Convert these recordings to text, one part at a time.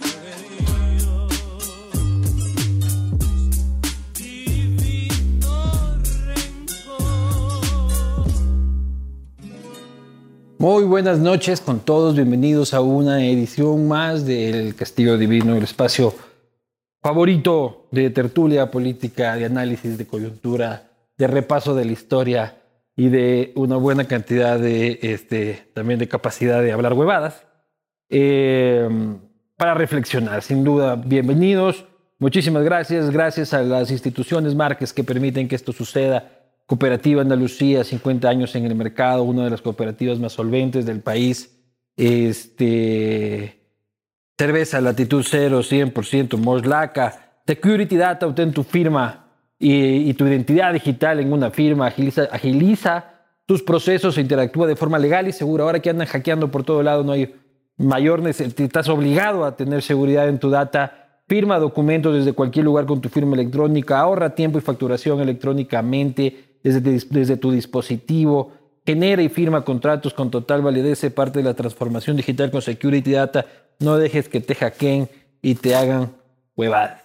Muy buenas noches con todos, bienvenidos a una edición más del Castigo Divino, el espacio favorito de tertulia política, de análisis, de coyuntura, de repaso de la historia y de una buena cantidad de también de capacidad de hablar huevadas para reflexionar. Sin duda, bienvenidos, muchísimas gracias a las instituciones Márquez que permiten que esto suceda. Cooperativa Andalucía, 50 años en el mercado, una de las cooperativas más solventes del país. Cerveza Latitud Cero, 100% Moslaca. Security Data, obtén tu firma y tu identidad digital en una firma. Agiliza tus procesos e interactúa de forma legal y segura. Ahora que andan hackeando por todo lado, no hay mayor necesidad. Estás obligado a tener seguridad en tu data. Firma documentos desde cualquier lugar con tu firma electrónica. Ahorra tiempo y facturación electrónicamente desde tu dispositivo, genera y firma contratos con total validez, sé parte de la transformación digital con Security Data, no dejes que te hackeen y te hagan huevadas.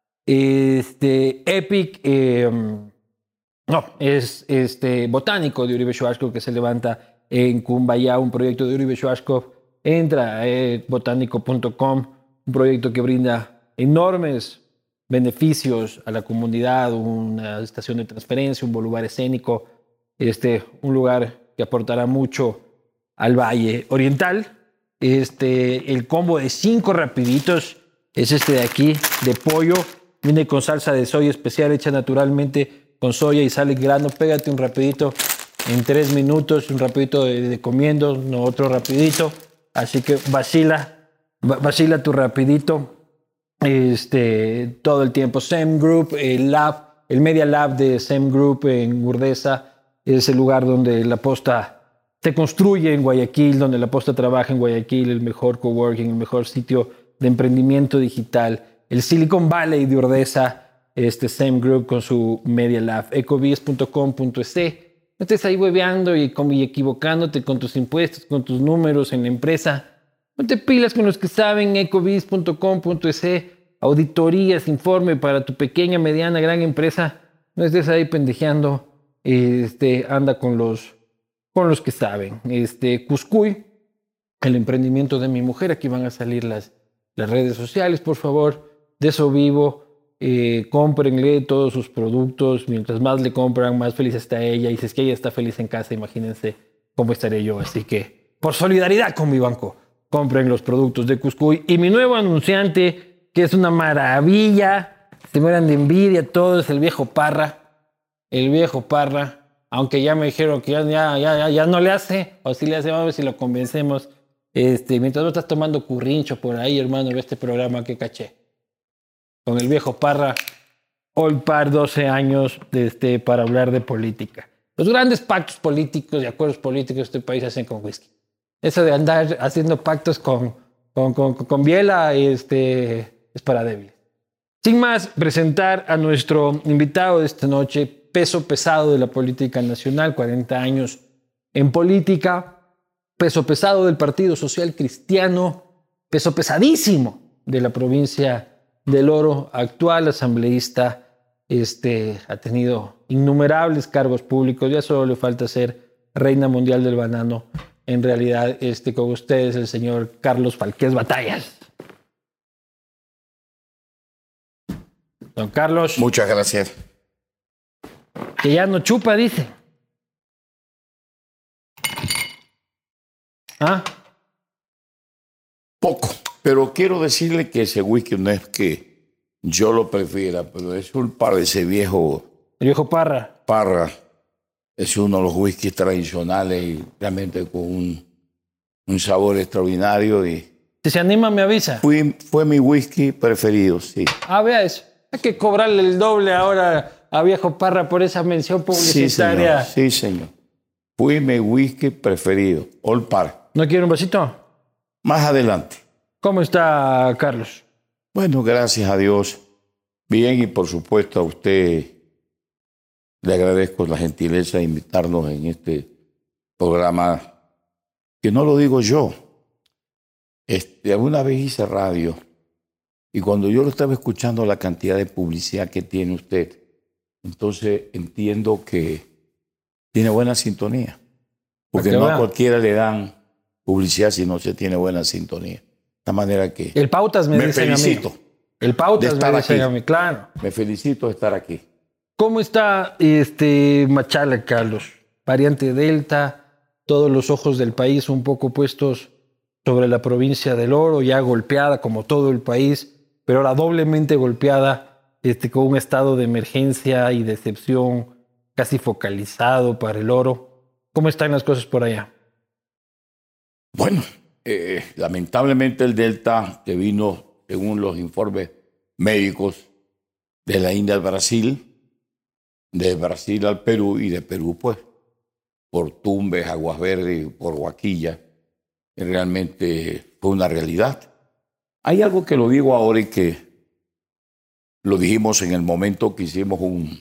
Epic es Botánico de Uribe Schwarzkopf que se levanta en Cumbayá, un proyecto de Uribe Schwarzkopf. Entra a botánico.com, un proyecto que brinda enormes beneficios a la comunidad, una estación de transferencia, un lugar escénico, un lugar que aportará mucho al Valle Oriental. El combo de 5 rapiditos es de aquí, de pollo, viene con salsa de soya especial hecha naturalmente con soya y sal y grano. Pégate un rapidito en 3 minutos, un rapidito de comiendo, no otro rapidito, así que vacila tu rapidito. Todo el tiempo. SEM Group, el Media Lab de SEM Group en Urdesa, es el lugar donde la posta se construye en Guayaquil, donde la posta trabaja en Guayaquil, el mejor coworking, el mejor sitio de emprendimiento digital, el Silicon Valley de Urdesa, SEM Group con su Media Lab, ecobiz.com.es. No estés ahí hueveando y equivocándote con tus impuestos, con tus números en la empresa. No te pilas con los que saben, ecobiz.com.es, auditorías, informe para tu pequeña, mediana, gran empresa. No estés ahí pendejeando, anda con los que saben. Cuscuy, el emprendimiento de mi mujer, aquí van a salir las redes sociales, por favor, de eso vivo. Cómprenle todos sus productos, mientras más le compran, más feliz está ella, y si es que ella está feliz en casa, imagínense cómo estaré yo. Así que, por solidaridad con mi banco, compren los productos de Cuscuy. Y mi nuevo anunciante, que es una maravilla, se mueran de envidia todos, el viejo Parra. El viejo Parra, aunque ya me dijeron que ya no le hace, o si le hace, vamos a ver si lo convencemos. Mientras no estás tomando currincho por ahí, hermano, ve este programa que caché. Con el viejo Parra, All Par, 12 años para hablar de política. Los grandes pactos políticos y acuerdos políticos de este país se hacen con whisky. Eso de andar haciendo pactos con biela es para débiles. Sin más, presentar a nuestro invitado de esta noche, peso pesado de la política nacional, 40 años en política, peso pesado del Partido Social Cristiano, peso pesadísimo de la provincia del Oro, actual asambleísta, ha tenido innumerables cargos públicos, ya solo le falta ser reina mundial del banano. En realidad, con ustedes, el señor Carlos Falqués Batallas. Don Carlos. Muchas gracias. Que ya no chupa, dice. ¿Ah? Poco. Pero quiero decirle que ese whisky no es que yo lo prefiera, pero es un par de ese viejo... El viejo Parra. Parra. Es uno de los whiskies tradicionales y realmente con un sabor extraordinario. Y si se anima, me avisa. Fue mi whisky preferido, sí. Ah, vea eso. Hay que cobrarle el doble ahora a viejo Parra por esa mención publicitaria. Sí, señor. Fue mi whisky preferido, All Par. ¿No quiere un vasito? Más adelante. ¿Cómo está, Carlos? Bueno, gracias a Dios. Bien, y por supuesto a usted le agradezco la gentileza de invitarnos en este programa, que no lo digo yo. Alguna vez hice radio Y cuando yo lo estaba escuchando, la cantidad de publicidad que tiene usted, entonces entiendo que tiene buena sintonía. Porque no a cualquiera le dan publicidad si no se tiene buena sintonía. De esta manera que el Pautas me felicito. A mí. El Pautas me dicen a mí, claro. Me felicito de estar aquí. ¿Cómo está Machala, Carlos? Variante Delta, todos los ojos del país un poco puestos sobre la provincia del Oro, ya golpeada como todo el país, pero ahora doblemente golpeada con un estado de emergencia y de excepción casi focalizado para el Oro. ¿Cómo están las cosas por allá? Bueno, lamentablemente el Delta, que vino, según los informes médicos, de la India al Brasil, de Brasil al Perú y de Perú, pues, por Tumbes, Aguas Verdes, por Huaquilla, realmente fue una realidad. Hay algo que lo digo ahora y que lo dijimos en el momento que hicimos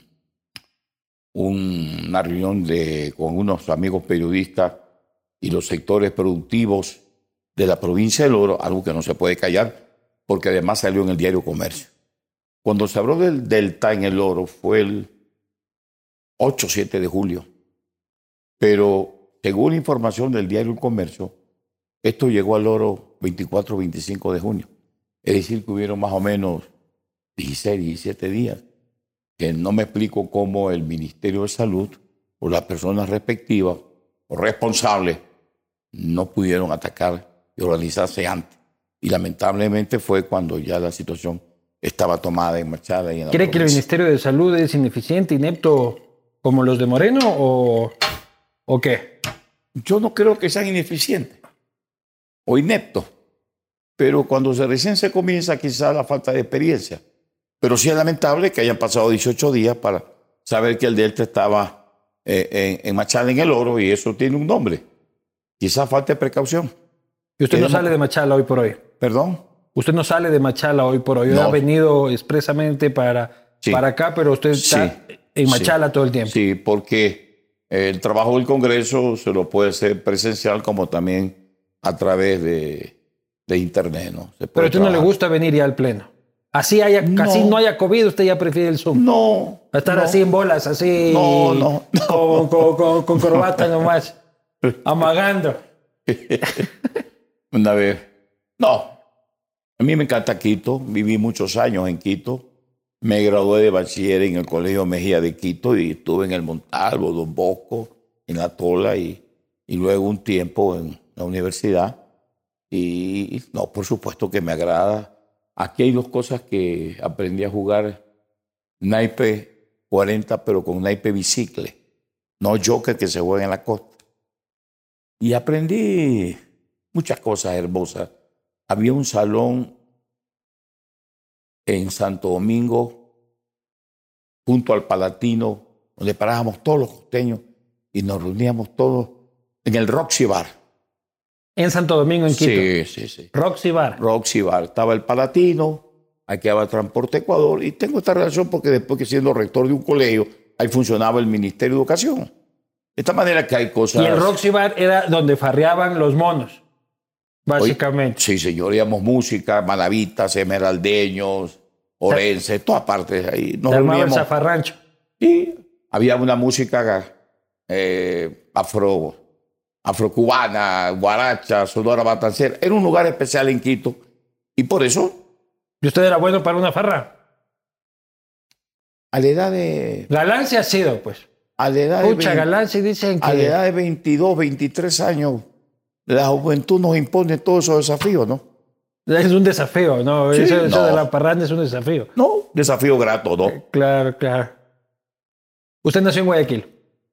una reunión con unos amigos periodistas y los sectores productivos de la provincia del Oro, algo que no se puede callar, porque además salió en el diario Comercio. Cuando se habló del Delta en el Oro fue el 8-7 de julio, pero según información del diario Comercio, esto llegó al Oro 24-25 de junio. Es decir, que hubieron más o menos 16, 17 días, que no me explico cómo el Ministerio de Salud o las personas respectivas o responsables no pudieron atacar y organizarse antes. Y lamentablemente fue cuando ya la situación estaba tomada y marchada. Y en ¿Cree que el Ministerio de Salud es ineficiente, inepto, como los de Moreno, o qué? Yo no creo que sean ineficientes o ineptos, pero cuando recién se comienza quizá la falta de experiencia. Pero sí es lamentable que hayan pasado 18 días para saber que el Delta estaba en Machala en el Oro, y eso tiene un nombre. Quizá falta de precaución. ¿Y usted no sale de Machala hoy por hoy? ¿Perdón? Usted no sale de Machala hoy por hoy. No. Ha venido expresamente para acá, pero usted está en Machala todo el tiempo. Sí, porque el trabajo del Congreso se lo puede hacer presencial como también a través de internet, ¿no? Pero a usted no le gusta venir ya al Pleno. Así no haya COVID, usted ya prefiere el Zoom. No. A estar así en bolas, así. No. Con corbata nomás. Amagando. Una vez. No. A mí me encanta Quito. Viví muchos años en Quito. Me gradué de bachiller en el Colegio Mejía de Quito y estuve en el Montalvo, Don Bosco, en La Tola y luego un tiempo en la universidad. Y no, por supuesto que me agrada. Aquí hay dos cosas que aprendí a jugar: naipe 40, pero con naipe bicicle, no joker que se juega en la costa. Y aprendí muchas cosas hermosas. Había un salón en Santo Domingo, junto al Palatino, donde parábamos todos los costeños y nos reuníamos todos en el Roxy Bar. En Santo Domingo, en Quito. Sí. Roxy Bar. Roxy Bar. Estaba el Palatino, aquí había Transporte Ecuador, y tengo esta relación porque después que siendo rector de un colegio, ahí funcionaba el Ministerio de Educación. De esta manera que hay cosas... Y el Roxy Bar era donde farreaban los monos, básicamente. Sí, señor, íbamos música, manavitas, esmeraldeños, orenses, todas partes ahí. Nos armaba el zafarrancho. Sí, había una música afrocubana, guaracha, sonora matancera. Era un lugar especial en Quito y por eso... ¿Y usted era bueno para una farra? A la edad de... Galán se ha sido, pues. A la edad de... Galán se dicen que... A la edad de 22, 23 años, la juventud nos impone todos esos desafíos, ¿no? Es un desafío, ¿no? Sí, eso de la parranda es un desafío. No, desafío grato, ¿no? Claro. ¿Usted nació en Guayaquil?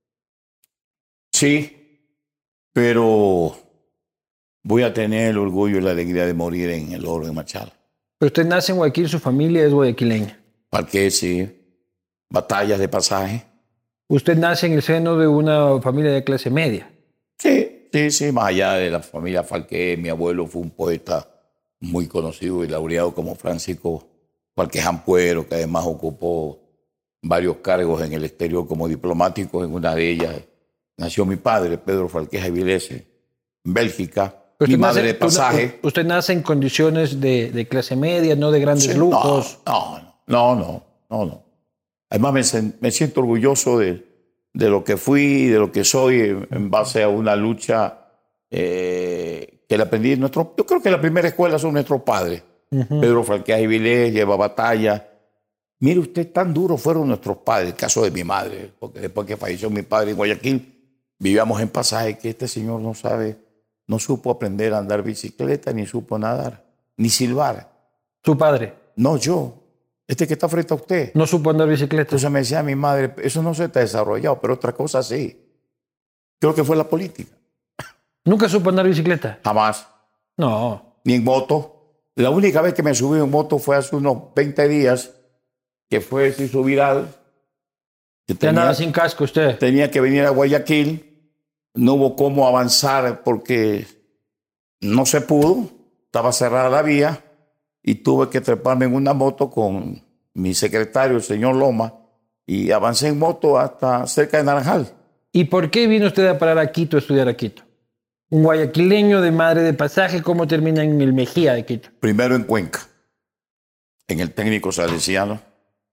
Sí, pero voy a tener el orgullo y la alegría de morir en el Oro de Machala. Pero usted nace en Guayaquil, su familia es guayaquileña. Parque, sí. Batallas de pasaje. ¿Usted nace en el seno de una familia de clase media? Sí. Más allá de la familia Falqué, mi abuelo fue un poeta muy conocido y laureado como Francisco Falqué Jampuero, que además ocupó varios cargos en el exterior como diplomático. En una de ellas nació mi padre, Pedro Falqué Avilés, en Bélgica. mi madre de pasaje. Usted nace en condiciones de clase media, no de grandes lujos. No. Además me siento orgulloso de lo que fui, de lo que soy, en base a una lucha que le aprendí. Yo creo que la primera escuela son nuestros padres. Pedro Falqueás y Vilés lleva batalla. Mire usted, tan duros fueron nuestros padres, el caso de mi madre, porque después que falleció mi padre en Guayaquil, vivíamos en Pasaje, que este señor no supo aprender a andar bicicleta, ni supo nadar, ni silbar. ¿Su padre? No, yo. Este que está frente a usted. ¿No supo andar bicicleta? Entonces me decía mi madre, eso no se está desarrollado, pero otra cosa sí. Creo que fue la política. ¿Nunca supo andar bicicleta? Jamás. No. Ni en moto. La única vez que me subí en moto fue hace unos 20 días, que se hizo viral. ¿Ya andaba sin casco usted? Tenía que venir a Guayaquil. No hubo cómo avanzar porque no se pudo. Estaba cerrada la vía y tuve que treparme en una moto con mi secretario, el señor Loma, y avancé en moto hasta cerca de Naranjal. ¿Y por qué vino usted a parar a Quito, a estudiar a Quito? Un guayaquileño de madre de pasaje, ¿cómo termina en el Mejía de Quito? Primero en Cuenca, en el técnico salesiano,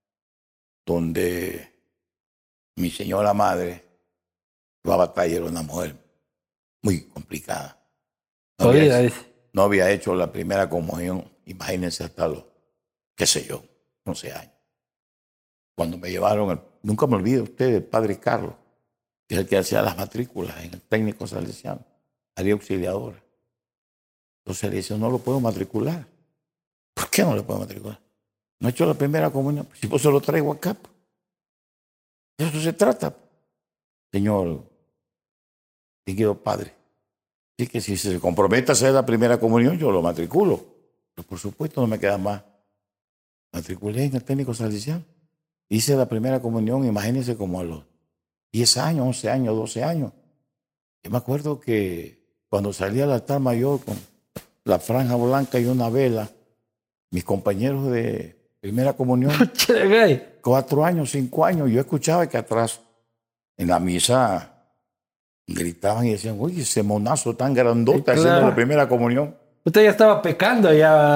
donde mi señora madre fue a batalla, era una mujer muy complicada. No había hecho la primera comunión, imagínense, hasta los, qué sé yo, 11 años. Cuando me llevaron, nunca me olvide usted, el padre Carlos, que es el que hacía las matrículas en el técnico salesiano, área auxiliadora. Entonces le dice, no lo puedo matricular. ¿Por qué no le puedo matricular? No he hecho la primera comunión. Si pues se lo traigo acá. De eso se trata. Señor, distinguido padre, así que si se compromete a hacer la primera comunión, yo lo matriculo. Pero por supuesto no me queda más. Matriculé en el técnico salesiano. Hice la primera comunión, imagínense, como a los 10 años, 11 años, 12 años. Yo me acuerdo que cuando salí al altar mayor con la franja blanca y una vela, mis compañeros de primera comunión, 4 años, 5 años, yo escuchaba que atrás en la misa gritaban y decían, oye, ese monazo tan grandote haciendo la primera comunión. Usted ya estaba pecando,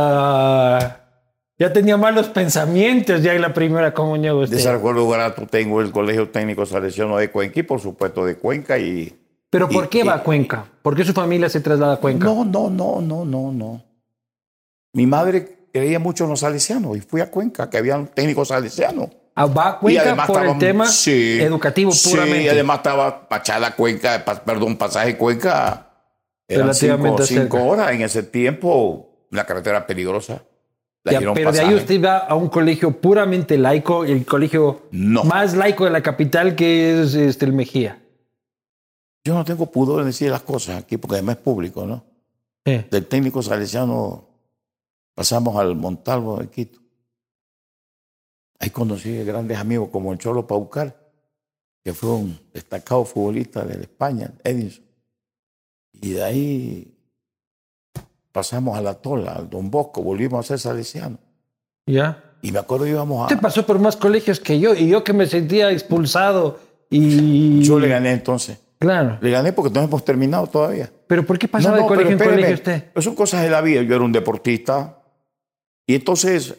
ya tenía malos pensamientos ya en la primera comunión. Usted. De ese recuerdo grato tengo el Colegio Técnico Salesiano de Cuenca y por supuesto de Cuenca. ¿Pero por qué va a Cuenca? ¿Por qué su familia se traslada a Cuenca? No. Mi madre creía mucho en los salesianos y fui a Cuenca, que había un técnico salesiano. Va a Cuenca por el tema educativo puramente. Sí, y además estaba Pasaje Cuenca. Eran 5 horas. En ese tiempo, una carretera peligrosa. Pero Pasaje. De ahí usted va a un colegio puramente laico, el colegio más laico de la capital, que es el Mejía. Yo no tengo pudor en decir las cosas aquí, porque además es público, ¿no? Del técnico salesiano pasamos al Montalvo de Quito. Ahí conocí grandes amigos como el Cholo Paucar, que fue un destacado futbolista de España, Edinson. Y de ahí pasamos a La Tola, al Don Bosco, volvimos a ser salesianos. ¿Ya? Y me acuerdo que íbamos a... Usted pasó por más colegios que yo, y yo que me sentía expulsado y... Yo le gané entonces. Claro. Le gané porque no hemos terminado todavía. ¿Pero por qué pasaba de colegio en colegio usted? Pero son cosas de la vida. Yo era un deportista. Y entonces,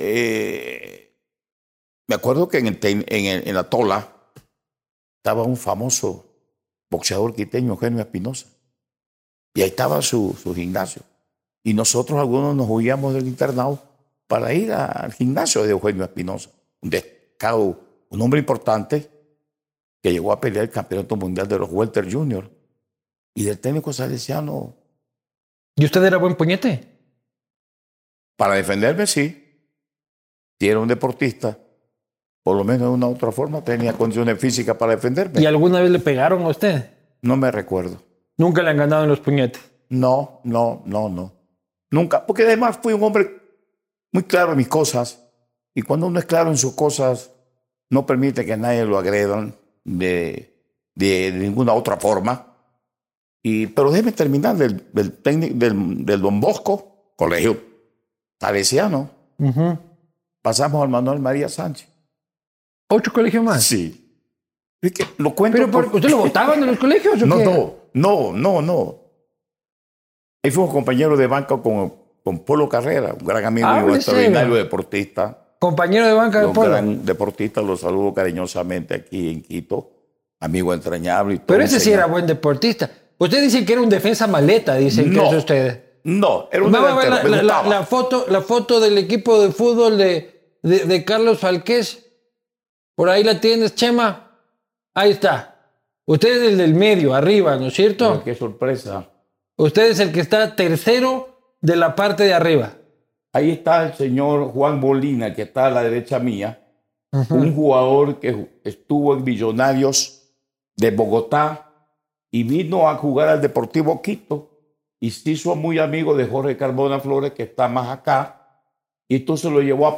me acuerdo que en La Tola estaba un famoso boxeador quiteño, Eugenio Espinosa. Y ahí estaba su gimnasio. Y nosotros algunos nos huíamos del internado para ir al gimnasio de Eugenio Espinosa. Un destacado, un hombre importante que llegó a pelear el campeonato mundial de los Welter Junior y del técnico salesiano. ¿Y usted era buen puñete? Para defenderme, sí. Si era un deportista, por lo menos de una u otra forma tenía condiciones físicas para defenderme. ¿Y alguna vez le pegaron a usted? No me recuerdo. ¿Nunca le han ganado en los puñetes? No. Nunca, porque además fui un hombre muy claro en mis cosas. Y cuando uno es claro en sus cosas, no permite que nadie lo agredan de ninguna otra forma. Pero déjeme terminar del Don Bosco, colegio salesiano. Pasamos al Manuel María Sánchez. ¿8 colegios más? Sí. Es que lo cuento. ¿Pero usted lo votaban en los colegios o qué? No. Ahí fuimos compañeros de banca con Polo Carrera, un gran amigo y un ¿en extraordinario serio? deportista. Compañero de banca de Un Polo. gran deportista, lo saludo cariñosamente aquí en Quito. Amigo entrañable y todo. Pero ese sí era señor. buen deportista. Usted dice que era un defensa maleta, dicen que No, es usted. no, era un Vamos a ver delantero, me gustaba. la foto del equipo de fútbol de Carlos Falqués. Por ahí la tienes, Chema. Ahí está. Usted es el del medio, arriba, ¿no es cierto? Mira, qué sorpresa. Usted es el que está tercero de la parte de arriba. Ahí está el señor Juan Molina, que está a la derecha mía, un jugador que estuvo en Millonarios de Bogotá y vino a jugar al Deportivo Quito y se hizo muy amigo de Jorge Carbona Flores, que está más acá, y entonces lo llevó a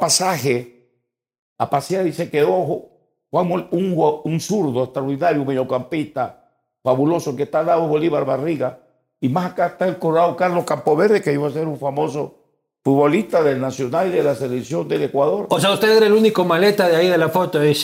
pasear y se quedó un zurdo extraordinario, un mediocampista fabuloso que está al lado de Bolívar Barriga, y más acá está el Colorado Carlos Campoverde, que iba a ser un famoso futbolista del Nacional y de la selección del Ecuador. O sea, usted era el único maleta de ahí de la foto, dice.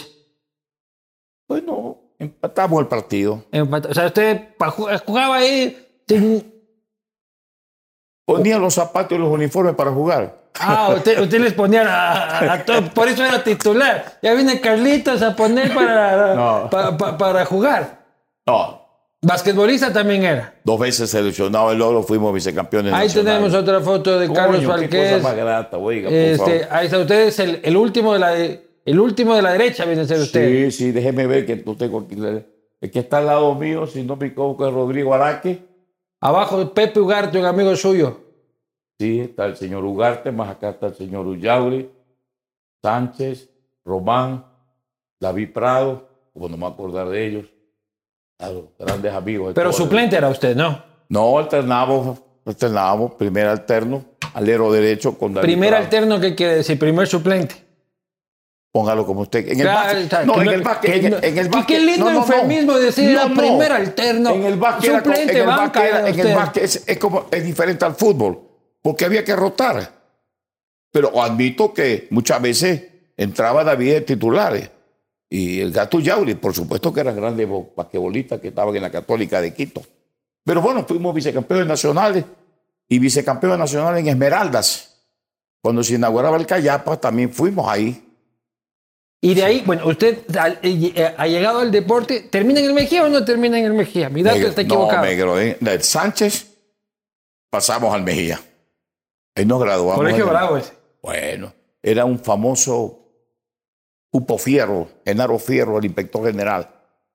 Bueno, empatamos el partido. O sea, usted jugaba ahí sin... Ponía los zapatos y los uniformes para jugar. Ah, usted les ponía a todo, por eso era titular. Ya viene Carlitos a poner No. para jugar. No, Basquetbolista también era. 2 veces seleccionado el oro, fuimos vicecampeones Ahí nacionales. tenemos otra foto de Carlos Coño, qué Falqués. cosa más grata, oiga, por favor. Ahí está, usted es el último el último de la derecha, viene a ser usted. Sí, déjeme ver que no tengo aquí. El que está al lado mío, si no me equivoco, es Rodrigo Araque. Abajo Pepe Ugarte, un amigo suyo. Sí, está el señor Ugarte, más acá está el señor Ullauri, Sánchez, Román, David Prado, como no me acordar de ellos. Claro, grandes amigos. Pero suplente era usted, ¿no? No, alternábamos, primer alterno, alero derecho con David Primer Prado. alterno, ¿qué quiere decir? Primer suplente. Póngalo como usted. En el Claro, básquet. está, No, que en no- el básquet. que En no- el qué básquet. lindo eufemismo decir era primer alterno, En el básquet era suplente, en el banca básquet era en el usted. básquet es diferente al fútbol, porque había que rotar. Pero admito que muchas veces entraba David de titulares. Y el Gato Yauri, por supuesto que eran grandes basquetbolistas que estaban en la Católica de Quito. Pero bueno, fuimos vicecampeones nacionales y vicecampeones nacionales en Esmeraldas. Cuando se inauguraba el Cayapa, también fuimos ahí. Y de ahí, bueno, usted ha llegado al deporte. ¿Termina en el Mejía o no termina en el Mejía? Mi dato está equivocado. No, me gradué. Del Sánchez pasamos al Mejía. Ahí nos graduamos. Colegio Bravo ese. Bueno, era un famoso Pupo Fierro, Genaro Fierro, el inspector general.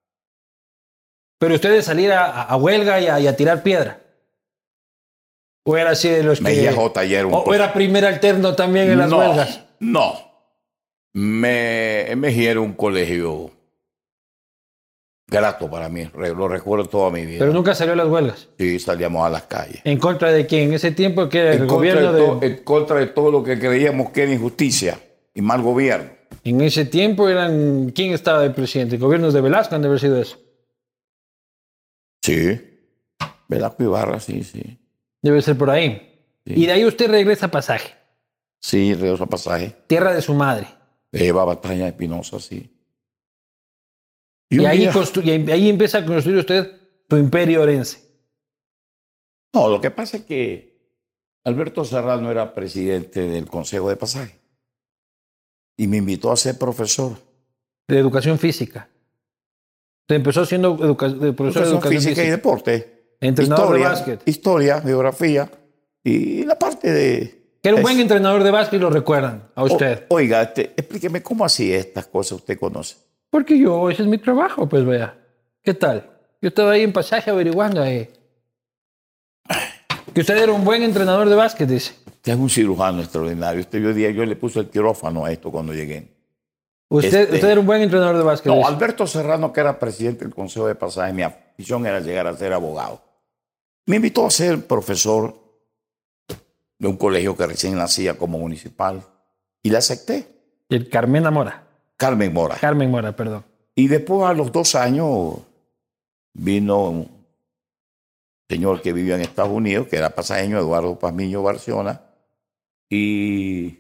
Pero usted de salir a huelga y a tirar piedra. ¿O era así de los que... Mejía J. ayer un ¿O era primer alterno también en las huelgas? No. Mejía era un colegio grato para mí. Lo recuerdo toda mi vida. Pero nunca salió a las huelgas. Sí, salíamos a las calles. ¿En contra de quién? En ese tiempo que era el gobierno de... En contra de todo lo que creíamos que era injusticia y mal gobierno. En ese tiempo eran... ¿Quién estaba de presidente? ¿Gobiernos de Velasco han de haber sido eso? Sí. Velasco Ibarra, sí, sí. Debe ser por ahí. Sí. Y de ahí usted regresa a Pasaje. Sí, regreso a Pasaje. Tierra de su madre. Eva Batalla Espinosa, sí. Y ahí empieza a construir usted su imperio orense. No, lo que pasa es que Alberto Serrano era presidente del Consejo de Pasaje y me invitó a ser profesor. De educación física. Usted empezó siendo profesor de educación física y deporte. Entrenador de básquet. Historia, geografía y la parte de... Que era un buen entrenador de básquet y lo recuerdan a usted. Oiga, explíqueme cómo hacía estas cosas usted conoce. Porque ese es mi trabajo, pues vea. ¿Qué tal? Yo estaba ahí en Pasaje averiguando ahí. Que usted era un buen entrenador de básquet, dice. Usted es un cirujano extraordinario. Yo le puse el quirófano a esto cuando llegué. Usted era un buen entrenador de básquet. No, dice. Alberto Serrano, que era presidente del Consejo de Pasaje, mi afición era llegar a ser abogado. Me invitó a ser profesor de un colegio que recién nacía como municipal y le acepté. El Carmen Mora. Carmen Mora. Carmen Mora, perdón. Y después, a los 2 años, vino un señor que vivía en Estados Unidos, que era pasajeño, Eduardo Pazmiño Barciona, y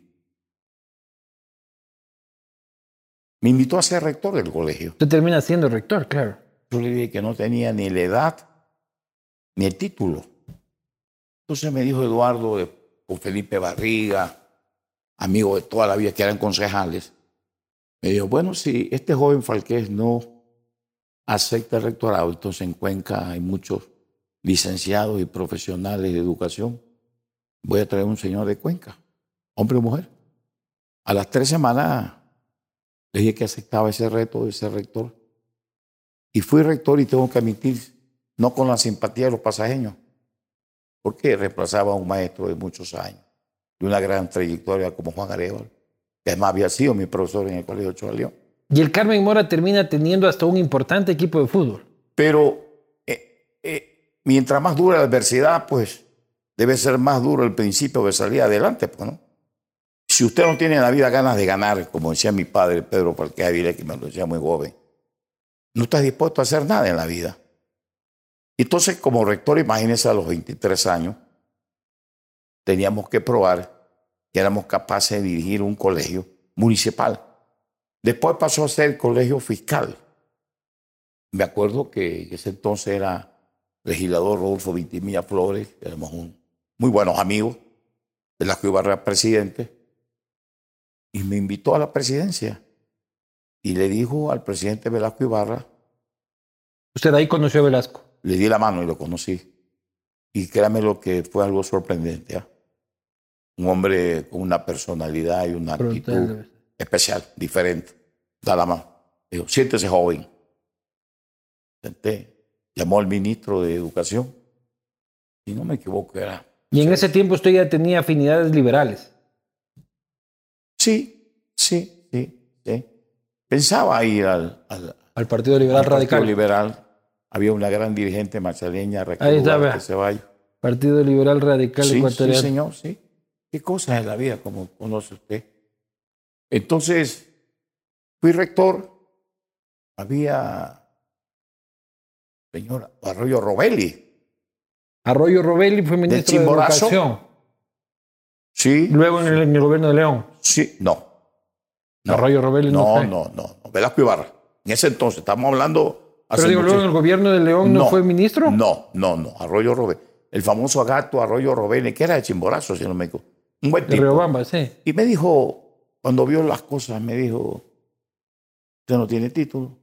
me invitó a ser rector del colegio. Usted termina siendo rector, claro. Yo le dije que no tenía ni la edad ni el título. Entonces me dijo Eduardo, con Felipe Barriga, amigos de toda la vida que eran concejales, me dijo, bueno, si este joven Falqués no acepta el rectorado, entonces en Cuenca hay muchos licenciados y profesionales de educación, voy a traer un señor de Cuenca, hombre o mujer. A las 3 semanas le dije que aceptaba ese reto de ser rector. Y fui rector y tengo que admitir, no con la simpatía de los pasajeños, porque reemplazaba a un maestro de muchos años, de una gran trayectoria como Juan Arevalo, que además había sido mi profesor en el Colegio Ochoa de León. Y el Carmen Mora termina teniendo hasta un importante equipo de fútbol. Pero mientras más dura la adversidad, pues debe ser más duro el principio de salir adelante, pues, ¿no? Si usted no tiene en la vida ganas de ganar, como decía mi padre Pedro Falqués Avilés, que me lo decía muy joven, no estás dispuesto a hacer nada en la vida. Entonces, como rector, imagínese, a los 23 años, teníamos que probar que éramos capaces de dirigir un colegio municipal. Después pasó a ser colegio fiscal. Me acuerdo que ese entonces era legislador Rodolfo Vintimilla Flores, éramos muy buenos amigos, Velasco Ibarra presidente, y me invitó a la presidencia. Y le dijo al presidente Velasco Ibarra. ¿Usted ahí conoció a Velasco? Le di la mano y lo conocí. Y créame lo que fue algo sorprendente. ¿Eh? Un hombre con una personalidad y una actitud especial, diferente. Da la mano. Dijo, siéntese joven. Senté. Llamó al ministro de Educación. Si no me equivoco, era... Y en ese tiempo usted ya tenía afinidades liberales. Sí. Pensaba ir al Partido Liberal Radical. Partido Liberal. Había una gran dirigente marchaleña, Raquel Ceballos. Partido Liberal Radical Ecuatoriano. Sí, señor, sí. Qué cosas en la vida, como conoce usted. Entonces, fui rector. Había, señora, Arroyo Robelli. Arroyo Robelli fue ministro de Educación. Sí. Luego en el gobierno de León. Sí, no. Arroyo Robelli no. Velasco Ibarra. En ese entonces, estamos hablando... Pero digo, luego en el gobierno de León no fue ministro. No. Arroyo Robelli. El famoso gato Arroyo Robelli, que era de Chimborazo, si no me equivoco. Un buen tipo. De Riobamba, sí. Y me dijo, cuando vio las cosas, me dijo, usted no tiene título,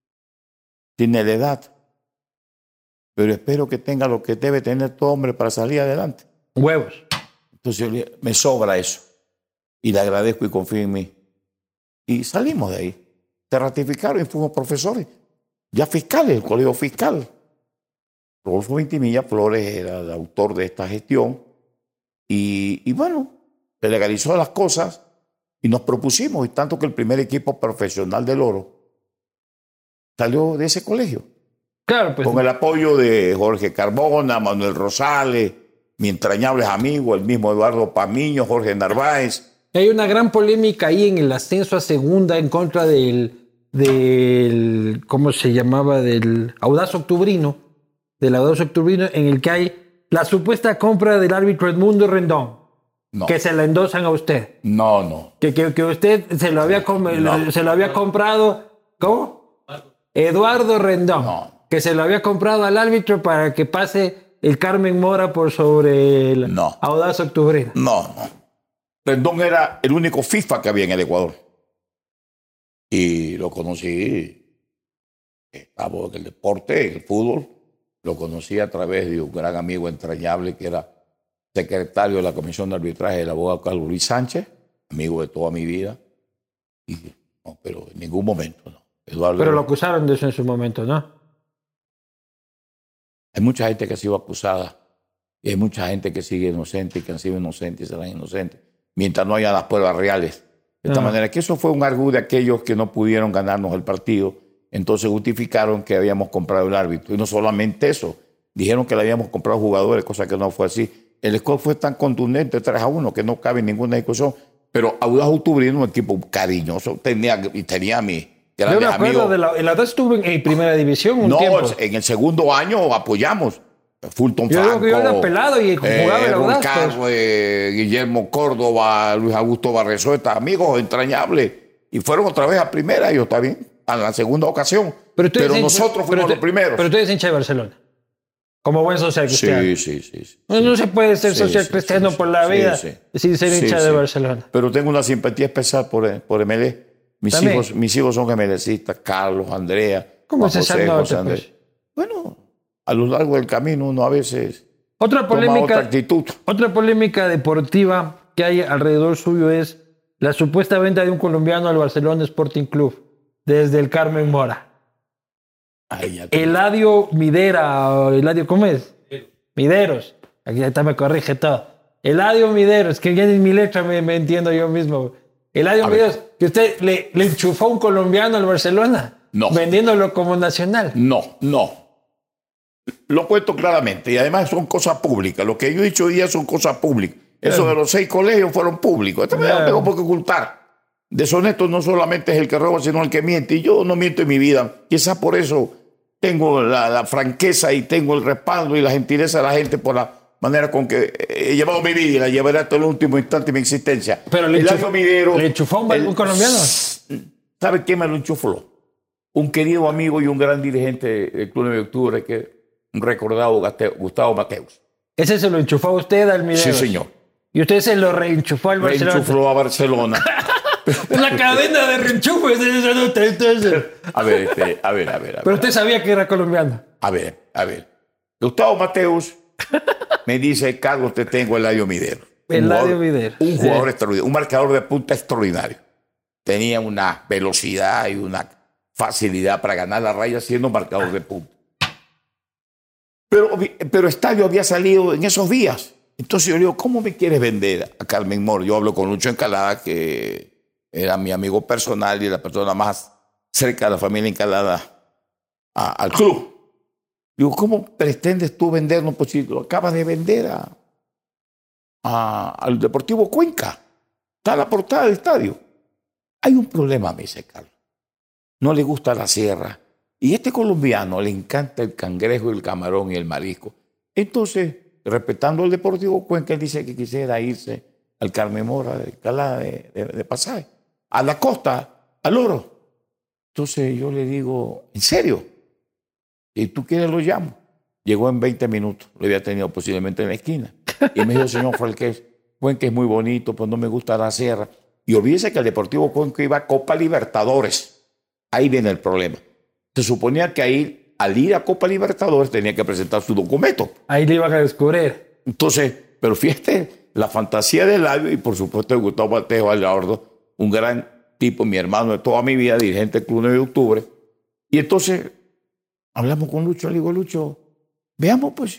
tiene la edad, pero espero que tenga lo que debe tener todo hombre para salir adelante. Huevos. Entonces me sobra eso. Y le agradezco y confío en mí. Y salimos de ahí. Se ratificaron y fuimos profesores. Ya fiscales, el colegio fiscal. Rodolfo Vintimilla Flores era el autor de esta gestión. Y bueno, se legalizó las cosas y nos propusimos. Y tanto que el primer equipo profesional del Oro salió de ese colegio. Claro, pues. Con el apoyo de Jorge Carbona, Manuel Rosales, mi entrañables amigos, el mismo Eduardo Pamiño, Jorge Narváez. Hay una gran polémica ahí en el ascenso a segunda en contra del ¿cómo se llamaba? Del Audaz Octubrino. Del Audaz Octubrino, en el que hay la supuesta compra del árbitro Edmundo Rendón. No. Que se la endosan a usted. No. Que usted se lo había comprado. ¿Cómo? Eduardo Rendón. No. Que se lo había comprado al árbitro para que pase el Carmen Mora por sobre el Audaz Octubrino. No. Rendón era el único FIFA que había en el Ecuador. Y lo conocí, estaba en el deporte, en el fútbol. Lo conocí a través de un gran amigo entrañable que era secretario de la Comisión de Arbitraje del abogado Carlos Luis Sánchez, amigo de toda mi vida. Y, no, pero en ningún momento, no. Eduardo, pero lo acusaron de eso en su momento, ¿no? Hay mucha gente que ha sido acusada y hay mucha gente que sigue inocente y que han sido inocentes y serán inocentes, mientras no haya las pruebas reales. De esta manera, que eso fue un argumento de aquellos que no pudieron ganarnos el partido. Entonces justificaron que habíamos comprado el árbitro. Y no solamente eso, dijeron que le habíamos comprado jugadores, cosa que no fue así. El score fue tan contundente, 3-1, que no cabe ninguna discusión. Pero Audaz Octubrino, un equipo cariñoso, tenía a mis grandes amigos. El Audaz estuvo en primera división un tiempo. No, en el segundo año apoyamos. Fulton Franco, yo era pelado y jugaba el Audaz. Guillermo Córdoba, Luis Augusto Barrezueta, amigos entrañables. Y fueron otra vez a primera, ellos está bien, a la segunda ocasión. Pero nosotros fuimos los primeros. Pero tú eres hincha de Barcelona. Como buen social cristiano. Sí. No se puede ser social cristiano por la vida sin ser hincha de Barcelona. Pero tengo una simpatía especial por MLE. Mis hijos son MLEcistas, Carlos, Andrea, ¿Cómo es esa nota, pues? Bueno, a lo largo del camino uno a veces otra actitud. Otra polémica deportiva que hay alrededor suyo es la supuesta venta de un colombiano al Barcelona Sporting Club desde el Carmen Mora. Eladio Midera, Eladio, ¿cómo es? Mideros. Aquí está, me corrige todo. Eladio Mideros, que ya en mi letra me entiendo yo mismo. Eladio Mideros, que usted le enchufó a un colombiano al Barcelona. No. Vendiéndolo como nacional. No. Lo cuento claramente. Y además son cosas públicas. Lo que yo he dicho hoy día son cosas públicas. Eso de los 6 colegios fueron públicos. Esto no tengo por qué ocultar. Deshonesto no solamente es el que roba, sino el que miente. Y yo no miento en mi vida. Quizás por eso tengo la franqueza y tengo el respaldo y la gentileza de la gente por la manera con que he llevado mi vida y la llevaré hasta el último instante de mi existencia. Pero le enchufó un colombiano. ¿Sabe quién me lo enchufó? Un querido amigo y un gran dirigente del Club 9 de Octubre, que es un recordado Gustavo Mateus. ¿Ese se lo enchufó a usted al Mineros? Sí, señor. ¿Y usted se lo reenchufó al Barcelona? Reenchufó a Barcelona. La cadena de reenchufes de esa nota, entonces. A ver. Pero usted sabía que era colombiano. A ver. Gustavo Mateus me dice, Carlos, te tengo Eladio Midero. Un jugador extraordinario, un marcador de punta extraordinario. Tenía una velocidad y una facilidad para ganar la raya siendo marcador de punta. Pero Estadio había salido en esos días. Entonces yo le digo, ¿cómo me quieres vender a Carmen Mora? Yo hablo con Lucho Encalada, que era mi amigo personal y la persona más cerca de la familia Encalada al club. Digo, ¿cómo pretendes tú vendernos? Pues si lo acabas de vender al Deportivo Cuenca. Está la portada del estadio. Hay un problema, me dice Carlos. No le gusta la sierra. Y a este colombiano le encanta el cangrejo, el camarón y el marisco. Entonces, respetando al Deportivo Cuenca, él dice que quisiera irse al Carmen Mora de Calada de pasaje, a la costa, al oro. Entonces yo le digo, ¿en serio? Si tú quieres lo llamo. Llegó en 20 minutos, lo había tenido posiblemente en la esquina. Y me dijo, señor Cuenca es muy bonito, pues no me gusta la sierra. Y olvídese que el Deportivo Cuenca iba a Copa Libertadores. Ahí viene el problema. Se suponía que ahí, al ir a Copa Libertadores, tenía que presentar su documento. Ahí le iban a descubrir. Entonces, pero fíjate, la fantasía de Eladio y por supuesto de Gustavo Mateo Alardo, un gran tipo, mi hermano de toda mi vida, dirigente del Club 9 de Octubre. Y entonces hablamos con Lucho, le digo, Lucho, veamos pues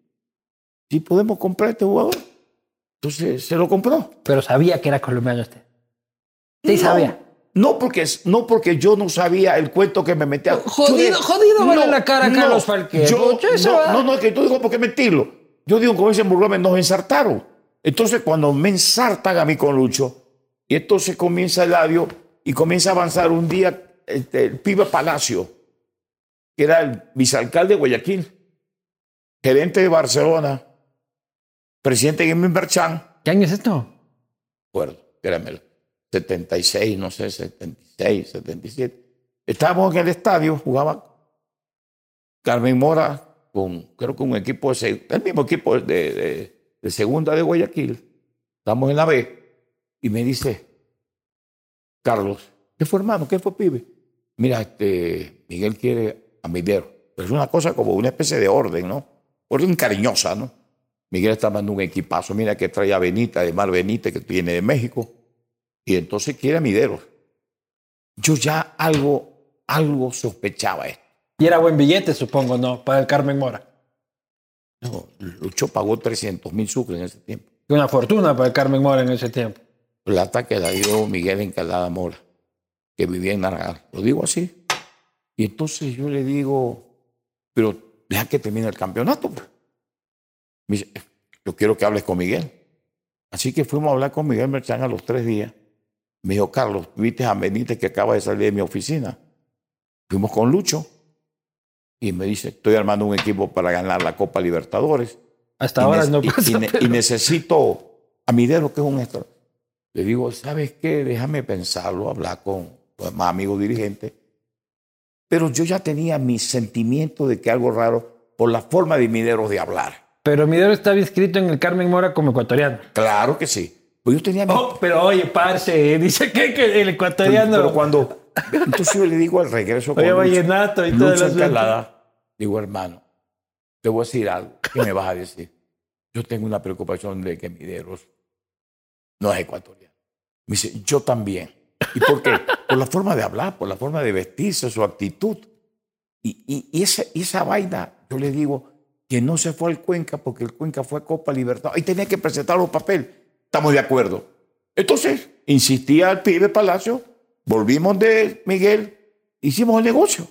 si podemos comprar este jugador. Entonces se lo compró. Pero sabía que era colombiano usted. ¿Sí sabía? No porque yo no sabía el cuento que me metía. Jodido vale la cara a Carlos Falqué. No, es que tú digo por qué mentirlo. Yo digo, como dicen burlame, nos ensartaron. Entonces, cuando me ensartan a mí con Lucho, y entonces comienza Eladio y comienza a avanzar un día el pibe Palacio, que era el vicealcalde de Guayaquil, gerente de Barcelona, presidente de Merchan. ¿Qué año es esto? Acuerdo, créanmelo. 76, no sé, 76, 77. Estábamos en el estadio, jugaba Carmen Mora creo que un equipo, el mismo equipo de segunda de Guayaquil. Estamos en la B y me dice, Carlos, ¿qué fue hermano? ¿Qué fue pibe? Mira, Miguel quiere a Midero. Pero es una cosa como una especie de orden, ¿no? Orden cariñosa, ¿no? Miguel está mandando un equipazo. Mira que trae a Benita, de Mar Benítez, que viene de México. Y entonces quiere a Midero. Yo ya algo sospechaba esto. Y era buen billete, supongo, ¿no? Para el Carmen Mora. No, Lucho pagó 300,000 sucres en ese tiempo. Una fortuna para el Carmen Mora en ese tiempo. Plata que la dio Miguel Encalada Mora, que vivía en Naranjal. Lo digo así. Y entonces yo le digo, pero deja que termine el campeonato. Me dice, yo quiero que hables con Miguel. Así que fuimos a hablar con Miguel Merchan a los 3 días. Me dijo, Carlos, ¿viste a Benítez que acaba de salir de mi oficina? Fuimos con Lucho y me dice, estoy armando un equipo para ganar la Copa Libertadores. Hasta ahora no pasa. Y necesito a Midero, que es un extra. Le digo, ¿sabes qué? Déjame pensarlo, hablar con más amigos dirigentes. Pero yo ya tenía mi sentimiento de que algo raro, por la forma de Mideros de hablar. Pero Midero estaba inscrito en el Carmen Mora como ecuatoriano. Claro que sí. Pues yo tenía... Pero oye, parce, dice que el ecuatoriano... Pero cuando... Entonces yo le digo al regreso con Oye, vallenato y todo Lucho el Encalada, digo, hermano, te voy a decir algo. ¿Qué me vas a decir? Yo tengo una preocupación de que Mideros no es ecuatoriano. Me dice, yo también. ¿Y por qué? Por la forma de hablar, por la forma de vestirse, su actitud. Y esa vaina, yo le digo que no se fue al Cuenca porque el Cuenca fue a Copa Libertad. Ahí tenía que presentar los papeles. Estamos de acuerdo. Entonces, insistía el pibe Palacio, volvimos de Miguel, hicimos el negocio.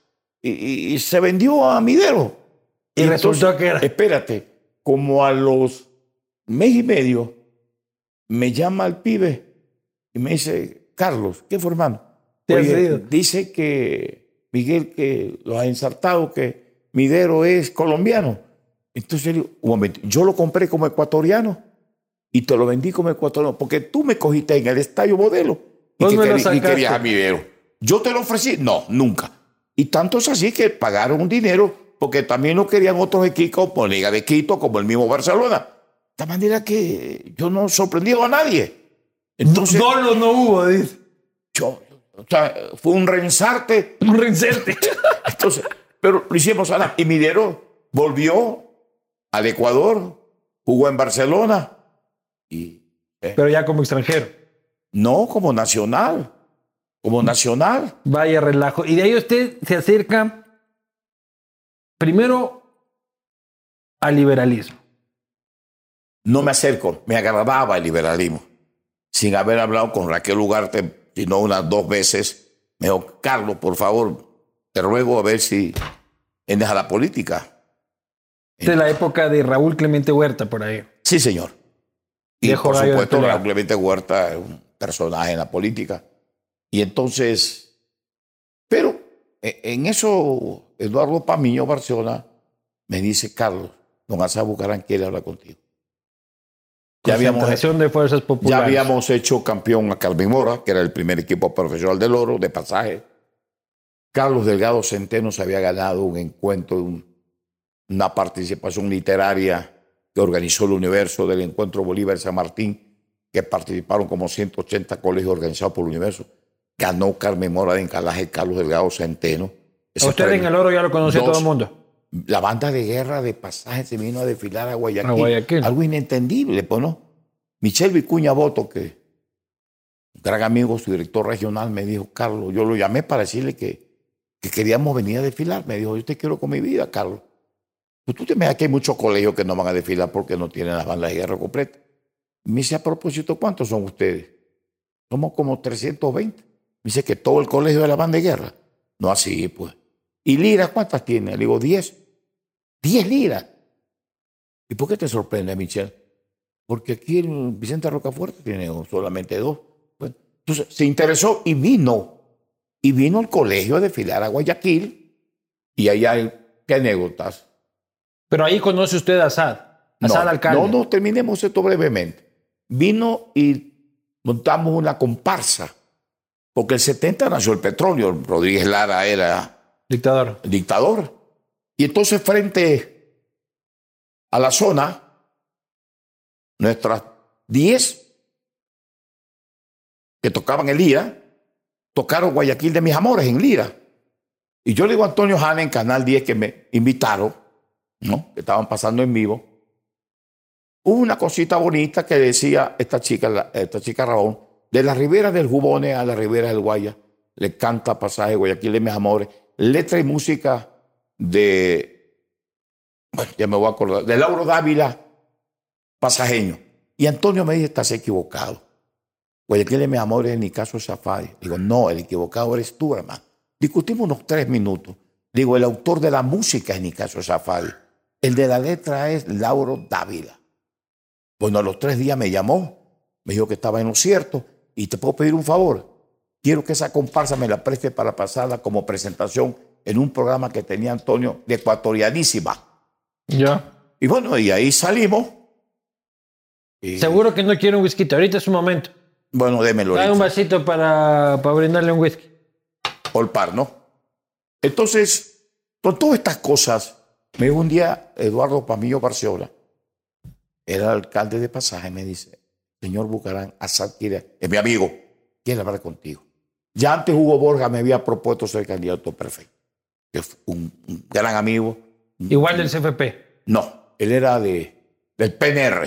Y se vendió a Midero. Y resultó que era... Espérate, como a los mes y medio, me llama el pibe y me dice, Carlos, ¿qué fue, hermano? Oye, dice que Miguel que lo ha ensartado, que Midero es colombiano. Entonces yo digo, un momento, yo lo compré como ecuatoriano y te lo vendí como ecuatoriano porque tú me cogiste en el Estadio Modelo y querías a Midero. ¿Yo te lo ofrecí? No, nunca. Y tanto es así que pagaron un dinero porque también lo querían otros equipos como Liga de Quito, como el mismo Barcelona. De manera que yo no he sorprendido a nadie. Entonces, Dolo no hubo, dice. O sea, fue un reinsarte. Un reinserte. Entonces, pero lo hicimos a y Midero volvió al Ecuador, jugó en Barcelona. Pero ya como extranjero. No, como nacional. Como nacional. Vaya relajo. Y de ahí usted se acerca primero al liberalismo. No me acerco, me agradaba el liberalismo. Sin haber hablado con Raquel Ugarte, sino unas 2 veces, me dijo, Carlos, por favor, te ruego a ver si entras a la política. De la época de Raúl Clemente Huerta, por ahí. Sí, señor. Y por supuesto, Raúl Clemente Huerta es un personaje en la política. Y entonces, pero en eso, Eduardo Pamiño Barcelona me dice, Carlos, don Asa Bucarán quiere hablar contigo. Concentración de fuerzas populares. Ya habíamos hecho campeón a Carmen Mora, que era el primer equipo profesional del Oro, de pasaje. Carlos Delgado Centeno se había ganado un encuentro, una participación literaria que organizó el Universo del Encuentro Bolívar San Martín, que participaron como 180 colegios organizados por el Universo. Ganó Carmen Mora de encalaje Carlos Delgado Centeno. ¿A usted en el Oro ya lo conocía todo el mundo? La banda de guerra de pasaje se vino a desfilar a Guayaquil. Algo inentendible, pues, ¿no? Michel Vicuña Boto, que un gran amigo, su director regional, me dijo, Carlos, yo lo llamé para decirle que queríamos venir a desfilar. Me dijo, yo te quiero con mi vida, Carlos. Pues tú te imaginas que hay muchos colegios que no van a desfilar porque no tienen las bandas de guerra completas. Me dice, a propósito, ¿cuántos son ustedes? Somos como 320. Me dice que todo el colegio de la banda de guerra. No así, pues. ¿Y liras cuántas tiene? Le digo, 10. 10 liras. ¿Y por qué te sorprende, Michel? Porque aquí en Vicente Rocafuerte tiene solamente 2. Bueno, entonces se interesó y vino. Y vino al colegio a desfilar a Guayaquil. Y allá hay, ¿qué anécdotas? Pero ahí conoce usted a Asad. Asad alcalde. No, terminemos esto brevemente. Vino y montamos una comparsa. Porque el 70 nació el petróleo. Rodríguez Lara era dictador. Y entonces frente a la zona, nuestras 10 que tocaban el Lira, tocaron Guayaquil de mis amores en Lira. Y yo le digo a Antonio Hanna en Canal 10 que me invitaron, ¿no? Que estaban pasando en vivo. Hubo una cosita bonita que decía esta chica Rabón, de la ribera del Jubone a la ribera del Guaya, le canta pasaje Guayaquil de mis amores, letra y música de, bueno, ya me voy a acordar, de Lauro Dávila, pasajeño. Y Antonio me dice, estás equivocado. Guayaquil de mis amores, en mi caso es Safari. Digo, no, el equivocado eres tú, hermano. Discutimos unos 3 minutos. Digo, el autor de la música es Nicasio Safari. El de la letra es Lauro Dávila. Bueno, a los 3 días me llamó, me dijo que estaba en lo cierto y te puedo pedir un favor. Quiero que esa comparsa me la preste para pasarla como presentación en un programa que tenía Antonio de Ecuatorianísima. Ya. Y bueno, y ahí salimos. Seguro que no quiere un whisky. Ahorita es un momento. Bueno, démelo. Dame un vasito para brindarle un whisky. Por par, ¿no? Entonces, con todas estas cosas, Me dijo un día Eduardo Pamillo Barciola, era alcalde de Pasaje, me dice, señor Bucarán, Assad quiere, es mi amigo, quiere hablar contigo. Ya antes Hugo Borja me había propuesto ser candidato perfecto. Que fue un gran amigo. Igual del CFP. No, él era del PNR.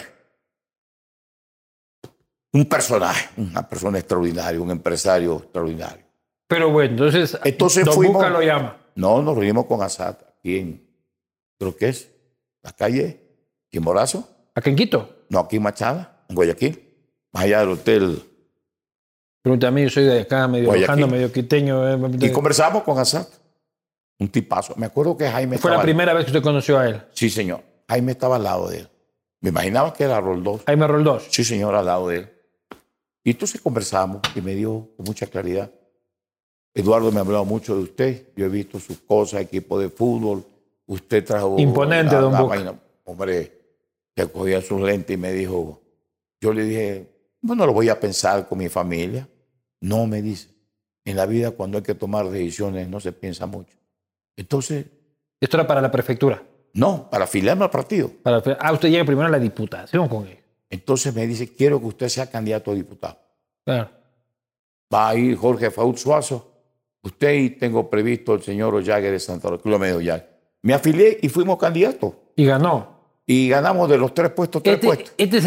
Un personaje, una persona extraordinaria, un empresario extraordinario. Pero bueno, entonces Don Buca lo llama. No, nos reunimos con Assad aquí en, creo que es, la calle Quimorazo. ¿Acá en Quito? No, aquí en Machada, en Guayaquil. Más allá del hotel. Pregúntame, yo soy de acá, medio lejano, medio quiteño. Y conversamos con Assad. Un tipazo. Me acuerdo que Jaime ¿Fue la primera vez que usted conoció a él? Sí, señor. Jaime estaba al lado de él. Me imaginaba que era Roldós. Jaime Roldós. Sí, señor, al lado de él. Y entonces conversamos y me dijo con mucha claridad, Eduardo me ha hablado mucho de usted, yo he visto sus cosas, equipo de fútbol, usted trajo... Imponente, Don Buca. Hombre, que cogía sus lentes y me dijo, yo le dije, bueno, lo voy a pensar con mi familia. No, me dice, en la vida cuando hay que tomar decisiones no se piensa mucho. Entonces... ¿Esto era para la prefectura? No, para afiliarme al partido. Usted llega primero a la diputación con él. Entonces me dice, quiero que usted sea candidato a diputado. Claro. Va a ir Jorge Faud Suazo, usted y tengo previsto el señor Ollague de Santa Rosa, Club Medio Ollague. Me afilié y fuimos candidatos. Y ganó. Y ganamos de los 3 puestos, 3 puestos. Este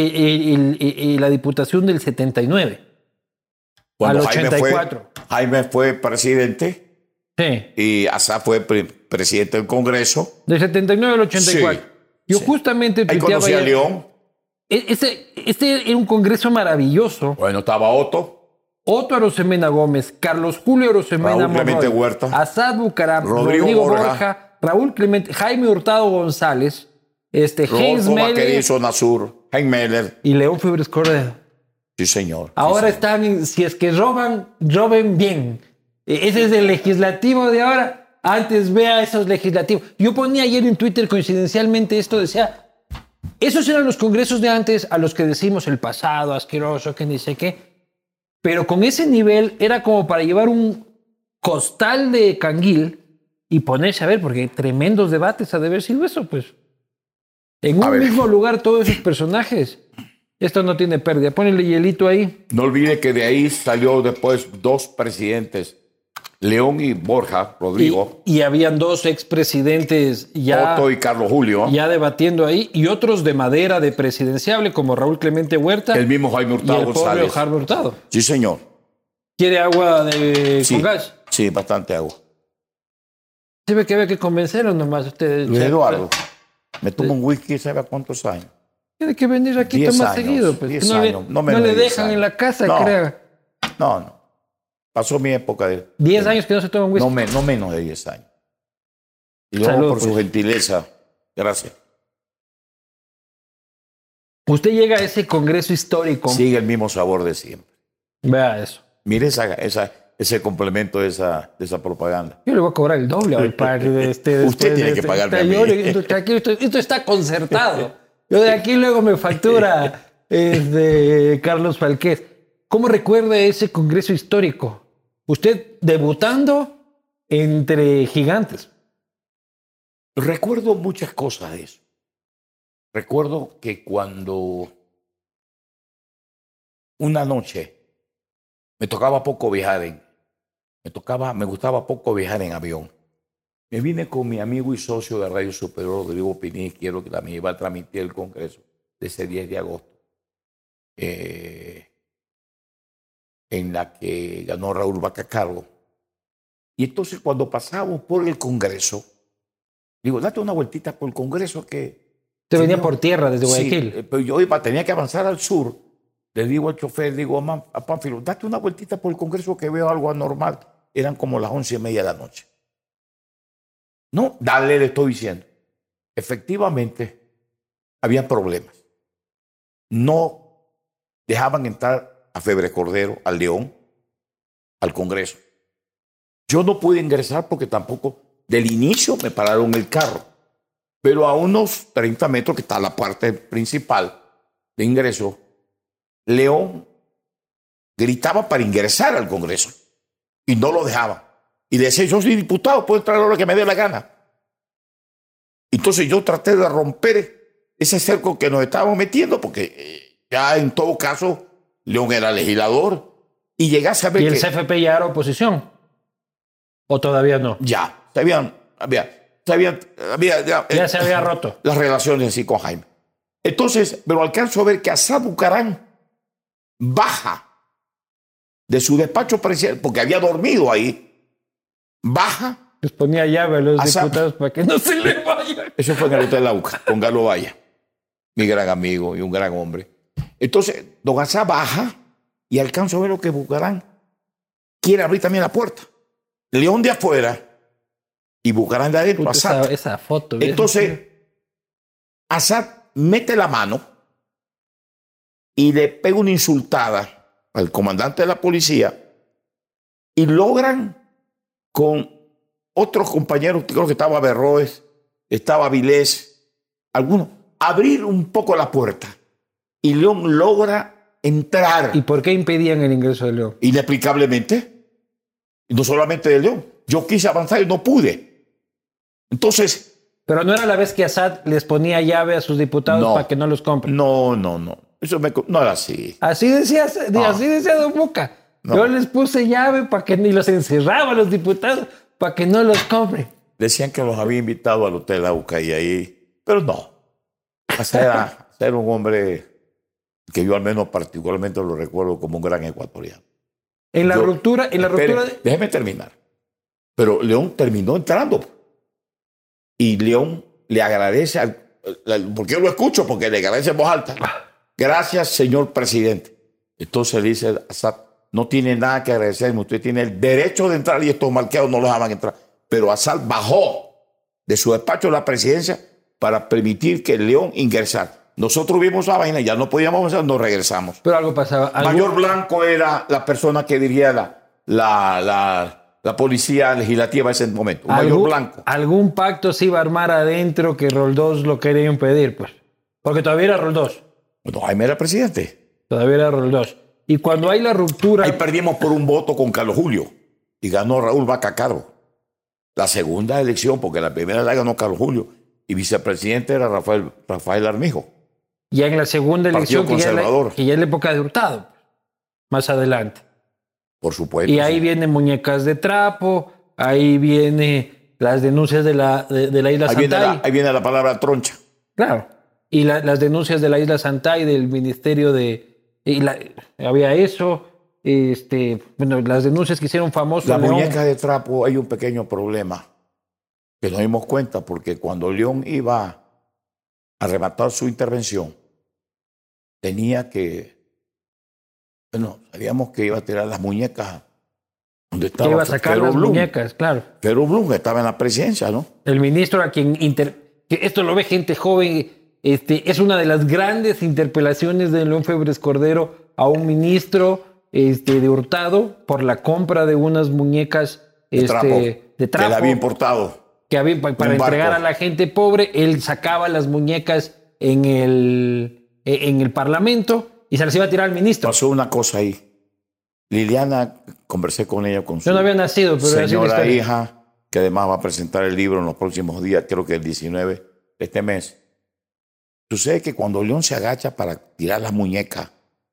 es la diputación del 79. Cuando al 84. Jaime fue presidente. Sí. Y Assad fue presidente del Congreso. Del 79 al 84. Sí. Yo justamente ahí conocí a León. Este era un congreso maravilloso. Bueno, estaba Otto Arosemena Gómez, Carlos Julio Arosemena Monroy, Assad Bucaram, Rodrigo Borja, Raúl Clemente, Jaime Hurtado González, Heinz Meller, Heinz Meller y León Febres Cordero. Sí, señor. Ahora sí, señor. están, si es que roben bien. Ese es el legislativo de ahora. Antes vea esos legislativos. Yo ponía ayer en Twitter coincidencialmente esto, decía... Esos eran los congresos de antes a los que decimos el pasado, asqueroso, que ni sé qué. Pero con ese nivel era como para llevar un costal de canguil y ponerse a ver, porque tremendos debates ha de haber sido eso, pues. En un mismo lugar todos esos personajes. Esto no tiene pérdida. Ponle hielito ahí. No olvide que de ahí salió después 2 presidentes. León y Borja, Rodrigo. Y habían 2 expresidentes ya... Otto y Carlos Julio. Ya debatiendo ahí. Y otros de madera, de presidenciable, como Raúl Clemente Huerta. El mismo Jaime Hurtado González. Y el Jaime Hurtado. Sí, señor. ¿Quiere agua con gas? Sí, bastante agua. Se ve que había que convencerlos nomás ustedes. Luis Eduardo, me tomo un whisky, ¿sabe a cuántos años? Tiene que venir aquí más seguido. Pues. 10 años. No le dejan en la casa, crea. No. Pasó mi época de... 10 años que no se toma un whisky. No menos de 10 años. Y luego por su gentileza. Gracias. Usted llega a ese congreso histórico. Sigue el mismo sabor de siempre. Vea eso. Mire ese complemento de esa propaganda. Yo le voy a cobrar el doble al padre. Usted tiene que pagarme a mí. Esto está concertado. Yo de aquí luego me factura Carlos Falqués. ¿Cómo recuerda ese congreso histórico? Usted debutando entre gigantes. Recuerdo muchas cosas de eso. Recuerdo que cuando una noche me gustaba poco viajar en avión. Me vine con mi amigo y socio de Radio Superior, Rodrigo Piní, quiero que también iba a transmitir el congreso de ese 10 de agosto. En la que ganó Raúl Bacacargo. Y entonces cuando pasábamos por el Congreso, digo, date una vueltita por el Congreso que... Usted venía por tierra desde Guayaquil. Sí, pero yo tenía que avanzar al sur. Le digo al chofer, a Pánfilo, date una vueltita por el Congreso que veo algo anormal. Eran como las 11:30 de la noche. No, dale, le estoy diciendo. Efectivamente, había problemas. No dejaban entrar a Febres Cordero, al León, al Congreso. Yo no pude ingresar porque tampoco, del inicio me pararon el carro, pero a unos 30 metros, que está la parte principal de ingreso, León gritaba para ingresar al Congreso y no lo dejaba. Y decía, yo soy diputado, puedo entrar a la hora que me dé la gana. Entonces yo traté de romper ese cerco que nos estábamos metiendo, porque ya en todo caso León era legislador y llegué a saber ¿Y el que CFP ya era oposición? ¿O todavía no? ya Ya se había roto. las relaciones así con Jaime. Entonces, pero alcanzo a ver que Assad Bucarán baja de su despacho presidencial, porque había dormido ahí, baja. Les ponía llave a los Assad, diputados para que no se le vayan. eso fue en el Hotel Lauca, con Galo Valla, mi gran amigo y un gran hombre. Entonces, don Assad baja y alcanzo a ver lo que Bucarán quiere abrir también la puerta. León de afuera y Bucarán de adentro. Puta, Assad. esa foto. ¿ves? Entonces, Assad mete la mano y le pega una insultada al comandante de la policía y logran con otros compañeros, creo que estaba Berroes, estaba Vilés, algunos, abrir un poco la puerta y León logra entrar. ¿Y por qué impedían el ingreso de León? Inexplicablemente, y no solamente de León. Yo quise avanzar y no pude. Entonces... Pero no era la vez que Assad les ponía llave a sus diputados para que no los compren. No. Eso no era así. Así decía Don Boca. No. Yo les puse llave para que ni los encerraba a los diputados para que no los compren. Decían que los había invitado al Hotel Lauca y ahí, pero no. Era un hombre que yo al menos particularmente lo recuerdo como un gran ecuatoriano. Déjeme terminar. Pero León terminó entrando. Y León le agradece, ¿por qué lo escucho? Porque le agradece en voz alta. Gracias, señor presidente. Entonces le dice Assad, no tiene nada que agradecerme, usted tiene el derecho de entrar y estos malqueados no los dejaban entrar. Pero Assad bajó de su despacho de la presidencia para permitir que León ingresara. Nosotros vimos la vaina, ya no podíamos avanzar, nos regresamos. Pero algo pasaba. Mayor Blanco era la persona que dirigía la policía legislativa en ese momento. Mayor Blanco. Algún pacto se iba a armar adentro que Roldós lo quería impedir, pues. Porque todavía era Roldós. Bueno, Jaime era presidente. Todavía era Roldós. Y cuando hay la ruptura... Ahí perdimos por un voto con Carlos Julio y ganó Raúl Vaca Caro. La segunda elección, porque la primera la ganó Carlos Julio y vicepresidente era Rafael Armijo. Ya en la segunda elección, que ya es la época de Hurtado, más adelante. Por supuesto. Y ahí vienen muñecas de trapo, ahí vienen las denuncias de la isla Santay. Ahí viene la palabra troncha. Claro. Y las denuncias de la isla Santay, del Ministerio había eso. Bueno, las denuncias que hicieron famoso La León. muñeca de trapo, hay un pequeño problema que nos dimos cuenta, porque cuando León iba a rematar su intervención, tenía que... Bueno, sabíamos que iba a tirar las muñecas donde estaba. Que iba a sacar Fero las Blum. muñecas, claro. Fero Blum estaba en la presidencia, ¿no? El ministro a quien... que esto lo ve gente joven. Es una de las grandes interpelaciones de León Febres Cordero a un ministro de Hurtado por la compra de unas muñecas de trapo que le había importado. Para entregar a la gente pobre. Él sacaba las muñecas en el Parlamento y se las iba a tirar al ministro. Pasó una cosa ahí. Liliana, conversé con ella, con su Yo no había nacido, pero señora hija, que además va a presentar el libro en los próximos días, creo que el 19 de este mes. Sucede que cuando León se agacha para tirar la muñeca,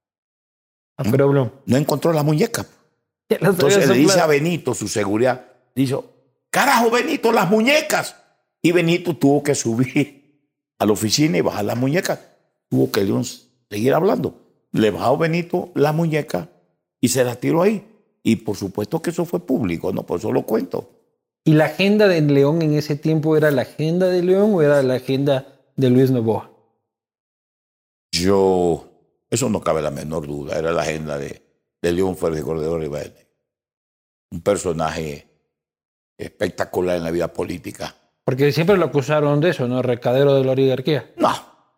no encontró la muñeca. Entonces le dice a Benito, su seguridad, dice, carajo Benito, las muñecas. Y Benito tuvo que subir a la oficina y bajar las muñecas. Tuvo que León seguir hablando. Le bajó Benito la muñeca y se la tiró ahí. Y por supuesto que eso fue público, ¿no? Por eso lo cuento. ¿Y la agenda de León en ese tiempo era la agenda de León o era la agenda de Luis Novoa? Eso no cabe la menor duda, era la agenda de León Febres Cordero Rivadeneira. Un personaje espectacular en la vida política. Porque siempre lo acusaron de eso, ¿no? Recadero de la oligarquía. No.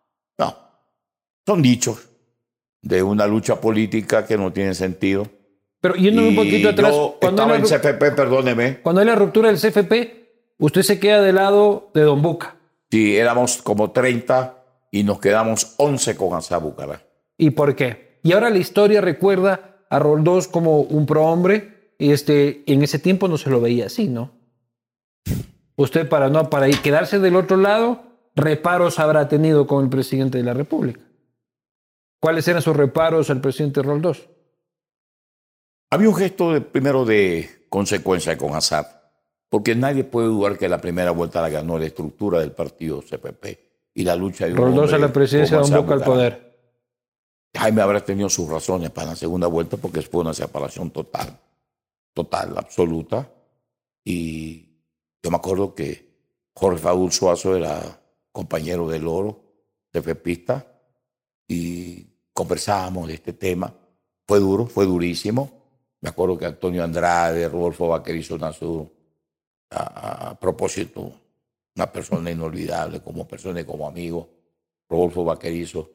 Son dichos de una lucha política que no tiene sentido. Pero yéndome un poquito atrás... Cuando estaba en CFP, perdóneme. Cuando hay la ruptura del CFP, usted se queda del lado de Don Boca. Sí, éramos como 30 y nos quedamos 11 con Assad Bucarán. ¿Y por qué? Y ahora la historia recuerda a Roldós como un prohombre. En ese tiempo no se lo veía así, ¿no? Usted para quedarse del otro lado, reparos habrá tenido con el presidente de la República. ¿Cuáles eran sus reparos al presidente Roldós? Había un gesto primero de consecuencia con Assad, porque nadie puede dudar que la primera vuelta la ganó la estructura del partido CPP y la lucha de Roldós a la presidencia, Don Boca al poder. Jaime habrá tenido sus razones para la segunda vuelta porque fue una separación total, absoluta. Y yo me acuerdo que Jorge Faúl Suazo era compañero del Oro, CFPista, y conversábamos de este tema. Fue duro, fue durísimo. Me acuerdo que Antonio Andrade, Rodolfo Vaquerizo Nassau, a propósito, una persona inolvidable como persona y como amigo, Rodolfo Vaquerizo,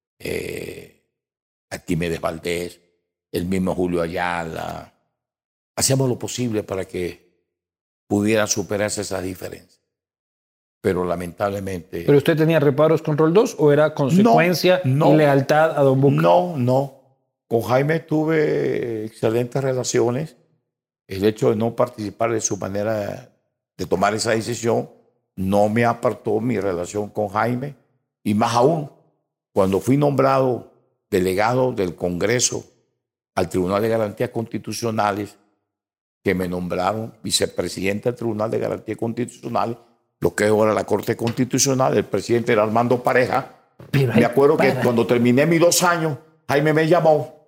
Arquímedes Valdés, el mismo Julio Ayala. Hacíamos lo posible para que pudieran superarse esas diferencias. Pero lamentablemente... ¿Pero usted tenía reparos con Roldós o era consecuencia y lealtad a Don Boca? No. Con Jaime tuve excelentes relaciones. El hecho de no participar de su manera de tomar esa decisión no me apartó mi relación con Jaime. Y más aún, cuando fui nombrado delegado del Congreso al Tribunal de Garantías Constitucionales, que me nombraron vicepresidente del Tribunal de Garantías Constitucionales, lo que es ahora la Corte Constitucional, el presidente era Armando Pareja. Me acuerdo que cuando terminé mis 2 años, Jaime me llamó.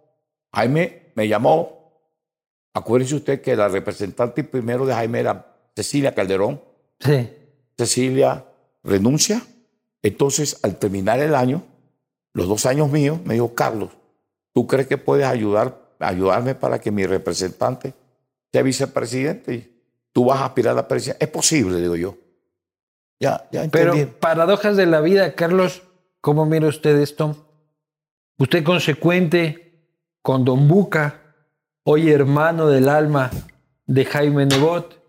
Acuérdese usted que la representante primero de Jaime era Cecilia Calderón. Sí. Cecilia renuncia. Entonces, al terminar el año, los 2 años míos, me dijo, Carlos, ¿tú crees que puedes ayudarme para que mi representante sea vicepresidente? Y tú vas a aspirar a la presidencia. Es posible, digo yo. Ya entendí. Pero paradojas de la vida, Carlos, ¿cómo mira usted esto? Usted consecuente con Don Boca, hoy hermano del alma de Jaime Nebot,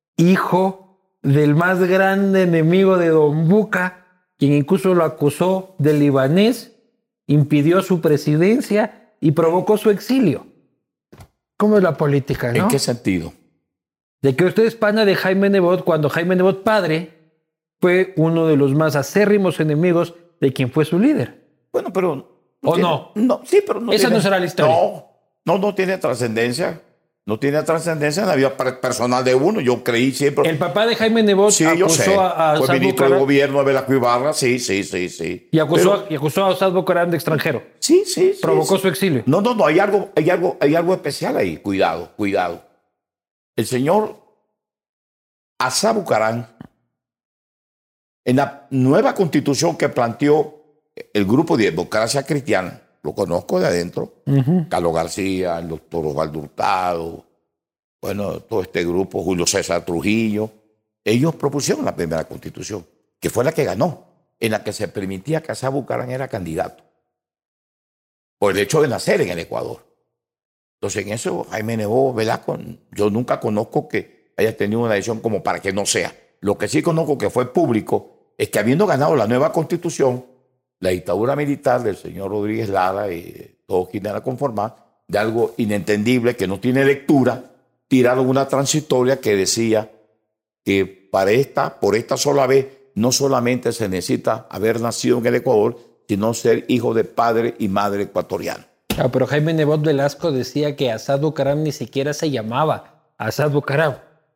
hijo del más grande enemigo de Don Boca, quien incluso lo acusó de libanés, impidió su presidencia y provocó su exilio. ¿Cómo es la política, no? ¿En qué sentido? De que usted es pana de Jaime Nebot cuando Jaime Nebot padre fue uno de los más acérrimos enemigos de quien fue su líder. Bueno, pero... No? No, sí, pero no Esa no será la historia. No tiene trascendencia. No tiene trascendencia en la vida personal de uno. Yo creí siempre... El papá de Jaime Nebot acusó a fue Asad ministro Bucaram, del gobierno de Velasco Ibarra, sí. Y acusó a Asad Bucaram de extranjero. Sí. Provocó su exilio. No, hay algo especial ahí. Cuidado. El señor Asad Bucaram, en la nueva constitución que planteó el grupo de Democracia Cristiana, lo conozco de adentro, Carlos García, el doctor Osvaldo Hurtado, bueno, todo este grupo, Julio César Trujillo, ellos propusieron la primera constitución, que fue la que ganó, en la que se permitía que Asad Bucaram era candidato, por el hecho de nacer en el Ecuador. Entonces, en eso, Jaime Nebot Velasco, yo nunca conozco que haya tenido una decisión como para que no sea. Lo que sí conozco que fue público es que habiendo ganado la nueva constitución, la dictadura militar del señor Rodríguez Lara y todos quienes la conforman, de algo inentendible que no tiene lectura, tiraron una transitoria que decía que por esta sola vez no solamente se necesita haber nacido en el Ecuador, sino ser hijo de padre y madre ecuatoriano. Pero Jaime Nebot Velasco decía que Asad Bucaram ni siquiera se llamaba Asad Bucaram.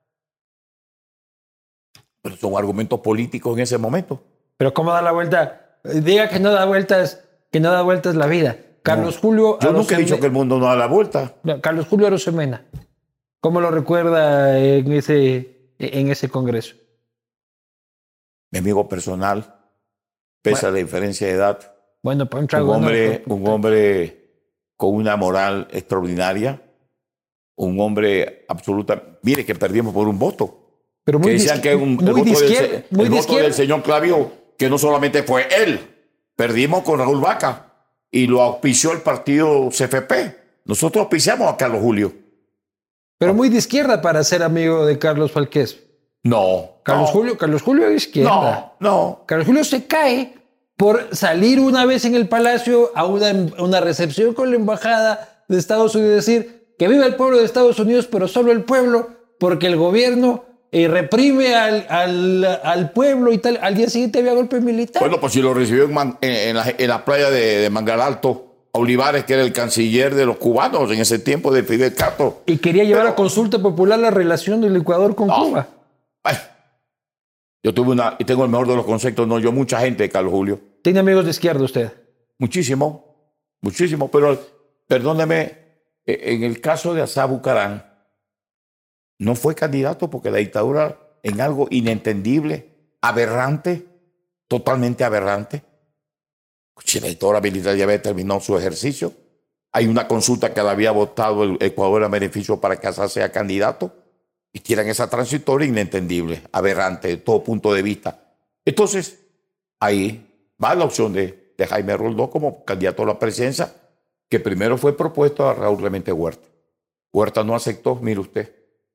Pero son argumentos políticos en ese momento. Pero ¿cómo da la vuelta? Diga que no da vueltas la vida. Carlos Julio... Yo nunca he dicho que el mundo no da la vuelta. Carlos Julio Arosemena, ¿cómo lo recuerda en ese congreso? Mi amigo personal, pese a la diferencia de edad. Bueno, pues un hombre con una moral extraordinaria, un hombre absoluta. Mire que perdimos por un voto. Pero muy que decían que el voto del señor Clavijo, que no solamente fue él, perdimos con Raúl Vaca y lo auspició el partido CFP. Nosotros auspiciamos a Carlos Julio. Pero muy de izquierda para ser amigo de Carlos Falqués. No. Carlos Julio es izquierda. No. Carlos Julio se cae por salir una vez en el Palacio a una recepción con la Embajada de Estados Unidos y decir que viva el pueblo de Estados Unidos, pero solo el pueblo, porque el gobierno reprime al pueblo y tal. Al día siguiente había golpe militar. Bueno, pues si lo recibió en la playa de Mangal Alto, a Olivares, que era el canciller de los cubanos en ese tiempo de Fidel Castro. Y quería llevar a consulta popular la relación del Ecuador con Cuba. Bueno, yo y tengo el mejor de los conceptos, no, yo mucha gente, Carlos Julio. ¿Tiene amigos de izquierda usted? Muchísimo, pero perdóneme, en el caso de Assad Bucarán, no fue candidato porque la dictadura, en algo inentendible, aberrante, totalmente aberrante. Si la dictadura militar ya había terminado su ejercicio, hay una consulta que le había votado el Ecuador a beneficio para que Assad sea candidato, y tiran esa transitoria inentendible, aberrante de todo punto de vista. Entonces, ahí va la opción de Jaime Roldós como candidato a la presidencia, que primero fue propuesto a Raúl Clemente Huerta. Huerta no aceptó, mire usted.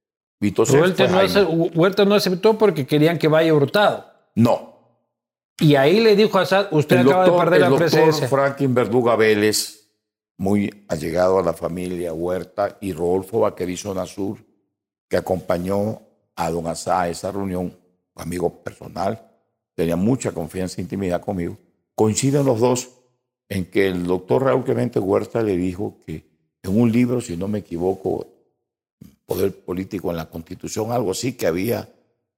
Huerta no aceptó porque querían que vaya Hurtado. No. Y ahí le dijo a Assad, usted acaba de perder la presidencia. El doctor Franklin Verduga Vélez, muy allegado a la familia Huerta, y Rodolfo Vaquerizo Nasur, que acompañó a don Assad a esa reunión, amigo personal, tenía mucha confianza e intimidad conmigo, coinciden los dos en que el doctor Raúl Clemente Huerta le dijo que en un libro, si no me equivoco, Poder Político en la Constitución, algo así que había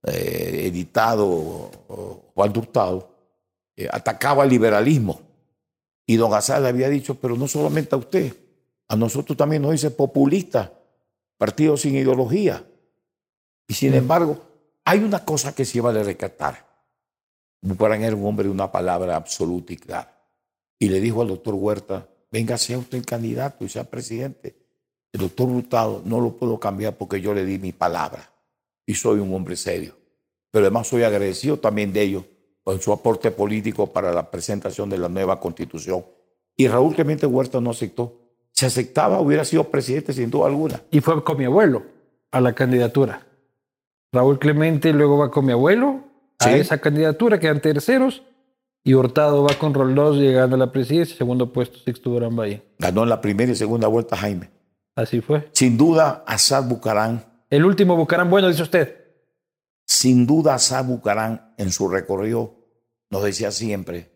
editado Juan Hurtado, atacaba al liberalismo. Y don Assad le había dicho, pero no solamente a usted, a nosotros también nos dice populista, partido sin ideología. Y sin embargo, hay una cosa que sí vale rescatar. Bucarán era un hombre de una palabra absoluta y clara. Y le dijo al doctor Huerta, venga, sea usted el candidato y sea presidente. El doctor Hurtado no lo puedo cambiar porque yo le di mi palabra y soy un hombre serio. Pero además soy agradecido también de ellos por su aporte político para la presentación de la nueva Constitución. Y Raúl Clemente Huerta no aceptó. Si aceptaba, hubiera sido presidente sin duda alguna. Y fue con mi abuelo a la candidatura. Raúl Clemente luego va con mi abuelo a esa candidatura, quedan terceros. Y Hurtado va con Roldós llegando a la presidencia, segundo puesto Sixto Durán Ballén. Ganó en la primera y segunda vuelta Jaime. Así fue. Sin duda, Assad Bucarán. El último Bucarán bueno, dice usted. Sin duda, Assad Bucarán en su recorrido nos decía siempre.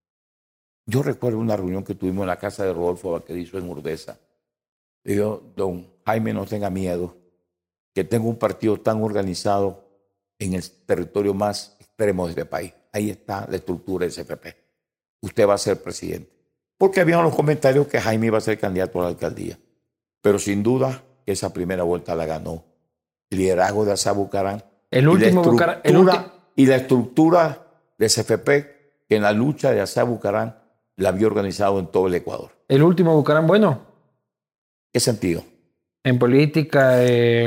Yo recuerdo una reunión que tuvimos en la casa de Rodolfo Vaquerizo en Urdesa. Le digo, don Jaime, no tenga miedo, que tengo un partido tan organizado en el territorio más extremo de este país. Ahí está la estructura del CFP. Usted va a ser presidente. Porque habían los comentarios que Jaime iba a ser candidato a la alcaldía. Pero sin duda que esa primera vuelta la ganó el liderazgo de Assad Bucarán. El último Bucarán. Y la estructura de CFP que en la lucha de Assad Bucarán la había organizado en todo el Ecuador. El último Bucarán bueno. ¿Qué sentido? En política,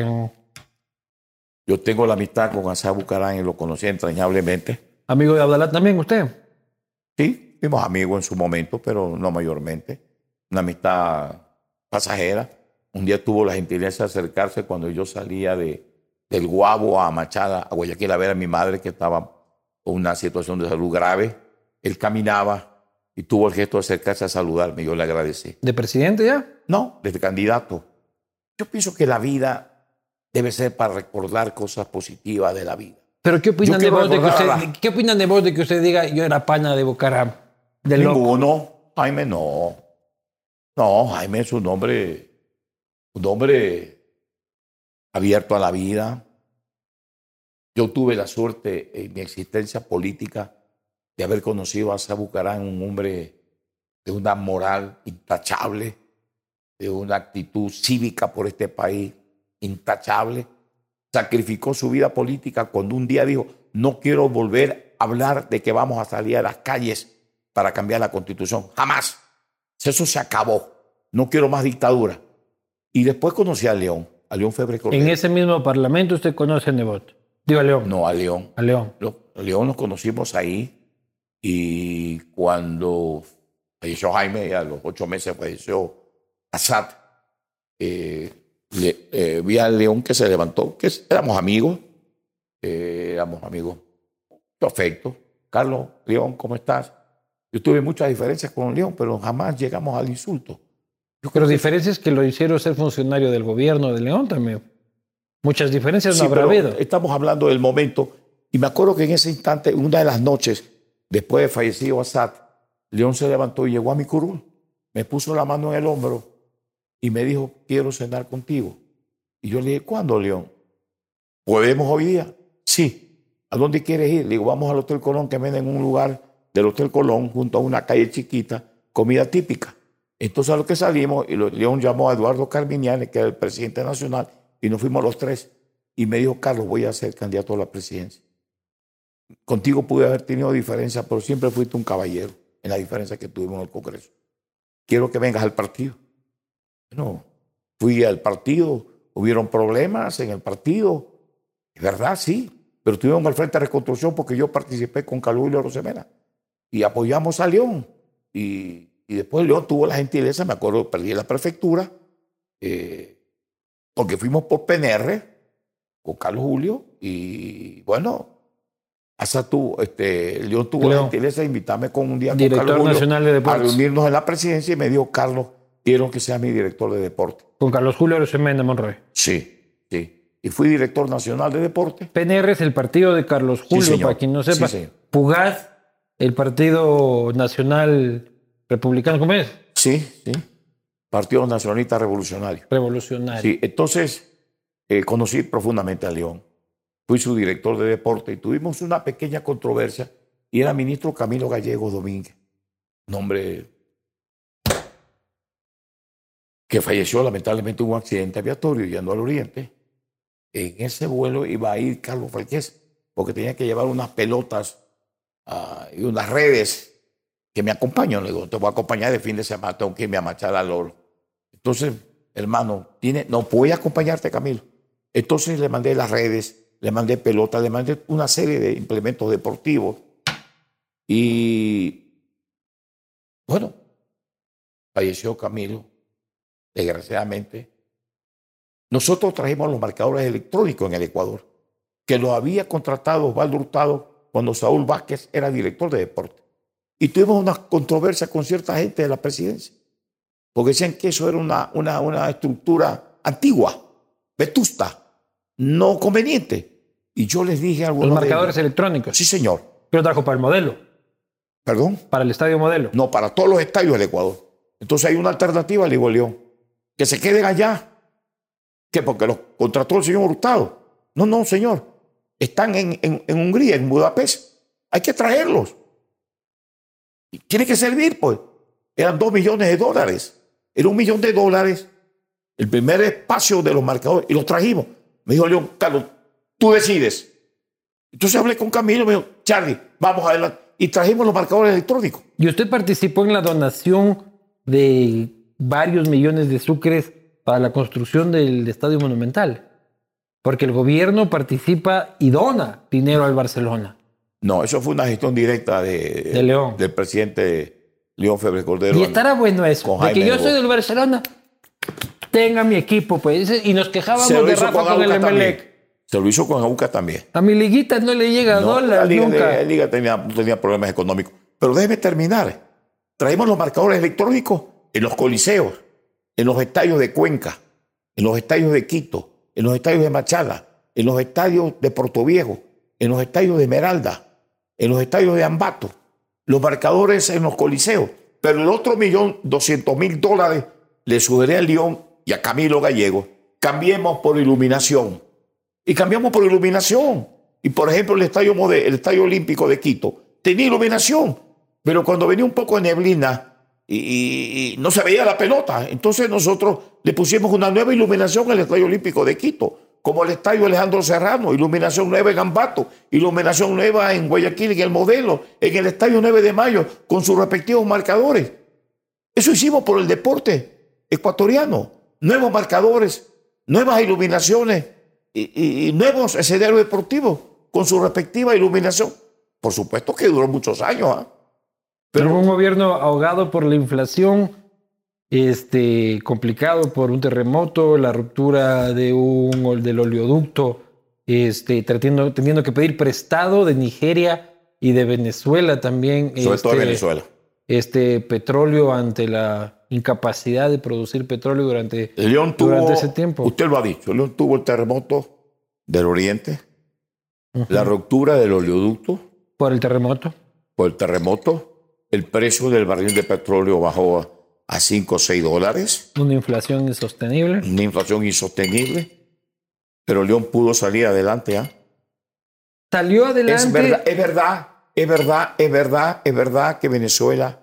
Yo tengo la amistad con Assad Bucarán y lo conocí entrañablemente. ¿Amigo de Abdalá también usted? Sí, fuimos amigos en su momento, pero no mayormente. Una amistad pasajera. Un día tuvo la gentileza de acercarse cuando yo salía del Guabo a Machada, a Guayaquil, a ver a mi madre que estaba con una situación de salud grave. Él caminaba y tuvo el gesto de acercarse a saludarme. Yo le agradecí. ¿De presidente ya? No, de candidato. Yo pienso que la vida debe ser para recordar cosas positivas de la vida. ¿Pero qué opinan de vos de que usted diga yo era pana de Bucarán? Ninguno. Jaime no. No, Jaime es un hombre abierto a la vida. Yo tuve la suerte en mi existencia política de haber conocido a Assad Bucarán, un hombre de una moral intachable, de una actitud cívica por este país intachable. Sacrificó su vida política cuando un día dijo, no quiero volver a hablar de que vamos a salir a las calles para cambiar la Constitución. Jamás. Eso se acabó. No quiero más dictadura. Y después conocí a León Febres Cordero. En ese mismo parlamento usted conoce a Nebot. Digo a León. No, a León. A León. León nos conocimos ahí y cuando falleció Jaime, y a los 8 meses falleció Assad, vi a León que se levantó, que éramos amigos, perfecto. Carlos, León, ¿cómo estás? Yo tuve muchas diferencias con León, pero jamás llegamos al insulto. Pero diferencias que lo hicieron ser funcionario del gobierno de León también. Muchas diferencias Sí, no habrá pero habido. estamos hablando del momento. Y me acuerdo que en ese instante, una de las noches, después de fallecido Assad, León se levantó y llegó a mi curul. Me puso la mano en el hombro y me dijo, quiero cenar contigo. Y yo le dije, ¿cuándo, León? ¿Podemos hoy día? Sí. ¿A dónde quieres ir? Le digo, vamos al Hotel Colón, que venden en un lugar del Hotel Colón, junto a una calle chiquita, comida típica. Entonces a lo que salimos, y León llamó a Eduardo Carminiani, que era el presidente nacional, y nos fuimos los tres. Y me dijo, Carlos, voy a ser candidato a la presidencia. Contigo pude haber tenido diferencias, pero siempre fuiste un caballero en la diferencia que tuvimos en el Congreso. Quiero que vengas al partido. No, fui al partido, hubieron problemas en el partido. Es verdad, sí, pero estuvimos al Frente de Reconstrucción porque yo participé con Carlos Julio Rosemena y apoyamos a León. Y después León tuvo la gentileza, me acuerdo, perdí la prefectura, porque fuimos por PNR con Carlos Julio y bueno, hasta León tuvo la gentileza de invitarme con un día Director con Carlos Julio Nacional de Deportes, a reunirnos en la presidencia y me dijo, Carlos, quiero que sea mi director de deporte. con Carlos Julio Rosemena Monroy. Sí, sí. Y fui director nacional de deporte. PNR es el partido de Carlos Julio, sí, para quien no sepa. Sí, Pugaz, el Partido Nacional Republicano, ¿cómo es? Sí, sí. Partido Nacionalista Revolucionario. Revolucionario. Sí, entonces conocí profundamente a León. Fui su director de deporte y tuvimos una pequeña controversia y era ministro Camilo Gallegos Domínguez, un hombre que falleció lamentablemente en un accidente aviatorio yendo al oriente. En ese vuelo iba a ir Carlos Falqués porque tenía que llevar unas pelotas y unas redes que me acompañan. Le digo, te voy a acompañar de fin de semana, tengo que irme a marchar al oro. Entonces, hermano, no puede acompañarte, Camilo. Entonces le mandé las redes, le mandé pelotas, le mandé una serie de implementos deportivos. Y bueno, falleció Camilo, desgraciadamente. Nosotros trajimos los marcadores electrónicos en el Ecuador, que lo había contratado Osvaldo Hurtado cuando Saúl Vázquez era director de deporte. Y tuvimos una controversia con cierta gente de la presidencia, porque decían que eso era una estructura antigua, vetusta, no conveniente. Y yo les dije a algunos ¿Los marcadores electrónicos? Sí, señor. ¿Pero trajo para el modelo? ¿Perdón? ¿Para el estadio modelo? No, para todos los estadios del Ecuador. Entonces hay una alternativa, le digo León, que se queden allá. ¿Qué? Porque los contrató el señor Hurtado. No, señor. Están en Hungría, en Budapest. Hay que traerlos. Y tiene que servir, pues. Eran $2 millones. Era $1 millón. El primer espacio de los marcadores. Y los trajimos. Me dijo León, Carlos, tú decides. Entonces hablé con Camilo, me dijo, Charlie, vamos adelante. Y trajimos los marcadores electrónicos. ¿Y usted participó en la donación de varios millones de sucres para la construcción del Estadio Monumental? Porque el gobierno participa y dona dinero al Barcelona. No, eso fue una gestión directa de León, del presidente León Febres Cordero. Y estará bueno eso, de que yo soy del Barcelona, tenga mi equipo, pues. Y nos quejábamos de Rafa con el Emelec. Se lo hizo con Aucas también. A mi liguita no le llega dólar nunca. La liga tenía problemas económicos. Pero déjeme terminar. Traemos los marcadores electrónicos en los coliseos, en los estadios de Cuenca, en los estadios de Quito, en los estadios de Machala, en los estadios de Portoviejo, en los estadios de Esmeralda, en los estadios de Ambato, los marcadores en los coliseos. Pero el otro $1.200.000 le sugerí a León y a Camilo Gallego, cambiemos por iluminación. Y cambiamos por iluminación. Y por ejemplo, el Estadio Olímpico de Quito tenía iluminación, pero cuando venía un poco de neblina y no se veía la pelota, entonces nosotros le pusimos una nueva iluminación al Estadio Olímpico de Quito, como el Estadio Alejandro Serrano, iluminación nueva en Ambato, iluminación nueva en Guayaquil, en el Modelo, en el Estadio 9 de Mayo, con sus respectivos marcadores. Eso hicimos por el deporte ecuatoriano. Nuevos marcadores, nuevas iluminaciones y nuevos escenarios deportivos con su respectiva iluminación. Por supuesto que duró muchos años. Pero un gobierno ahogado por la inflación, complicado por un terremoto, la ruptura del oleoducto, teniendo que pedir prestado de Nigeria y de Venezuela también. Sobre todo de Venezuela. Petróleo ante la incapacidad de producir petróleo durante ese tiempo. Usted lo ha dicho, León tuvo el terremoto del Oriente, la ruptura del oleoducto. Por el terremoto. Por el terremoto, el precio del barril de petróleo bajó a $5 o $6. Una inflación insostenible. Una inflación insostenible. Pero León pudo salir adelante. Salió adelante. Es verdad que Venezuela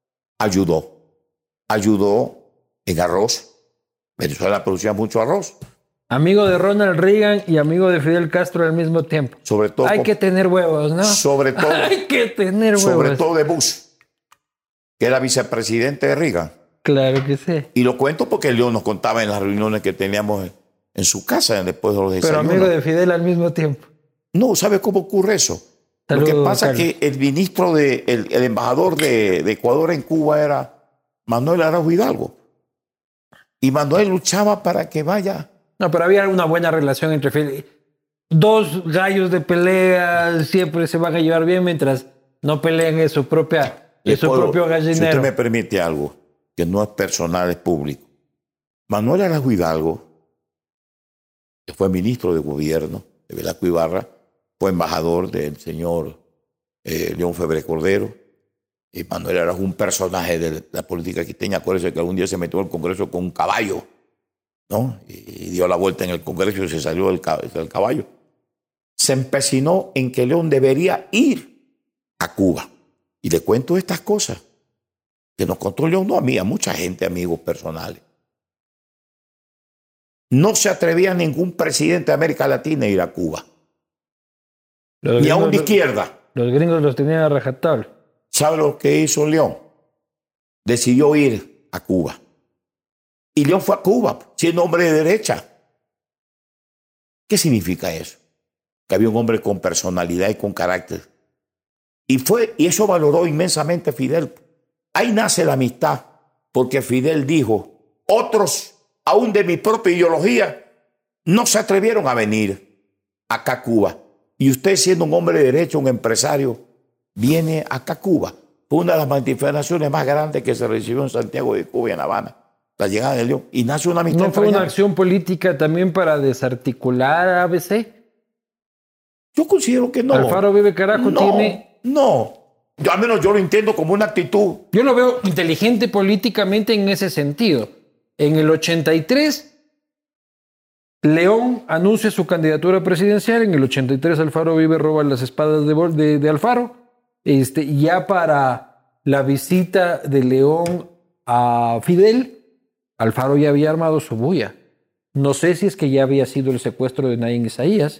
ayudó en arroz. Venezuela producía mucho arroz. Amigo de Ronald Reagan y amigo de Fidel Castro al mismo tiempo. Sobre todo. Hay que tener huevos, ¿no? Sobre todo. Hay que tener huevos. Sobre todo de Bush, que era vicepresidente de Reagan. Claro que sí. Y lo cuento porque León nos contaba en las reuniones que teníamos en su casa después de los desayunos. Pero amigo de Fidel al mismo tiempo. No, ¿sabe cómo ocurre eso? Saludos, lo que pasa es Carlos. que el ministro, el embajador de Ecuador en Cuba era Manuel Araújo Hidalgo. Y Manuel luchaba para que vaya. No, pero había una buena relación entre Fidel. Dos gallos de pelea siempre se van a llevar bien mientras no peleen en su propio gallinero. Si usted me permite algo, que no es personal, es público. Manuel Araújo Hidalgo, que fue ministro de gobierno de Velasco Ibarra, fue embajador del señor León Febres Cordero. Y Manuel era un personaje de la política quiteña. Acuérdese que algún día se metió al Congreso con un caballo, ¿no? Y dio la vuelta en el Congreso y se salió del caballo. Se empecinó en que León debería ir a Cuba. Y le cuento estas cosas que nos contó León, no a mí, a mucha gente, amigos personales. No se atrevía ningún presidente de América Latina a ir a Cuba. Ni aún de izquierda. Los gringos los tenían a rajatabla. ¿Sabe lo que hizo León? Decidió ir a Cuba. Y León fue a Cuba, siendo hombre de derecha. ¿Qué significa eso? Que había un hombre con personalidad y con carácter. Y eso valoró inmensamente Fidel. Ahí nace la amistad, porque Fidel dijo, otros, aún de mi propia ideología, no se atrevieron a venir acá a Cuba. Y usted, siendo un hombre de derecha, un empresario, viene acá a Cuba. Fue una de las manifestaciones más grandes que se recibió en Santiago de Cuba y en La Habana. La llegada de León. Y nace una amistad. ¿No fue una acción política también para desarticular a ABC? Yo considero que no. Alfaro Vive Carajo tiene... No. Al menos yo lo entiendo como una actitud. Yo lo veo inteligente políticamente en ese sentido. En el 83... León anuncia su candidatura presidencial. En el 83 Alfaro Vive roba las espadas de Alfaro. Ya para la visita de León a Fidel, Alfaro ya había armado su bulla. No sé si es que ya había sido el secuestro de Naín Isaías.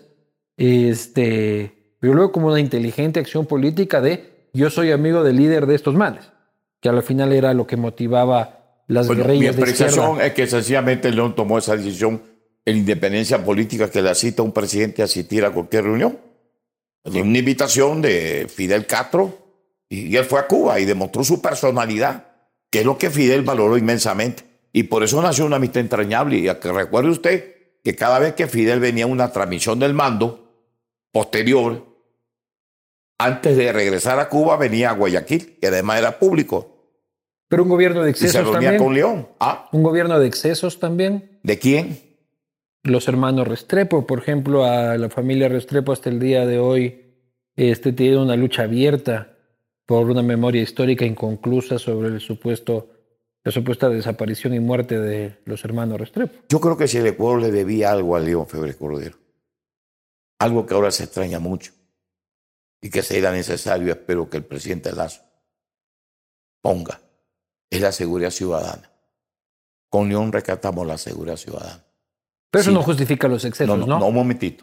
Pero luego como una inteligente acción política de yo soy amigo del líder de estos manes, que al final era lo que motivaba las guerrillas de izquierda. Mi expresión es que sencillamente León tomó esa decisión en independencia política que le cita a un presidente a asistir a cualquier reunión. De una invitación de Fidel Castro y él fue a Cuba y demostró su personalidad, que es lo que Fidel valoró inmensamente. Y por eso nació una amistad entrañable. Y a que recuerde usted que cada vez que Fidel venía a una transmisión del mando posterior, antes de regresar a Cuba, venía a Guayaquil, que además era público. Pero un gobierno de Y se excesos reunía también. con León. ¿Ah? Un gobierno de excesos también. ¿De quién? Los hermanos Restrepo, por ejemplo, a la familia Restrepo hasta el día de hoy tiene una lucha abierta por una memoria histórica inconclusa sobre la supuesta desaparición y muerte de los hermanos Restrepo. Yo creo que si el Ecuador le debía algo a León Febres Cordero, algo que ahora se extraña mucho y que será necesario, espero que el presidente Lazo ponga, es la seguridad ciudadana. Con León rescatamos la seguridad ciudadana. Pero eso no justifica los excesos, ¿no? No, un momentito.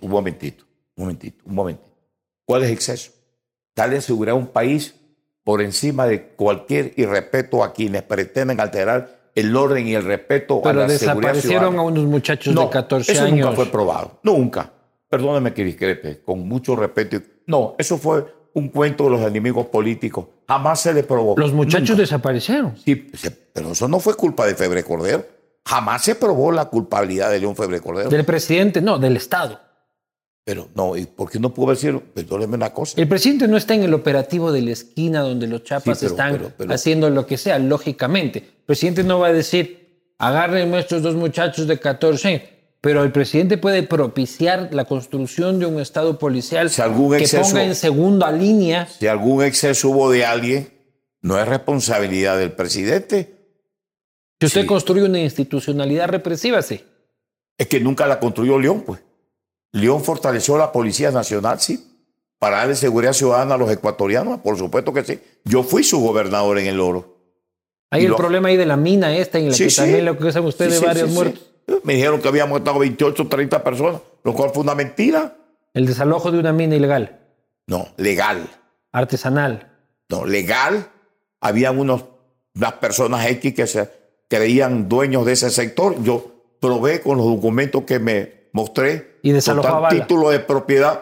¿Cuál es exceso? Darle seguridad a un país por encima de cualquier irrespeto a quienes pretenden alterar el orden y el respeto a la seguridad ciudadana. Pero desaparecieron a unos muchachos de 14 eso años. Nunca fue probado. Nunca. Perdóneme que discrepe, con mucho respeto. No, eso fue un cuento de los enemigos políticos. Jamás se le probó. Los muchachos desaparecieron. Sí, pero eso no fue culpa de Febres Cordero. Jamás se probó la culpabilidad de León Febres Cordero. Del presidente, no, del Estado. Pero no, ¿y por qué no puedo decir? Perdóneme una cosa. El presidente no está en el operativo de la esquina donde los chapas están haciendo lo que sea, lógicamente. El presidente no va a decir, agárrenme a estos dos muchachos de 14 años. Pero el presidente puede propiciar la construcción de un estado policial que ponga en segunda línea. Si algún exceso hubo de alguien, no es responsabilidad del presidente. Si usted construye una institucionalidad represiva, sí. Es que nunca la construyó León, pues. León fortaleció la Policía Nacional, sí, para darle seguridad ciudadana a los ecuatorianos, por supuesto que sí. Yo fui su gobernador en El Oro. Hay el problema ahí de la mina esta, en la que también lo que sabe usted de varios muertos. Me dijeron que habíamos matado 28, 30 personas, lo cual fue una mentira. El desalojo de una mina ilegal. No, legal. Artesanal. No, legal. Habían unas personas X que se creían dueños de ese sector. Yo probé con los documentos que me mostré. Y desalojaba título de propiedad.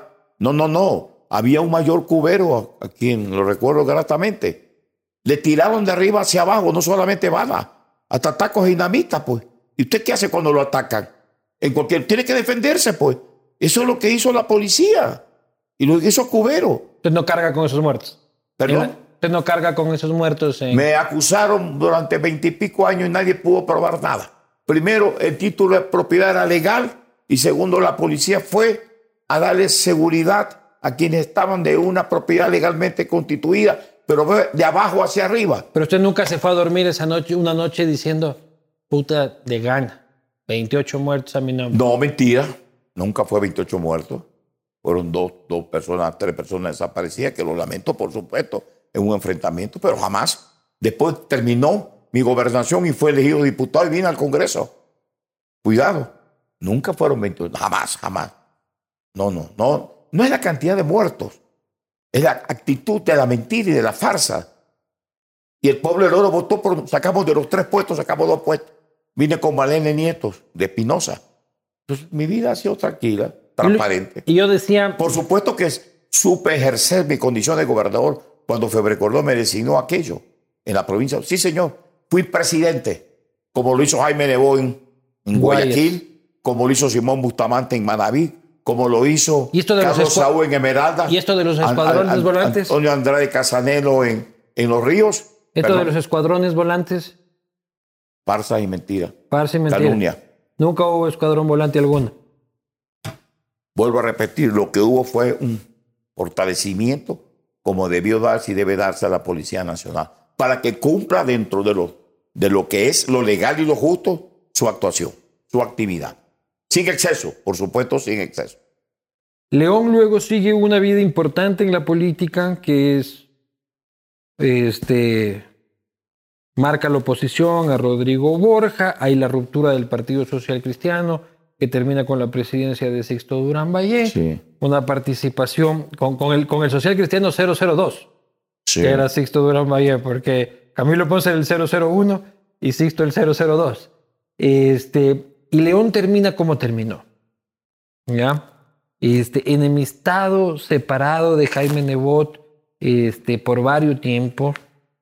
No. Había un mayor cubero, a quien lo recuerdo gratamente. Le tiraron de arriba hacia abajo, no solamente balas, hasta tacos y dinamita, pues. ¿Y usted qué hace cuando lo atacan? Tiene que defenderse, pues. Eso es lo que hizo la policía. Y lo hizo Cubero. Usted no carga con esos muertos. ¿Perdón? Usted no carga con esos muertos. Me acusaron durante 20 y pico años y nadie pudo probar nada. Primero, el título de propiedad era legal. Y segundo, la policía fue a darle seguridad a quienes estaban de una propiedad legalmente constituida, pero de abajo hacia arriba. Pero usted nunca se fue a dormir una noche diciendo, puta de gana, 28 muertos a mi nombre. No, mentira. Nunca fue 28 muertos. Fueron dos personas, 3 personas desaparecidas, que lo lamento, por supuesto, en un enfrentamiento, pero jamás. Después terminó mi gobernación y fue elegido diputado y vine al Congreso. Cuidado. Nunca fueron 28. Jamás. No es la cantidad de muertos. Es la actitud de la mentira y de la farsa. Y el pueblo del Oro votó sacamos de los 3 puestos, sacamos 2 puestos. Vine con Malene Nietos, de Espinosa. Entonces, mi vida ha sido tranquila, transparente. Y yo decía... Por supuesto que supe ejercer mi condición de gobernador cuando Febrecordó me designó aquello en la provincia. Sí, señor. Fui presidente, como lo hizo Jaime Nebot en Guayaquil, como lo hizo Simón Bustamante en Manaví, como lo hizo Carlos Saúl en Esmeralda. ¿Y esto de los escuadrones volantes? Antonio Andrade Casanelo en Los Ríos. ¿Esto de los escuadrones volantes? Farsa y mentira. Farsa y mentira. Calumnia. Nunca hubo escuadrón volante alguno. Vuelvo a repetir, lo que hubo fue un fortalecimiento como debió darse y debe darse a la Policía Nacional para que cumpla dentro de lo que es lo legal y lo justo su actuación, su actividad. Sin exceso, por supuesto, sin exceso. León luego sigue una vida importante en la política que es marca la oposición a Rodrigo Borja, hay la ruptura del Partido Social Cristiano que termina con la presidencia de Sixto Durán Ballén, sí. Una participación con el Social Cristiano 002, sí. Que era Sixto Durán Ballén, porque Camilo Ponce era el 001 y Sixto el 002. Y León termina como terminó, ¿ya? Enemistado, separado de Jaime Nebot por varios tiempos.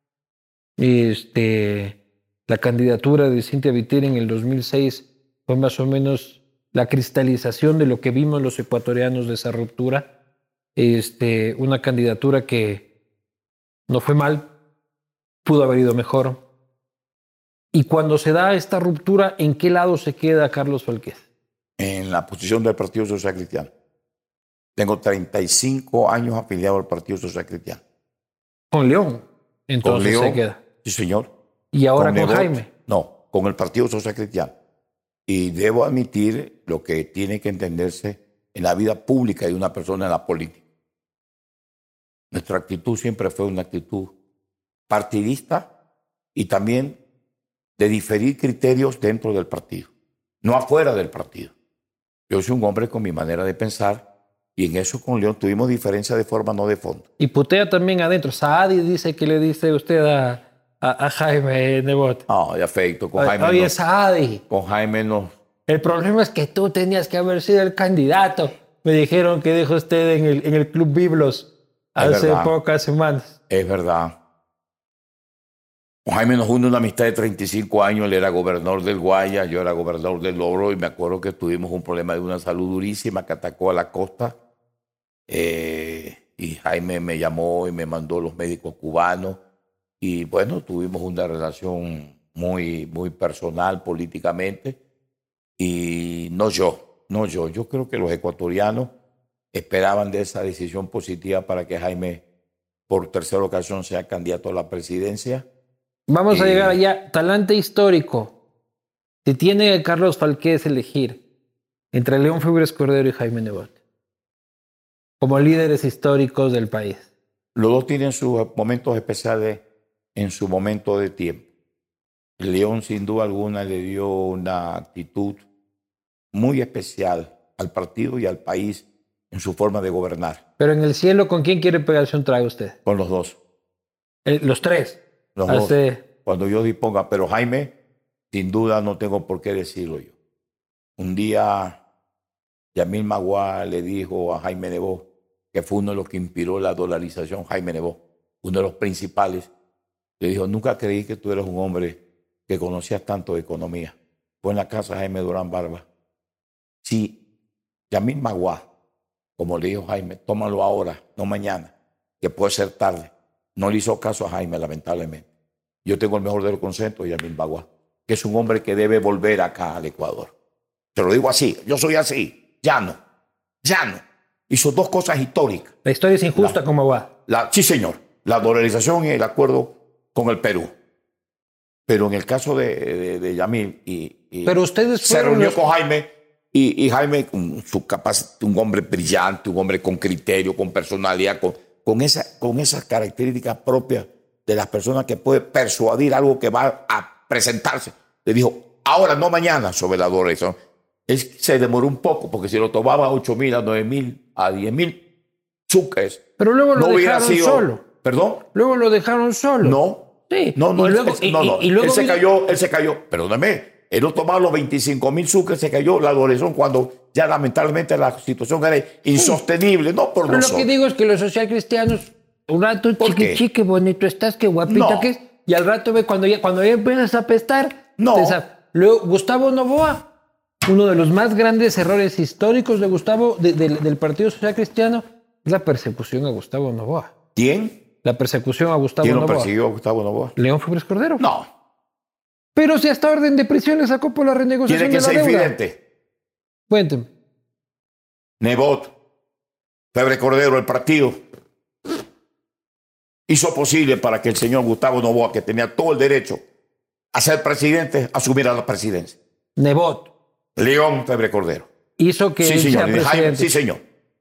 La candidatura de Cynthia Viteri en el 2006 fue más o menos la cristalización de lo que vimos los ecuatorianos de esa ruptura. Una candidatura que no fue mal, pudo haber ido mejor. Y cuando se da esta ruptura, ¿en qué lado se queda Carlos Falquez? En la posición del Partido Social Cristiano. Tengo 35 años afiliado al Partido Social Cristiano. Con León, entonces con León, se queda. Sí, señor. ¿Y ahora con Jaime? No, con el Partido Social Cristiano. Y debo admitir lo que tiene que entenderse en la vida pública de una persona en la política. Nuestra actitud siempre fue una actitud partidista y también de diferir criterios dentro del partido, no afuera del partido. Yo soy un hombre con mi manera de pensar y en eso con León tuvimos diferencia de forma, no de fondo. Y putea también adentro. Saadi dice que le dice usted a Jaime Nebot. No, de afecto. Con Jaime Oye, no. Saadi. Con Jaime no. El problema es que tú tenías que haber sido el candidato. Me dijeron que dijo usted en el Club Biblos hace pocas semanas. Es verdad. Con Jaime nos une una amistad de 35 años. Él era gobernador del Guaya, yo era gobernador del Oro, y me acuerdo que tuvimos un problema de una salud durísima que atacó a la costa. Y Jaime me llamó y me mandó los médicos cubanos. Y bueno, tuvimos una relación muy, muy personal políticamente. Y yo creo que los ecuatorianos esperaban de esa decisión positiva para que Jaime por tercera ocasión sea candidato a la presidencia. Vamos a llegar allá. Talante histórico. Si tiene Carlos Falqués elegir entre León Febres Cordero y Jaime Nebot como líderes históricos del país. Los dos tienen sus momentos especiales en su momento de tiempo. León, sin duda alguna, le dio una actitud muy especial al partido y al país en su forma de gobernar. Pero en el cielo, ¿con quién quiere pegarse un trago usted? Con los dos. Los tres. Los dos. Cuando yo disponga. Pero Jaime, sin duda, no tengo por qué decirlo yo. Un día, Yamil Maguá le dijo a Jaime Nebot, que fue uno de los que inspiró la dolarización, Jaime Nebot, uno de los principales, le dijo: nunca creí que tú eras un hombre que conocías tanto de economía. Fue en la casa de Jaime Durán Barba. Si Yamil Maguá, como le dijo Jaime, tómalo ahora, no mañana, que puede ser tarde. No le hizo caso a Jaime, lamentablemente. Yo tengo el mejor de los conceptos, Yamil Maguá, que es un hombre que debe volver acá al Ecuador. Te lo digo así, yo soy así, llano. Hizo dos cosas históricas. La historia es injusta, ¿cómo va? Sí, señor. La dolarización y el acuerdo con el Perú. Pero en el caso de Yamil, pero ustedes se reunió con Jaime, y Jaime, un hombre brillante, un hombre con criterio, con personalidad, con esas características propias de las personas que puede persuadir algo que va a presentarse. Le dijo: ahora, no mañana, sobre la dolarización. Él se demoró un poco, porque si lo tomaba a 8.000, a 9.000, a 10.000 zucas. Pero luego lo dejaron solo. ¿Perdón? Luego lo dejaron solo. No. Sí. No. Él se cayó. Perdóname. Él no tomaba los 25.000 zucas, se cayó la dolarización cuando ya lamentablemente la situación era insostenible. No por nosotros. Lo que digo es que los socialcristianos, un rato chique, bonito estás, qué guapita que es. Y al rato ve cuando ya empiezas a apestar. No. Luego Gustavo Noboa. Uno de los más grandes errores históricos de Gustavo, del Partido Social Cristiano, es la persecución a Gustavo Noboa. ¿Quién? La persecución a Gustavo Noboa. ¿Quién lo persiguió a Gustavo Noboa? León Febres Cordero. No. Pero si hasta orden de prisión le sacó por la renegociación de la deuda. Tiene que ser infidente. Cuénteme. Nebot, Febres Cordero, el partido, hizo posible para que el señor Gustavo Noboa, que tenía todo el derecho a ser presidente, asumiera la presidencia. Nebot. León Febres Cordero. Hizo que él sea presidente. Sí, señor.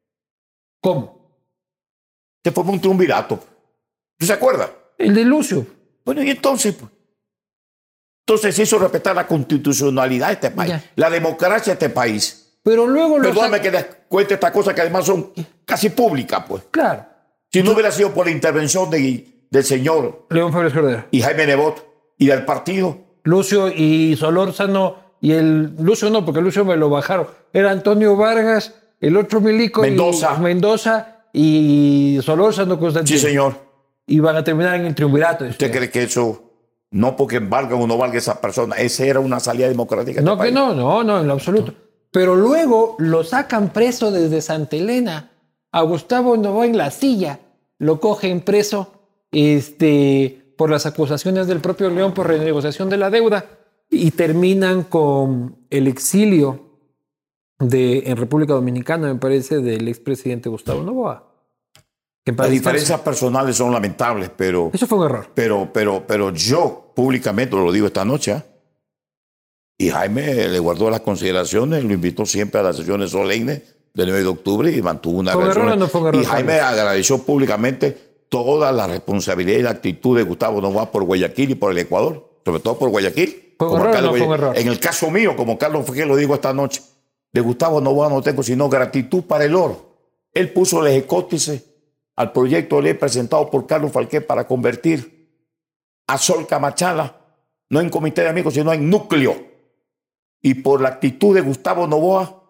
¿Cómo? Se formó un triunvirato. ¿Tú se acuerdas? El de Lucio. Bueno, y entonces, pues. Entonces se hizo respetar la constitucionalidad de este país, la democracia de este país. Pero luego Perdóname que les cuente estas cosas que además son casi públicas, pues. Claro. Si no hubiera sido por la intervención del señor León Febres Cordero y Jaime Nebot y del partido. Lucio y Solórzano. Y Lucio no, porque Lucio me lo bajaron. Era Antonio Vargas, el otro milico. Mendoza y Solórzano Constantino. Sí, señor. Y van a terminar en el triunvirato. ¿Usted cree que eso, no porque valga o no valga esa persona, esa era una salida democrática? No, que no, en lo absoluto. Pero luego lo sacan preso desde Santa Elena. A Gustavo Noboa en la silla lo cogen preso por las acusaciones del propio León por renegociación de la deuda. Y terminan con el exilio en República Dominicana, me parece, del expresidente Gustavo Noboa. Las diferencias personales son lamentables, pero... Eso fue un error. Pero yo públicamente lo digo esta noche. Y Jaime le guardó las consideraciones, lo invitó siempre a las sesiones solemnes del 9 de octubre y mantuvo una relación. Y Jaime agradeció públicamente toda la responsabilidad y la actitud de Gustavo Noboa por Guayaquil y por el Ecuador, sobre todo por Guayaquil. ¿Fue un error o no fue un error? En el caso mío, como Carlos Falqué lo digo esta noche, de Gustavo Noboa no tengo sino gratitud para el oro. Él puso el ejecótice al proyecto de ley presentado por Carlos Falqué para convertir a Solca Machala, no en comité de amigos, sino en núcleo. Y por la actitud de Gustavo Noboa,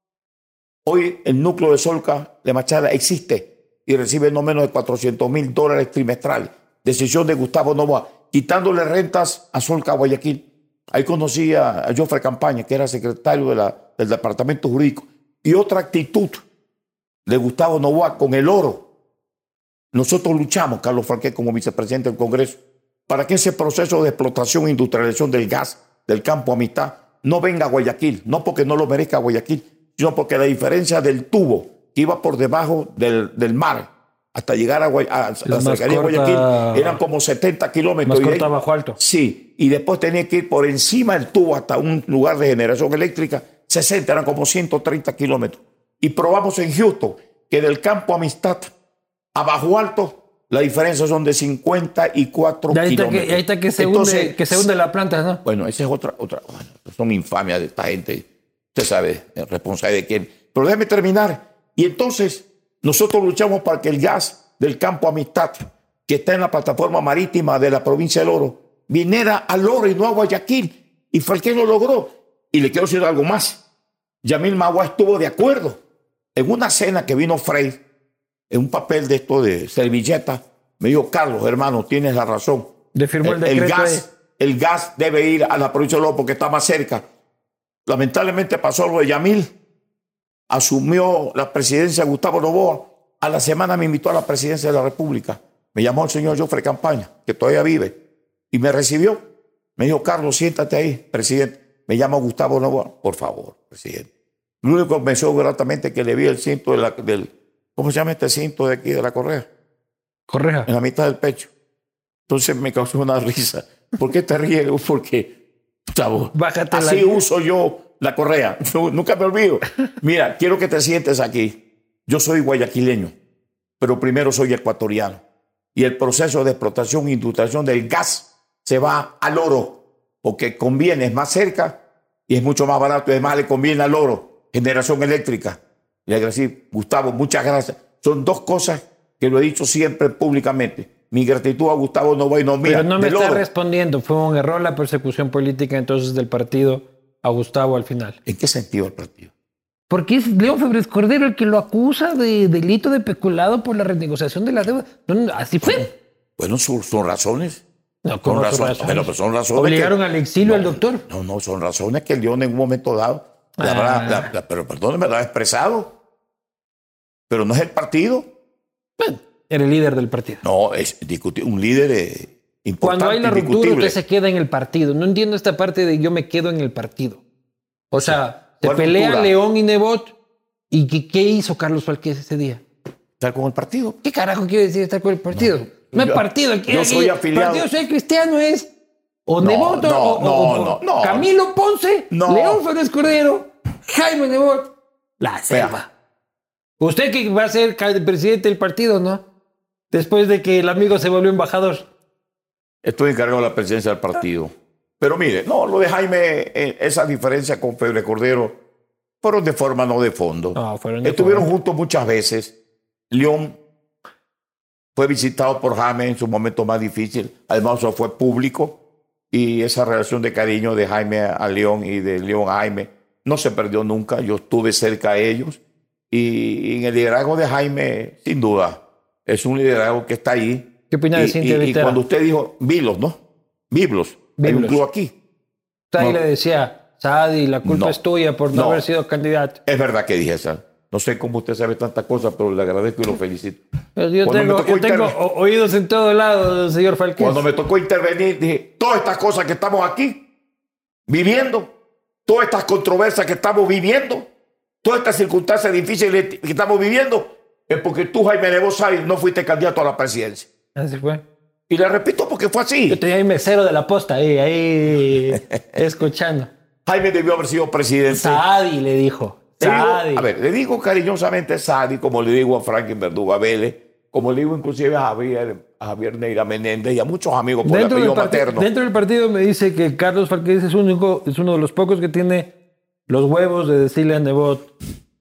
hoy el núcleo de Solca de Machala existe y recibe no menos de $400,000 trimestrales. Decisión de Gustavo Noboa. quitándole rentas a Solca Guayaquil. Ahí conocí a Jofre Campaña, que era secretario del Departamento Jurídico. Y otra actitud de Gustavo Noboa con el oro. Nosotros luchamos, Carlos Franquet, como vicepresidente del Congreso, para que ese proceso de explotación e industrialización del gas del campo Amistad no venga a Guayaquil, no porque no lo merezca Guayaquil, sino porque la diferencia del tubo que iba por debajo del mar hasta llegar a la cercanía de Guayaquil eran como 70 kilómetros. Más corta bajo alto. Sí, y después tenía que ir por encima del tubo hasta un lugar de generación eléctrica, 60, eran como 130 kilómetros. Y probamos en Houston que del campo Amistad a bajo alto la diferencia son de 54 kilómetros. Y ahí está que se hunde la planta, ¿no? Bueno, esa es otra. Bueno, son infamias de esta gente. Usted sabe, responsable de quién. Pero déjeme terminar. Y entonces, nosotros luchamos para que el gas del campo Amistad, que está en la plataforma marítima de la provincia del Oro, viniera al Oro y no a Guayaquil. Y Falqué lo logró. Y le quiero decir algo más. Yamil Magua estuvo de acuerdo. En una cena que vino Frey, en un papel de esto de servilleta, me dijo: Carlos, hermano, tienes la razón. Le firmó el decreto. El gas debe ir a la provincia de Oro porque está más cerca. Lamentablemente pasó lo de Yamil. Asumió la presidencia Gustavo Noboa. A la semana me invitó a la presidencia de la República. Me llamó el señor Jofre Campaña, que todavía vive, y me recibió. Me dijo: Carlos, siéntate ahí, presidente. Me llama Gustavo Noboa. Por favor, presidente. Lo único que me convenció gratamente que le vi el cinto ¿cómo se llama este cinto de aquí de la correa? Correa. En la mitad del pecho. Entonces me causó una risa. ¿Por qué te ríes? Porque, chavo, así uso yo la correa. Nunca me olvido. Mira, quiero que te sientes aquí. Yo soy guayaquileño, pero primero soy ecuatoriano. Y el proceso de explotación e industrialización del gas se va al Oro, porque conviene, es más cerca y es mucho más barato. Y además le conviene al Oro, generación eléctrica. Le agradecí, Gustavo, muchas gracias. Son dos cosas que lo he dicho siempre públicamente. Mi gratitud a Gustavo Noboa y no mía. Pero no me está respondiendo. Fue un error la persecución política entonces del partido a Gustavo al final. ¿En qué sentido el partido? Porque es León Febres Cordero el que lo acusa de delito de peculado por la renegociación de la deuda. No, así fue. Bueno, son razones. No, ¿cómo son razones? Bueno, pues son razones. ¿Obligaron al exilio al doctor? No, son razones que el León en un momento dado, pero perdóneme, lo ha expresado. Pero no es el partido. Bueno, era el líder del partido. No, es un líder importante. Cuando hay la ruptura, usted se queda en el partido. No entiendo esta parte de yo me quedo en el partido. O sea, se pelea León y Nebot. ¿Y qué hizo Carlos Falqués ese día? Estar con el partido. ¿Qué carajo quiere decir estar con el partido? No es partido. Yo soy afiliado. Partido Soy Cristiano es o Nebot o Camilo Ponce, León Febres Cordero, Jaime Nebot, la selva. Usted que va a ser presidente del partido, ¿no? Después de que el amigo se volvió embajador. Estoy encargado de la presidencia del partido. Pero mire, lo de Jaime, esa diferencia con Febres Cordero, fueron de forma, no de fondo. Estuvieron juntos muchas veces. León fue visitado por Jaime en su momento más difícil. Además, eso fue público. Y esa relación de cariño de Jaime a León y de León a Jaime no se perdió nunca. Yo estuve cerca de ellos. Y en el liderazgo de Jaime, sin duda, es un liderazgo que está ahí. ¿Qué opina de Cintia Vitera? Y cuando usted dijo Biblos, ¿no? Biblos. Hay un club aquí. Usted ahí le decía, Saadi, la culpa es tuya por no haber sido candidato. Es verdad que dije eso. No sé cómo usted sabe tantas cosas, pero le agradezco y lo felicito. Yo tengo oídos en todo lado, señor Falqués. Cuando me tocó intervenir, dije, todas estas cosas que estamos aquí viviendo, todas estas controversias que estamos viviendo, todas estas circunstancias difíciles que estamos viviendo, es porque tú, Jaime Nebot Sainz, no fuiste candidato a la presidencia. Así fue. Y le repito porque fue así. Yo tenía ahí mesero de la posta, ahí escuchando. Jaime debió haber sido presidente. Saadi le dijo. Le digo cariñosamente Saadi, como le digo a Franklin Verdugo, a Vélez, como le digo inclusive a Javier Neira Menéndez y a muchos amigos por el apellido materno. Dentro del partido me dice que Carlos Falqués es uno de los pocos que tiene los huevos de decirle a Nebot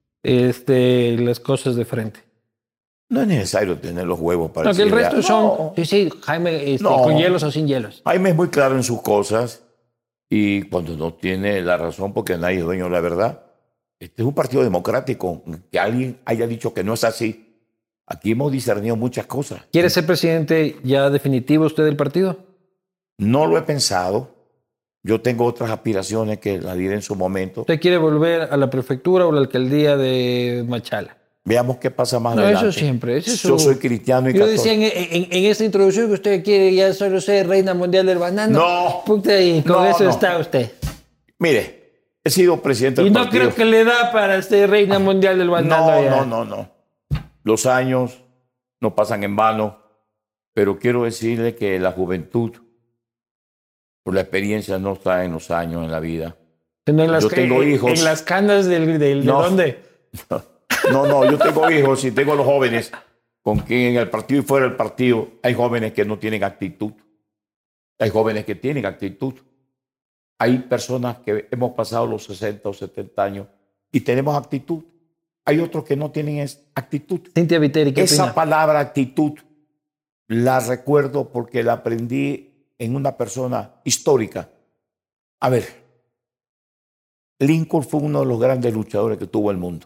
las cosas de frente. No es necesario tener los huevos para decirle. Que el resto son... Sí, Jaime, con hielos o sin hielos. Jaime es muy claro en sus cosas y cuando no tiene la razón, porque nadie es dueño de la verdad. Este es un partido democrático. Que alguien haya dicho que no es así. Aquí hemos discernido muchas cosas. ¿Quiere ser presidente ya definitivo usted del partido? No lo he pensado. Yo tengo otras aspiraciones que las diré en su momento. ¿Usted quiere volver a la prefectura o a la alcaldía de Machala? Veamos qué pasa más No, adelante. eso siempre. Yo soy cristiano y Yo católico. decía en esta introducción que usted quiere ya solo ser reina mundial del banano. No. Puta, y con No, eso no. está usted. Mire, he sido presidente Y del no partido. creo que le da para ser reina mundial del banano. ya. No. Los años no pasan en vano, pero quiero decirle que la juventud, por la experiencia, no está en los años en la vida. Sino en las Yo tengo hijos. En las canas ¿de No. dónde? No, yo tengo hijos y tengo los jóvenes con quien en el partido y fuera del partido hay jóvenes que no tienen actitud. Hay jóvenes que tienen actitud. Hay personas que hemos pasado los 60 o 70 años y tenemos actitud. Hay otros que no tienen actitud. Cintia Viteri, ¿qué Esa opina? palabra actitud la recuerdo porque la aprendí en una persona histórica. A ver, Lincoln fue uno de los grandes luchadores que tuvo el mundo.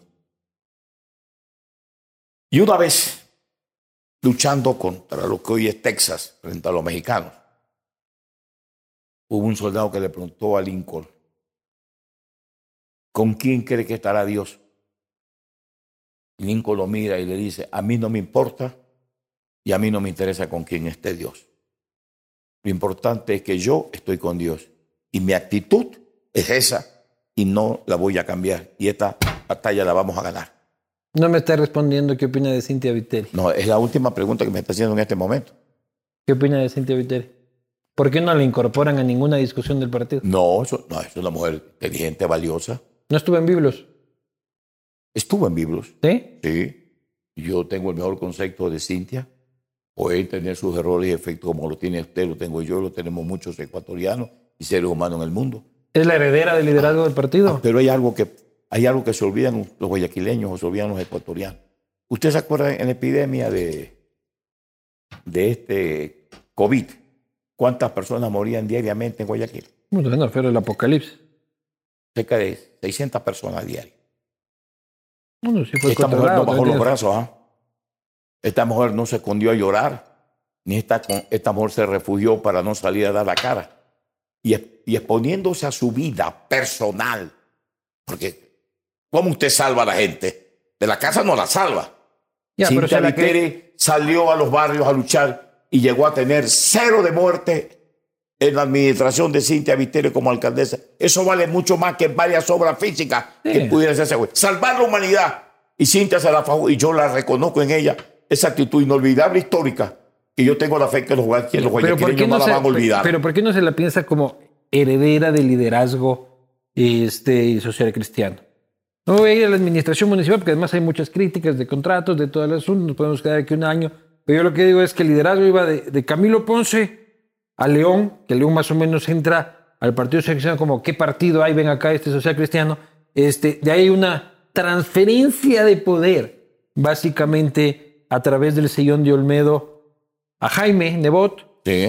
Y una vez, luchando contra lo que hoy es Texas, frente a los mexicanos, hubo un soldado que le preguntó a Lincoln, ¿con quién cree que estará Dios? Y Lincoln lo mira y le dice, a mí no me importa y a mí no me interesa con quién esté Dios. Lo importante es que yo estoy con Dios y mi actitud es esa y no la voy a cambiar. Y esta batalla la vamos a ganar. No me está respondiendo qué opina de Cintia Viteri. No, es la última pregunta que me está haciendo en este momento. ¿Qué opina de Cintia Viteri? ¿Por qué no la incorporan a ninguna discusión del partido? No, eso es una mujer inteligente, valiosa. ¿No estuvo en Biblos? Estuvo en Biblos. ¿Sí? Sí. Yo tengo el mejor concepto de Cintia. Puede tener sus errores y efectos como lo tiene usted, lo tengo yo, lo tenemos muchos ecuatorianos y seres humanos en el mundo. ¿Es la heredera del liderazgo del partido? Pero hay algo que se olvidan los guayaquileños o se olvidan los ecuatorianos. ¿Usted se acuerda en la epidemia de este COVID? ¿Cuántas personas morían diariamente en Guayaquil? Bueno, fue el apocalipsis. Cerca de 600 personas diarias. Bueno, sí fue Esta mujer controlado, no bajó los ¿entiendes? brazos. ¿Ah? Esta mujer no se escondió a llorar. Ni esta mujer se refugió para no salir a dar la cara. Y exponiéndose a su vida personal. Porque, ¿cómo usted salva a la gente? De la casa no la salva. Ya, pero Cintia se la Viteri salió a los barrios a luchar y llegó a tener 0 de muerte en la administración de Cintia Viteri como alcaldesa. Eso vale mucho más que varias obras físicas que pudieran hacerse. Salvar la humanidad. Y Cintia se la fajó y yo la reconozco en ella. Esa actitud inolvidable histórica que yo tengo la fe que los guayaquileños no la van a olvidar. Pero ¿por qué no se la piensa como heredera del liderazgo social cristiano? No voy a ir a la administración municipal porque además hay muchas críticas de contratos, de todo el asunto, nos podemos quedar aquí un año. Pero yo lo que digo es que el liderazgo iba de Camilo Ponce a León, que León más o menos entra al Partido Social Cristiano como ¿qué partido hay? Ven acá social cristiano. De ahí hay una transferencia de poder, básicamente a través del sillón de Olmedo a Jaime Nebot. Sí.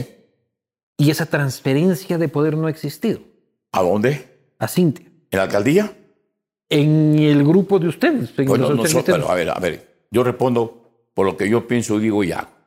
Y esa transferencia de poder no ha existido. ¿A dónde? A Cintia. ¿En la alcaldía? En el grupo de ustedes. Bueno, a ver, yo respondo por lo que yo pienso, digo y hago.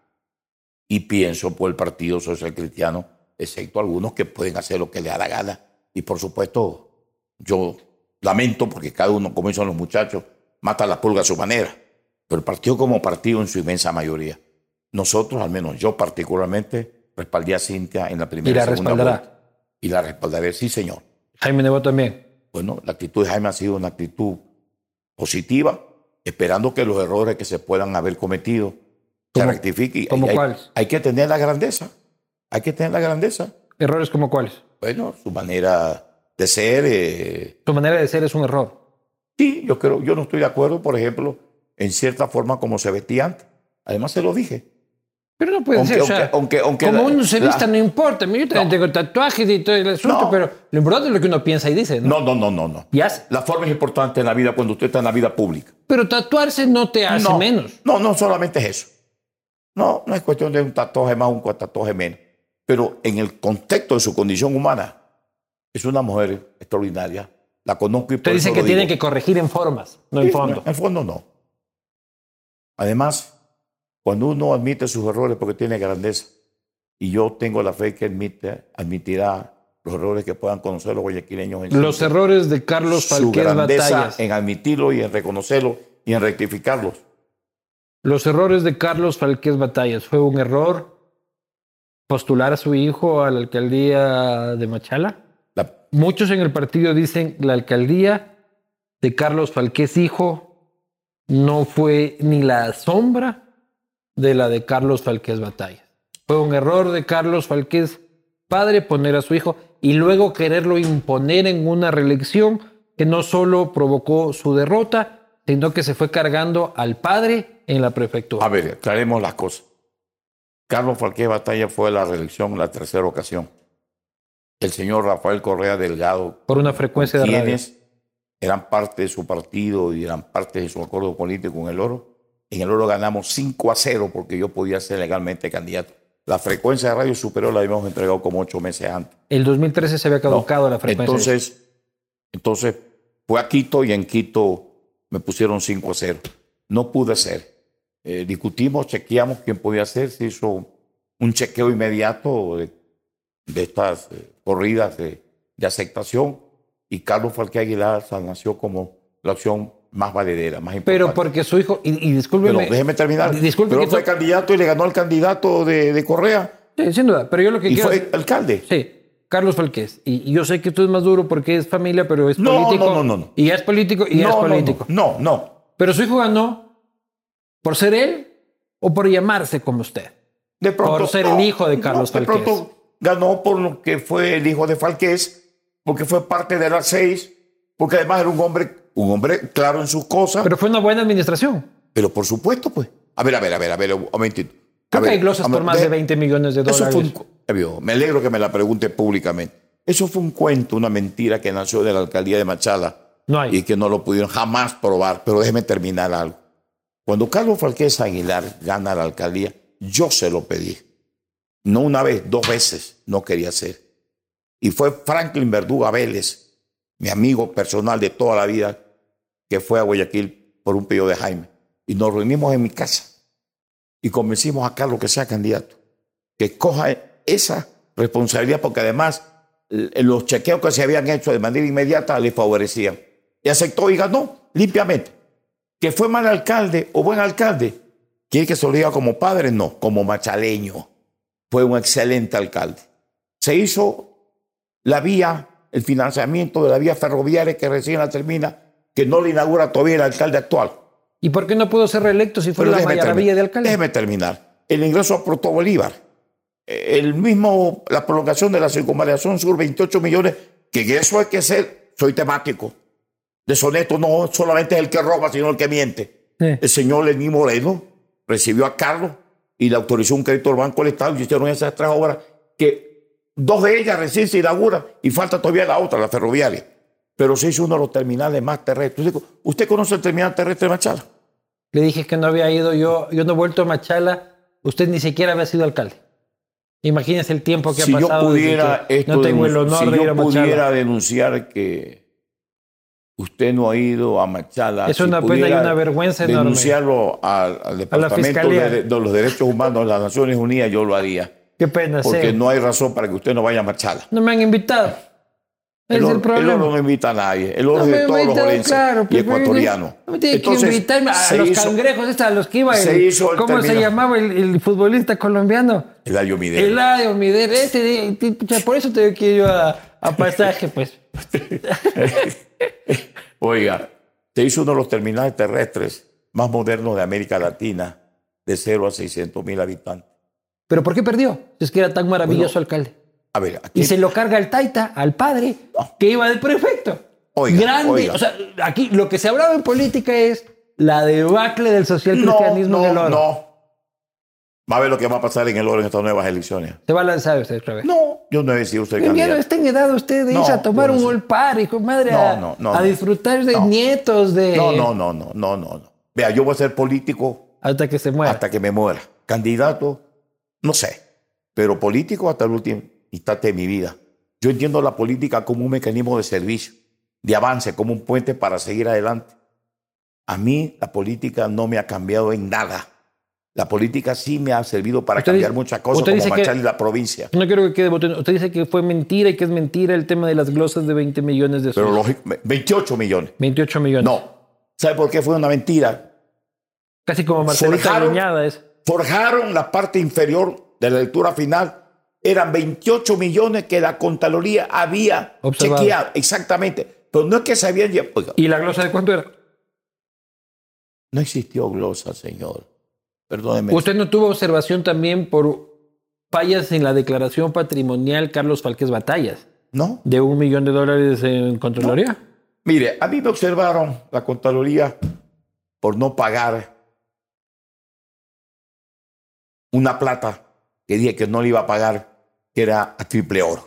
Y pienso por el Partido Social Cristiano, excepto algunos que pueden hacer lo que les da la gana. Y por supuesto, yo lamento porque cada uno, como dicen los muchachos, mata la pulga a su manera. Pero el partido como partido en su inmensa mayoría. Nosotros, al menos yo particularmente, respaldé a Cintia en la primera y segunda vuelta. Y la respaldaré, sí, señor. Jaime Nebot también. Bueno, la actitud de Jaime ha sido una actitud positiva, esperando que los errores que se puedan haber cometido se rectifiquen. ¿Cómo cuáles? Hay que tener la grandeza. Hay que tener la grandeza. ¿Errores como cuáles? Bueno, su manera de ser. Tu manera de ser es un error. Sí, yo no estoy de acuerdo, por ejemplo, en cierta forma como se vestía antes. Además, se lo dije. Pero no puede ser, aunque como uno se vista no importa. Yo también tengo tatuajes y todo el asunto, pero lo importante es lo que uno piensa y dice, ¿no? No. ¿Y hace? La forma es importante en la vida cuando usted está en la vida pública. Pero tatuarse no te hace menos. No solamente es eso. No es cuestión de un tatuaje más, un tatuaje menos. Pero en el contexto de su condición humana, es una mujer extraordinaria. La conozco y por Usted dice eso que lo tienen digo. que corregir en formas, no en fondo. En fondo no. Además, cuando uno admite sus errores porque tiene grandeza, y yo tengo la fe que admitirá los errores que puedan conocer los guayaquileños. Los errores de Carlos Falqués Batallas. En admitirlo y en reconocerlo y en rectificarlos. Los errores de Carlos Falqués Batallas. ¿Fue un error postular a su hijo a la alcaldía de Machala? Muchos en el partido dicen la alcaldía de Carlos Falqués hijo no fue ni la sombra de la de Carlos Falqués Batallas. Fue un error de Carlos Falqués padre poner a su hijo y luego quererlo imponer en una reelección que no solo provocó su derrota, sino que se fue cargando al padre en la prefectura. A ver, aclaremos las cosas. Carlos Falqués Batalla fue a la reelección la tercera ocasión. El señor Rafael Correa Delgado, por una frecuencia de radio, quienes eran parte de su partido y eran parte de su acuerdo político en el Oro. En el Oro ganamos 5-0 porque yo podía ser legalmente candidato. La frecuencia de radio superó, la habíamos entregado como 8 meses antes. El 2013 se había caducado la frecuencia. Entonces fue a Quito y en Quito me pusieron 5-0. No pude ser. Discutimos, chequeamos quién podía ser. Se hizo un chequeo inmediato de estas corridas de aceptación y Carlos Falqués Aguilar nació como la opción más valedera, más importante. Pero porque su hijo, y discúlpeme. Pero déjeme terminar. Pero fue candidato y le ganó al candidato de Correa. Sí, sin duda. Pero yo lo que quiero. Y fue alcalde. Sí, Carlos Falqués. Y yo sé que tú es más duro porque es familia, pero es político. No. Y ya es político y ya es político. No. Pero su hijo ganó por ser él o por llamarse como usted. De pronto, por ser el hijo de Carlos Falqués. De pronto ganó por lo que fue el hijo de Falqués, porque fue parte de las 6, porque además era un hombre claro en sus cosas. Pero fue una buena administración. Pero por supuesto, pues. A ver, un momentito. Creo que hay glosas por más de 20 millones de dólares. Me alegro que me la pregunte públicamente. Eso fue un cuento, una mentira que nació de la alcaldía de Machala. No hay. Y que no lo pudieron jamás probar. Pero déjeme terminar algo. Cuando Carlos Falqués Aguilar gana la alcaldía, yo se lo pedí. No una vez, 2 veces no quería ser. Y fue Franklin Verduga Vélez, mi amigo personal de toda la vida, que fue a Guayaquil por un pedido de Jaime. Y nos reunimos en mi casa y convencimos a Carlos que sea candidato, que coja esa responsabilidad, porque además los chequeos que se habían hecho de manera inmediata le favorecían. Y aceptó y ganó limpiamente. ¿Que fue mal alcalde o buen alcalde? ¿Quiere que se lo diga como padre? No, como machaleño. Fue un excelente alcalde. Se hizo la vía, el financiamiento de la vía ferroviaria que recién la termina, que no le inaugura todavía el alcalde actual. ¿Y por qué no pudo ser reelecto si fue la maravilla de alcalde? Déjeme terminar. El ingreso a Puerto Bolívar, la prolongación de la circunvalación sur, 28 millones, que eso hay que ser, soy temático. Deshonesto no solamente es el que roba, sino el que miente. Sí. El señor Lenín Moreno recibió a Carlos y le autorizó un crédito al Banco del Estado y hicieron esas 3 obras que 2 de ellas recién se inauguran y falta todavía la otra, la ferroviaria. Pero se hizo uno de los terminales más terrestres. ¿Usted conoce el terminal terrestre de Machala? Le dije que no había ido yo no he vuelto a Machala. Usted ni siquiera había sido alcalde. Imagínese el tiempo que ha pasado. No tengo el honor de ir a Machala. Si yo pudiera denunciar que usted no ha ido a Machala. Es una pena y una vergüenza enorme. Denunciarlo al Departamento de los Derechos Humanos de las Naciones Unidas, yo lo haría. Qué pena, porque no hay razón para que usted no vaya a Machala. No me han invitado. El Oro no invita a nadie. El Oro es de todos los orenses y ecuatorianos. No me tiene que invitarme a los cangrejos, a los que iba. ¿Cómo se llamaba el futbolista colombiano? Eladio Mider. Eladio Mider. Por eso tengo que ir yo a pasaje, pues. Oiga, se hizo uno de los terminales terrestres más modernos de América Latina, de 0 a 600,000 habitantes. ¿Pero por qué perdió? Es que era tan maravilloso alcalde. A ver, aquí... Y se lo carga el Taita, al padre, que iba de prefecto. Grande. O sea, aquí lo que se hablaba en política es la debacle del socialcristianismo en el Oro. No. Va a ver lo que va a pasar en el Oro en estas nuevas elecciones. ¿Se va a lanzar usted otra vez? No, yo no he decidido usted candidato. Está en edad usted de irse a tomar un All Party, comadre, a disfrutar de nietos de... No. Vea, yo voy a ser político... Hasta que se muera. Hasta que me muera. Candidato, no sé. Pero político hasta el último instante de mi vida. Yo entiendo la política como un mecanismo de servicio, de avance, como un puente para seguir adelante. A mí la política no me ha cambiado en nada. La política sí me ha servido para Usted cambiar dice- muchas cosas, usted como dice que- marchar la provincia. No quiero que quede botón. Usted dice que fue mentira y que es mentira el tema de las glosas de 20 millones de Pero soles. lógico, 28 millones. 28 millones. No. ¿Sabe por qué fue una mentira? Casi como Marcelita Guiñada es. Forjaron la parte inferior de la lectura final. Eran 28 millones que la Contraloría había Observado. chequeado. Exactamente. Pero no es que se habían llevado. Oiga, ¿Y la glosa de cuánto era? no existió glosa, señor. Perdóneme. ¿Usted no tuvo observación también por fallas en la declaración patrimonial Carlos Falqués Batallas ¿No? de $1 millón en Contraloría? Mire, a mí me observaron la Contraloría por no pagar una plata que dije que no le iba a pagar, que era a Triple Oro.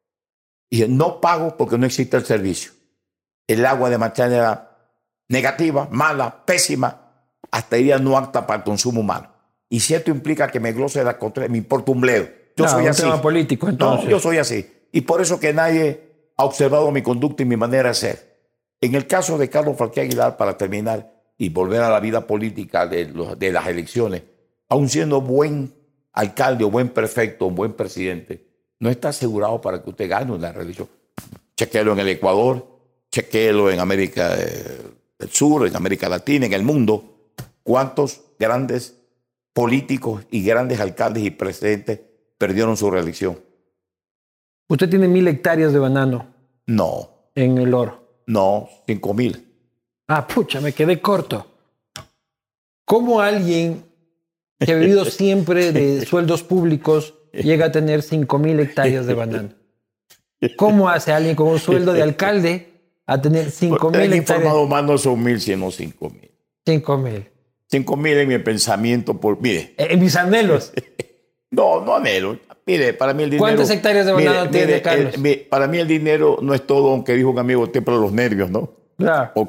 Y dije, no pago porque no existe el servicio. El agua de Machala era negativa, mala, pésima, hasta iría no apta para el consumo humano. Y si esto implica que me glose la contra, me importa un bledo. Yo soy un así. tema político, entonces. No, yo soy así. Y por eso que nadie ha observado mi conducta y mi manera de ser. En el caso de Carlos Falqué Aguilar, para terminar y volver a la vida política de las elecciones, aun siendo buen alcalde o buen prefecto o buen presidente, no está asegurado para que usted gane una reelección. Chequéelo en el Ecuador, chequéelo en América del Sur, en América Latina, en el mundo. ¿Cuántos grandes políticos y grandes alcaldes y presidentes perdieron su reelección? Usted tiene 1.000 hectáreas de banano No, en el Oro. no, 5,000. Ah, pucha, me quedé corto. ¿Cómo alguien que ha vivido siempre de sueldos públicos llega a tener 5.000 hectáreas de banano? ¿Cómo hace alguien con un sueldo de alcalde a tener 5.000 El hectáreas? informado más no son 1,000, sino 5,000. 5.000. 5,000 en mi pensamiento. Mire, En mis anhelos. no anhelo. Mire, para mí el dinero... ¿Cuántas hectáreas de banano tiene, Carlos? Para mí el dinero no es todo, aunque dijo un amigo, templa los nervios, ¿no? Claro. Ok.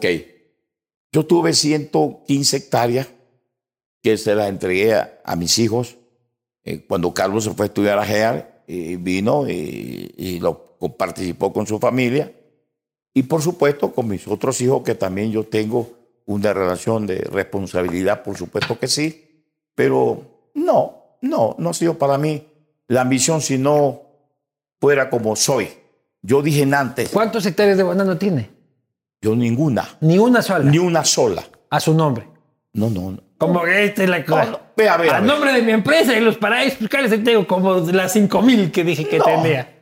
Yo tuve 115 hectáreas que se las entregué a mis hijos cuando Carlos se fue a estudiar a GEAR, vino y participó con su familia. Y por supuesto con mis otros hijos, que también yo tengo una relación de responsabilidad, por supuesto que sí. Pero no ha sido para mí la ambición si no fuera como soy. Yo dije antes, ¿Cuántos hectáreas de banano tiene? yo ninguna. Ni una sola. Ni una sola. A su nombre. No. Como que esta es la cosa. No. Vea. A nombre de mi empresa en los paraísos fiscales tengo como las 5.000 que dije que tenía.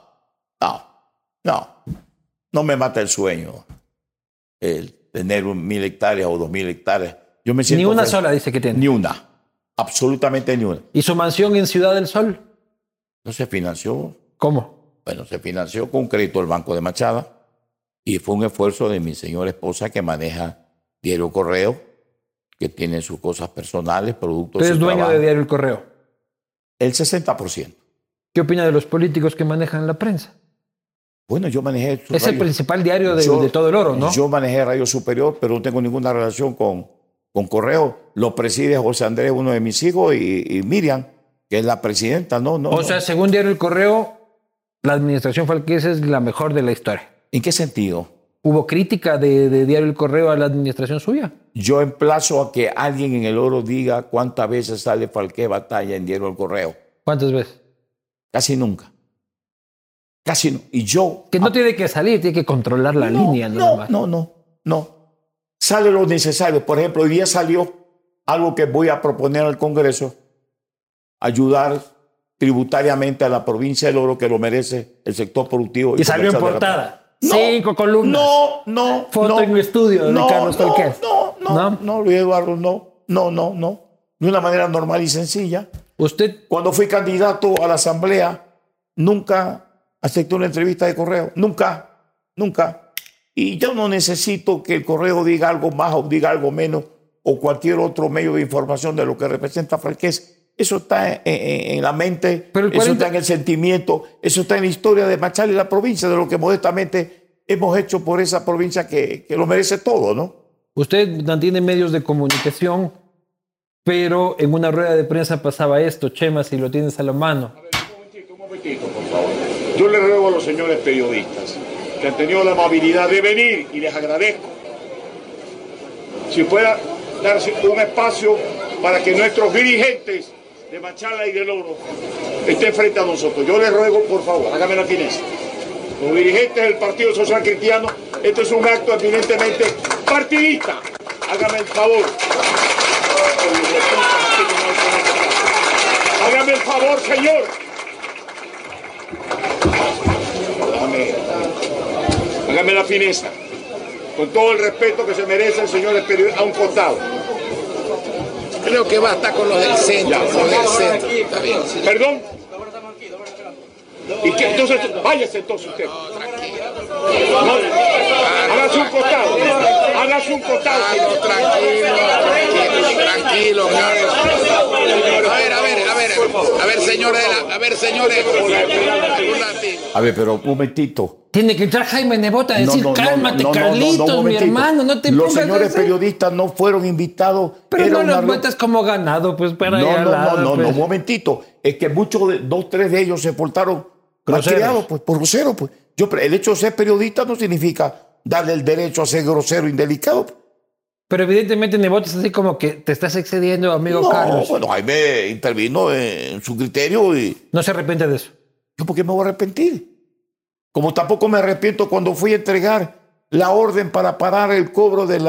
No me mata el sueño el tener 1,000 hectáreas o 2,000 hectáreas. Yo me siento Ni una feliz. sola dice que tiene. Ni una. Absolutamente ni una. ¿Y su mansión en Ciudad del Sol? No se financió. ¿Cómo? Bueno, se financió con crédito del Banco de Machada y fue un esfuerzo de mi señora esposa que maneja Diario Correo, que tiene sus cosas personales, productos. Usted es su dueño trabajo. de Diario El Correo. El 60%. ¿Qué opina de los políticos que manejan la prensa? Bueno, yo manejé... Es el principal diario de todo el Oro, ¿no? Yo manejé Radio Superior, pero no tengo ninguna relación con Correo. Lo preside José Andrés, uno de mis hijos, y Miriam, que es la presidenta. O sea, según Diario El Correo, la administración Falqués es la mejor de la historia. ¿En qué sentido? ¿Hubo crítica de Diario El Correo a la administración suya? Yo emplazo a que alguien en el Oro diga cuántas veces sale Falqué Batalla en Diario El Correo. ¿Cuántas veces? Casi nunca. Casi no. Y yo... Que no tiene que salir, tiene que controlar la línea. No. Sale lo necesario. Por ejemplo, hoy día salió algo que voy a proponer al Congreso: ayudar tributariamente a la provincia del Oro, que lo merece el sector productivo. Y salió en portada. 5 columnas. No. Foto en mi estudio de Carlos Falqués. No, Luis Eduardo, no. De una manera normal y sencilla. Usted... Cuando fui candidato a la Asamblea, nunca acepté una entrevista de Correo. Nunca. Y yo no necesito que el Correo diga algo más o diga algo menos, o cualquier otro medio de información de lo que representa Falqués. Eso está en la mente, eso está en el sentimiento, eso está en la historia de Machala y la provincia, de lo que modestamente hemos hecho por esa provincia que lo merece todo, ¿no? Usted mantiene medios de comunicación, pero en una rueda de prensa pasaba esto. Chema, si lo tienes a la mano. A ver, un momentito, por favor. Yo le ruego a los señores periodistas que han tenido la amabilidad de venir, y les agradezco, si pueda darse un espacio para que nuestros dirigentes de Machala y del Oro estén frente a nosotros. Yo les ruego, por favor, hágame la fineza. Los dirigentes del Partido Social Cristiano, este es un acto eminentemente partidista. Hágame el favor. Hágame el favor, señor. Hágame la fineza. Con todo el respeto que se merece el señor a un costado. Creo que basta con los del centro. Los del centro. Está bien. ¿Perdón? ¿Y qué? Entonces, váyase entonces usted. No, hágase un costado. Hágase un costado. Tranquilo. A ver, señores. A ver, pero un momentito. Tiene que entrar Jaime Nebot a decir, cálmate, Carlitos, mi hermano, no te Los pongas señores así. periodistas no fueron invitados. Pero Era no una los cuentas como ganado, pues, para No, allá al lado, pues. un momentito. Es que dos, tres de ellos se portaron Groseros. malcriados, pues, por grosero, pues. El hecho de ser periodista no significa darle el derecho a ser grosero, indelicado. Pero evidentemente Nebot es así como que te estás excediendo, amigo No, Carlos. bueno, Jaime intervino en su criterio y No se arrepiente de eso. ¿yo por qué me voy a arrepentir? Como tampoco me arrepiento cuando fui a entregar la orden para parar el cobro de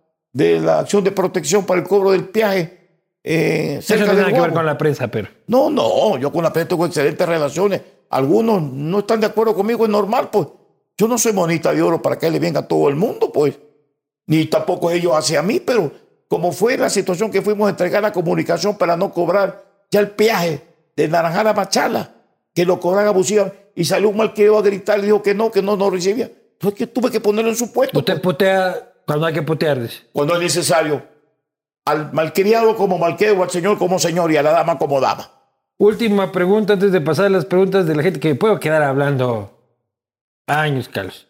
la acción de protección para el cobro del peaje Eso cerca no tiene del nada que ver Guagua. con la prensa, pero... No, yo con la prensa tengo excelentes relaciones. Algunos no están de acuerdo conmigo, es normal, pues. Yo no soy monita de oro para que le venga a todo el mundo, pues. Ni tampoco ellos hacia mí, pero como fue la situación que fuimos a entregar la comunicación para no cobrar ya el peaje de Naranjal a Machala, que lo cobran abusivamente, y salió un malcriado a gritar y dijo que no recibía. Entonces que tuve que ponerlo en su puesto. Usted putea cuando hay que putear, dice. Cuando es necesario. Al malcriado como malcriado, al señor como señor y a la dama como dama. Última pregunta antes de pasar a las preguntas de la gente, que puedo quedar hablando años, Carlos.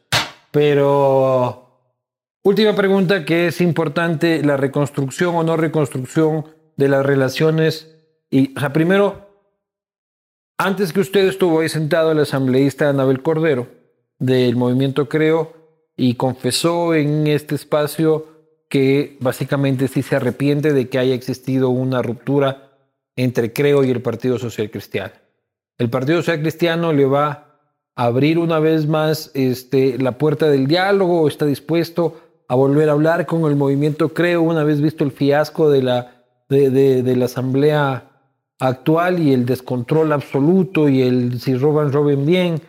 Pero... Última pregunta que es importante, la reconstrucción o no reconstrucción de las relaciones. Y, o sea, primero, antes que usted estuvo ahí sentado, el asambleísta Anabel Cordero del Movimiento Creo y confesó en este espacio que básicamente sí se arrepiente de que haya existido una ruptura entre Creo y el Partido Social Cristiano. El Partido Social Cristiano le va a abrir una vez más la puerta del diálogo, está dispuesto a volver a hablar con el Movimiento Creo una vez visto el fiasco de la asamblea actual y el descontrol absoluto y el si roben bien.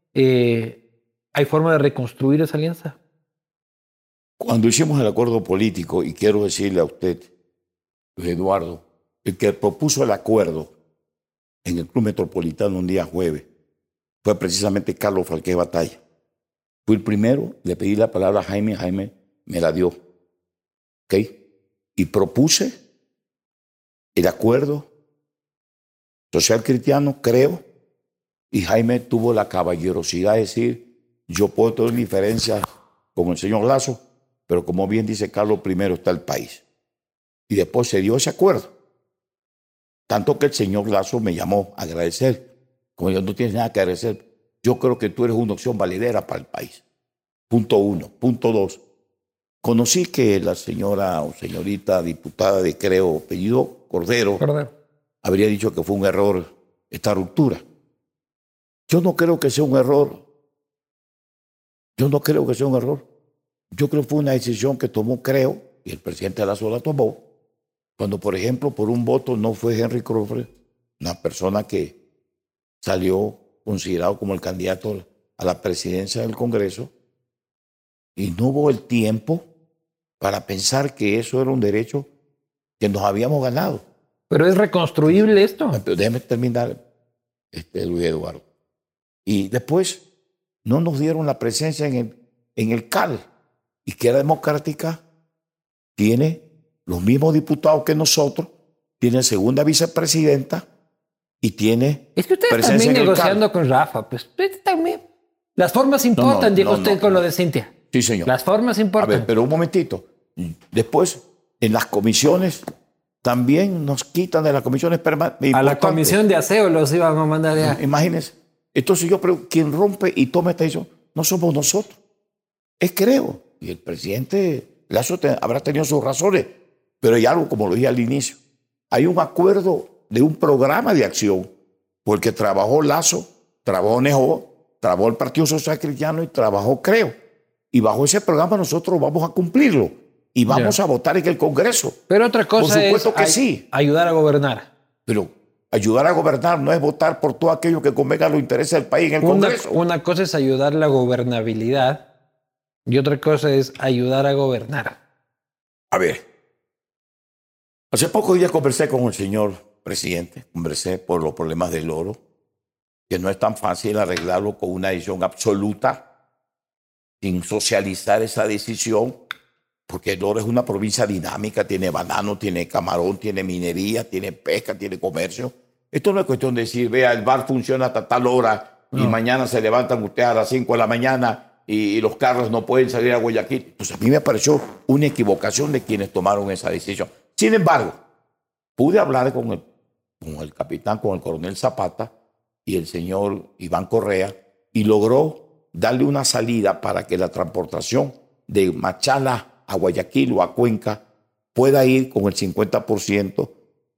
¿Hay forma de reconstruir esa alianza? Cuando hicimos el acuerdo político, y quiero decirle a usted, Luis Eduardo, el que propuso el acuerdo en el Club Metropolitano un día jueves fue precisamente Carlos Falqué Batalla. Fui el primero, le pedí la palabra a Jaime me la dio. ¿Ok? Y propuse el acuerdo social cristiano, Creo, y Jaime tuvo la caballerosidad de decir, yo puedo tener diferencias con el señor Lazo, pero como bien dice Carlos, primero está el país. Y después se dio ese acuerdo. Tanto que el señor Lazo me llamó a agradecer. Como yo no tienes nada que agradecer, yo creo que tú eres una opción validera para el país. Punto 1. Punto 2. Conocí que la señora o señorita diputada de Creo, apellido Cordero, habría dicho que fue un error esta ruptura. Yo no creo que sea un error. Yo creo que fue una decisión que tomó Creo, y el presidente Lazo la tomó, cuando, por ejemplo, por un voto no fue Henry Crawford, una persona que salió considerado como el candidato a la presidencia del Congreso, y no hubo el tiempo para pensar que eso era un derecho que nos habíamos ganado. ¿Pero es reconstruible esto? Pero déjeme terminar, Luis Eduardo. Y después no nos dieron la presencia en el CAL, y que era democrática, tiene los mismos diputados que nosotros, tiene segunda vicepresidenta y tiene es que ustedes presencia también en el negociando CAL. con Rafa, pues también. Las formas importan, dijo usted con lo de Cintia. Sí, señor. Las formas A importan. ver, pero un momentito. Después, en las comisiones, también nos quitan de las comisiones permanentes. A la comisión de aseo los iban a mandar ya. Imagínense. Entonces yo pregunto, quien rompe y toma esta decisión, no somos nosotros. Es Creo. Y el presidente Lazo habrá tenido sus razones, pero hay algo, como lo dije al inicio, hay un acuerdo de un programa de acción porque trabajó Lazo, trabajó Nejó, trabajó el Partido Social Cristiano y trabajó Creo. Y bajo ese programa nosotros vamos a cumplirlo y vamos a votar en el Congreso. Pero otra cosa por supuesto es que sí. ayudar a gobernar. Pero ayudar a gobernar no es votar por todo aquello que convenga a los intereses del país en el Congreso. Una cosa es ayudar la gobernabilidad y otra cosa es ayudar a gobernar. A ver, hace pocos días conversé con el señor presidente, conversé por los problemas del oro, que no es tan fácil arreglarlo con una decisión absoluta, sin socializar esa decisión, porque el oro es una provincia dinámica, tiene banano, tiene camarón, tiene minería, tiene pesca, tiene comercio. Esto no es cuestión de decir, vea, el bar funciona hasta tal hora y mañana se levantan ustedes a las 5 de la mañana y los carros no pueden salir a Guayaquil. Pues a mí me pareció una equivocación de quienes tomaron esa decisión. Sin embargo, pude hablar con el capitán, con el coronel Zapata y el señor Iván Correa y logró darle una salida para que la transportación de Machala a Guayaquil o a Cuenca pueda ir con el 50%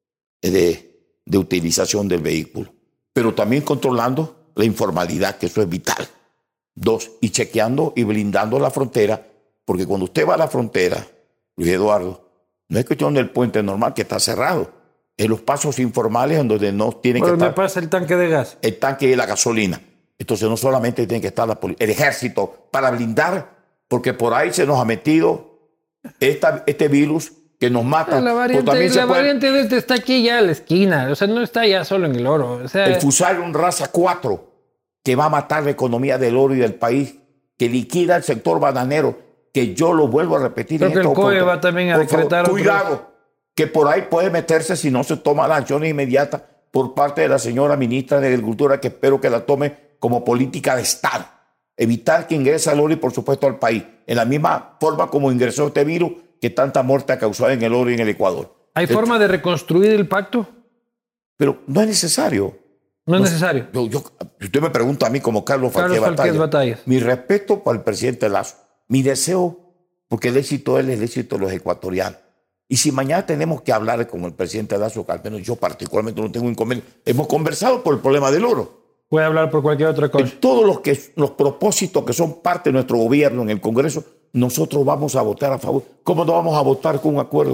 de utilización del vehículo, pero también controlando la informalidad, que eso es vital. 2, y chequeando y blindando la frontera, porque cuando usted va a la frontera, Luis Eduardo, no es cuestión del puente normal que está cerrado, es los pasos informales en donde no tiene que estar... ¿Dónde pasa el tanque de gas? El tanque de la gasolina. Entonces no solamente tiene que estar el ejército para blindar, porque por ahí se nos ha metido este virus que nos mata. La variante de este está aquí ya a la esquina, o sea, no está ya solo en el oro. O sea, el Fusarium Raza 4, que va a matar la economía del oro y del país, que liquida el sector bananero, que yo lo vuelvo a repetir. Creo que el COE va también a decretar... Cuidado, que por ahí puede meterse si no se toma las acciones inmediatas por parte de la señora ministra de Agricultura, que espero que la tome como política de Estado. Evitar que ingrese al oro y, por supuesto, al país. En la misma forma como ingresó este virus que tanta muerte ha causado en el oro y en el Ecuador. ¿Hay forma de reconstruir el pacto? Pero no es necesario. No es necesario. Si usted me pregunta a mí como Carlos Falqué Batallas, mi respeto para el presidente Lazo, mi deseo, porque el éxito de él es el éxito de los ecuatorianos. Y si mañana tenemos que hablar con el presidente Lazo, que al menos yo particularmente no tengo inconveniente, hemos conversado por el problema del oro. Puede hablar por cualquier otra cosa. En todos los propósitos que son parte de nuestro gobierno en el Congreso, nosotros vamos a votar a favor. ¿Cómo no vamos a votar con un acuerdo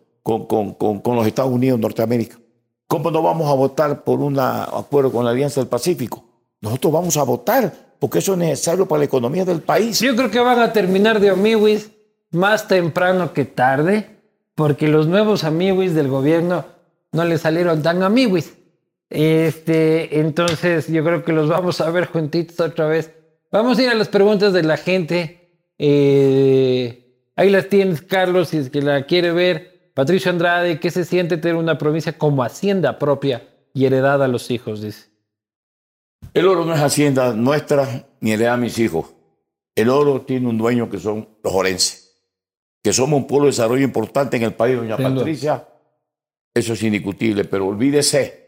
con los Estados Unidos de Norteamérica? ¿Cómo no vamos a votar por un acuerdo con la Alianza del Pacífico? Nosotros vamos a votar porque eso es necesario para la economía del país. Yo creo que van a terminar de amiguis más temprano que tarde, porque los nuevos amiguis del gobierno no les salieron tan amiguis. Entonces yo creo que los vamos a ver juntitos otra vez. Vamos a ir a las preguntas de la gente. Ahí las tienes, Carlos, si es que la quiere ver. Patricio Andrade, ¿qué se siente tener una provincia como hacienda propia y heredada a los hijos? Dice. El oro no es hacienda nuestra ni heredada a mis hijos. El oro tiene un dueño que son los orenses, que somos un pueblo de desarrollo importante en el país, doña Patricia. Eso es indiscutible, pero olvídese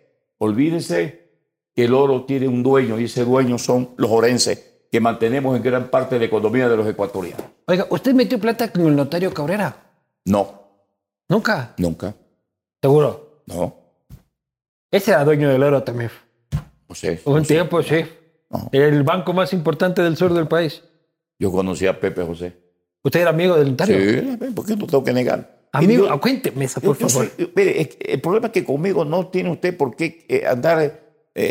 que el oro tiene un dueño y ese dueño son los orenses, que mantenemos en gran parte de la economía de los ecuatorianos. Oiga, ¿usted metió plata con el notario Cabrera? No. ¿Nunca? Nunca. ¿Seguro? No. Ese era dueño del oro también. No sé. Un tiempo, sí. No. El banco más importante del sur del país. Yo conocí a Pepe José. ¿Usted era amigo del notario? Sí, ¿por qué no tengo que negar? Amigo, cuénteme eso, por favor. Mire, el problema es que conmigo no tiene usted por qué andar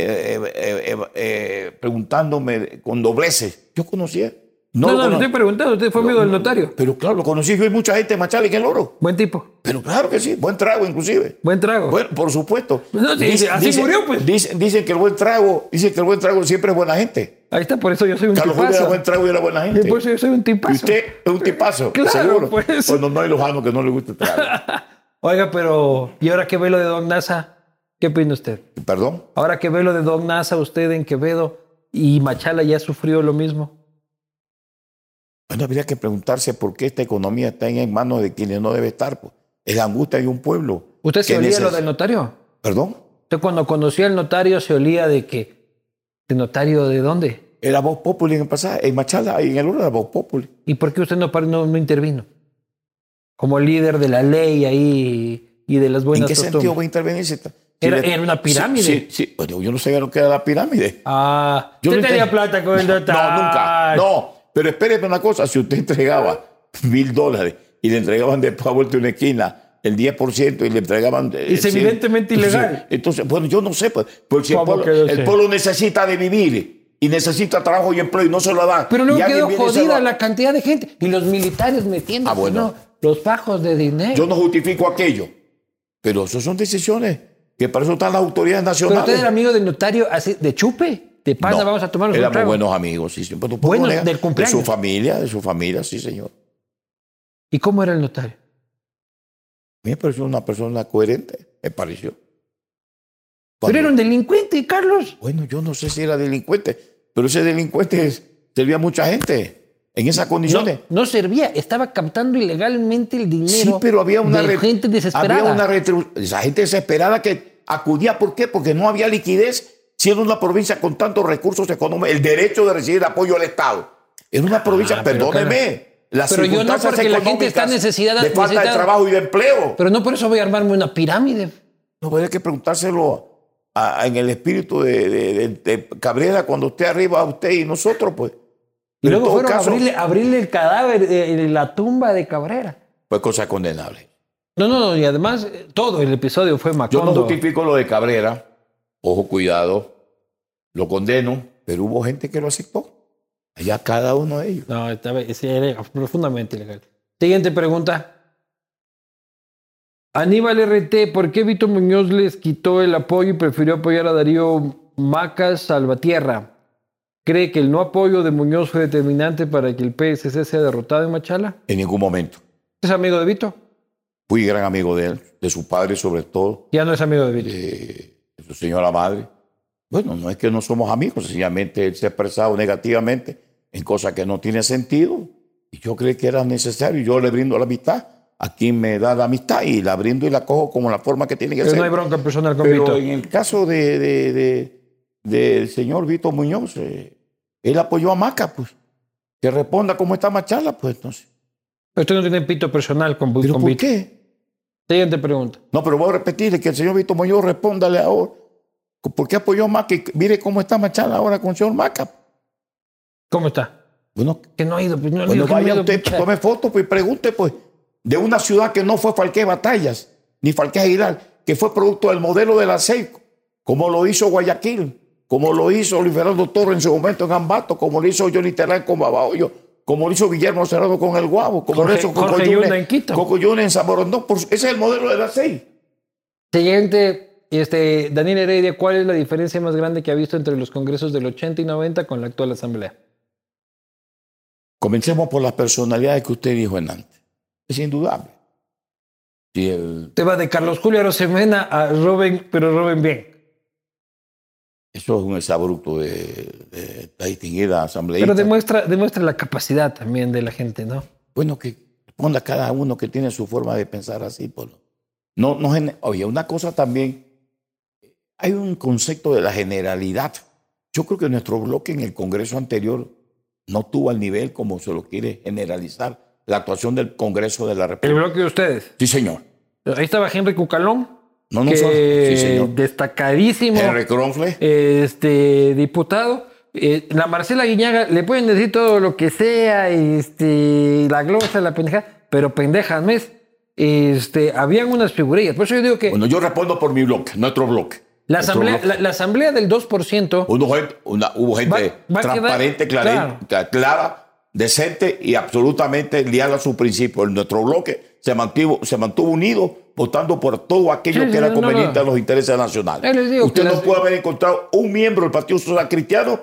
preguntándome con dobleces. Yo conocía. No, estoy preguntando. ¿Usted fue amigo del notario? Pero claro, lo conocí yo y mucha gente de Machala y en el oro. Buen tipo. Pero claro que sí, buen trago inclusive. Buen trago. Bueno, por supuesto. No, así murió, pues. Dicen que el buen trago siempre es buena gente. Ahí está, por eso yo soy un Carlos tipazo. Julio era buen trago y era buena gente. Por eso yo soy un tipazo. ¿Y usted es un tipazo? Claro, seguro. pues. Cuando no hay lojano que no le guste el trago. Oiga, pero ¿y ahora que ve lo de Don Nasa? ¿Qué opina usted? ¿Perdón? Ahora que ve lo de Don Nasa, usted en Quevedo y Machala ya sufrió lo mismo. Bueno, habría que preguntarse por qué esta economía está en manos de quienes no debe estar. Pues. Es la angustia de un pueblo. ¿Usted se olía lo del notario? ¿Perdón? ¿Usted cuando conoció al notario se olía de qué? ¿De notario de dónde? Era Voz Populi en el pasado, en Machala y en el oro era Voz Populi. ¿Y por qué usted no intervino? Como líder de la ley ahí y de las ¿En buenas qué costumbres. sentido va a intervenir? Era una pirámide. Sí. Bueno, yo no sabía lo que era la pirámide. Ah, Yo usted no tenía ent- plata con el notario. No, nunca. No, pero espéreme una cosa. Si usted entregaba $1,000 y le entregaban después a vuelta de una esquina el 10% y le entregaban... Es evidentemente ilegal. Entonces, bueno, yo no sé. Pues si ¿Cómo que no sé? el pueblo necesita de vivir y necesita trabajo y empleo y no se lo dan. Pero luego Y alguien quedó viene y se jodida lo- la cantidad de gente. Y los militares metiendo bueno. los fajos de dinero. Yo no justifico aquello. Pero eso son decisiones que para eso están las autoridades Pero nacionales. usted era amigo del notario así, de chupe, de pana, No, vamos a tomarnos un éramos trago. buenos amigos, sí. Pero no puedo Buenos negar. del cumpleaños. De su familia, sí, señor. ¿Y cómo era el notario? A mí me pareció una persona coherente, me pareció. Pero era un delincuente, Carlos. Bueno, yo no sé si era delincuente, pero ese delincuente servía a mucha gente en esas condiciones. No servía, estaba captando ilegalmente el dinero Sí, pero había una de gente desesperada. Había una esa gente desesperada que acudía. ¿Por qué? Porque no había liquidez, siendo una provincia con tantos recursos económicos, el derecho de recibir apoyo del Estado. Era una provincia, pero perdóneme, las pero yo no, circunstancias porque la gente está económicas necesitada- de falta de necesitada. trabajo y de empleo. Pero no por eso voy a armarme una pirámide. No, habría que preguntárselo en el espíritu de Cabrera cuando esté arriba, usted y nosotros, pues. Y Pero en luego todo fueron caso, a abrirle el cadáver en la tumba de Cabrera. pues cosa condenable. No, y además todo el episodio fue Yo Macondo. no justifico lo de Cabrera, ojo, cuidado, lo condeno, pero hubo gente que lo aceptó. Allá cada uno de ellos. No, sí, era profundamente ilegal. Siguiente pregunta. Aníbal RT, ¿por qué Vito Muñoz les quitó el apoyo y prefirió apoyar a Darío Macas Salvatierra? ¿Cree que el no apoyo de Muñoz fue determinante para que el PSC sea derrotado en Machala? En ningún momento. ¿Es amigo de Vito? Fui gran amigo de él, de su padre sobre todo, Ya no es amigo de Vito. de su señora madre. Bueno, no es que no somos amigos, sencillamente él se ha expresado negativamente en cosas que no tienen sentido. Y yo creí que era necesario. Yo le brindo la amistad a quien me da la amistad y la brindo y la cojo como la forma que tiene que Pero ser. no hay bronca personal con Pero Vito. en el caso del señor Vito Muñoz, él apoyó a Maca, pues. Que responda cómo está Machala, pues entonces. Pero usted no tiene pito personal con ¿Pero por Vito. qué? Siguiente pregunta. No, pero voy a repetirle que el señor Vito Muñoz respóndale ahora. ¿Por qué apoyó a Maca? Y mire cómo está Machala ahora con el señor Maca. ¿Cómo está? Bueno, Que no ha ido. Pues no ha bueno, ido, que no ha vaya ido, usted, pucha. tome foto pues, y pregunte, pues, de una ciudad que no fue Falqué Batallas, ni Falqué Aguilar, que fue producto del modelo del ASEICO, como lo hizo Guayaquil, como lo hizo Luis Fernando Torres en su momento en Ambato, como lo hizo Johnny Terán con Babahoyo, como lo hizo Guillermo Cerrado con El Guavo, como lo hizo Jorge Yuna en Quito. Coco Yuna en San Borondón. Ese es el modelo del ASEI. Siguiente, Daniel Heredia, ¿cuál es la diferencia más grande que ha visto entre los congresos del 80 y 90 con la actual asamblea? Comencemos por las personalidades que usted dijo en antes. Es indudable. Si Te va de Carlos Julio Arosemena a Robin, pero Robin bien. eso es un exabrupto de la distinguida asambleísta. Pero demuestra la capacidad también de la gente, ¿no? Bueno, que responda cada uno que tiene su forma de pensar así. Pues. Oye, una cosa también, hay un concepto de la generalidad. Yo creo que nuestro bloque en el Congreso anterior no tuvo al nivel como se lo quiere generalizar la actuación del Congreso de la El República. bloque de ustedes. Sí, señor. Ahí estaba Henry Cucalón, No, no, que sí, señor. destacadísimo Henry Kronfle. diputado. La Marcela Guiñaga, le pueden decir todo lo que sea, la glosa, la pendeja, pero pendejas, ¿mes? Habían unas figurillas. Por eso yo digo que Bueno, yo respondo por mi bloque, nuestro bloque. la Nuestro asamblea, bloque. la asamblea del 2%, Hubo gente Va a transparente, quedar- clara, decente y absolutamente leal a su principio. Nuestro bloque se mantuvo unido, votando por todo aquello Sí, que era no, conveniente no. a los intereses nacionales. Les digo Usted que no puede haber encontrado un miembro del Partido Social Cristiano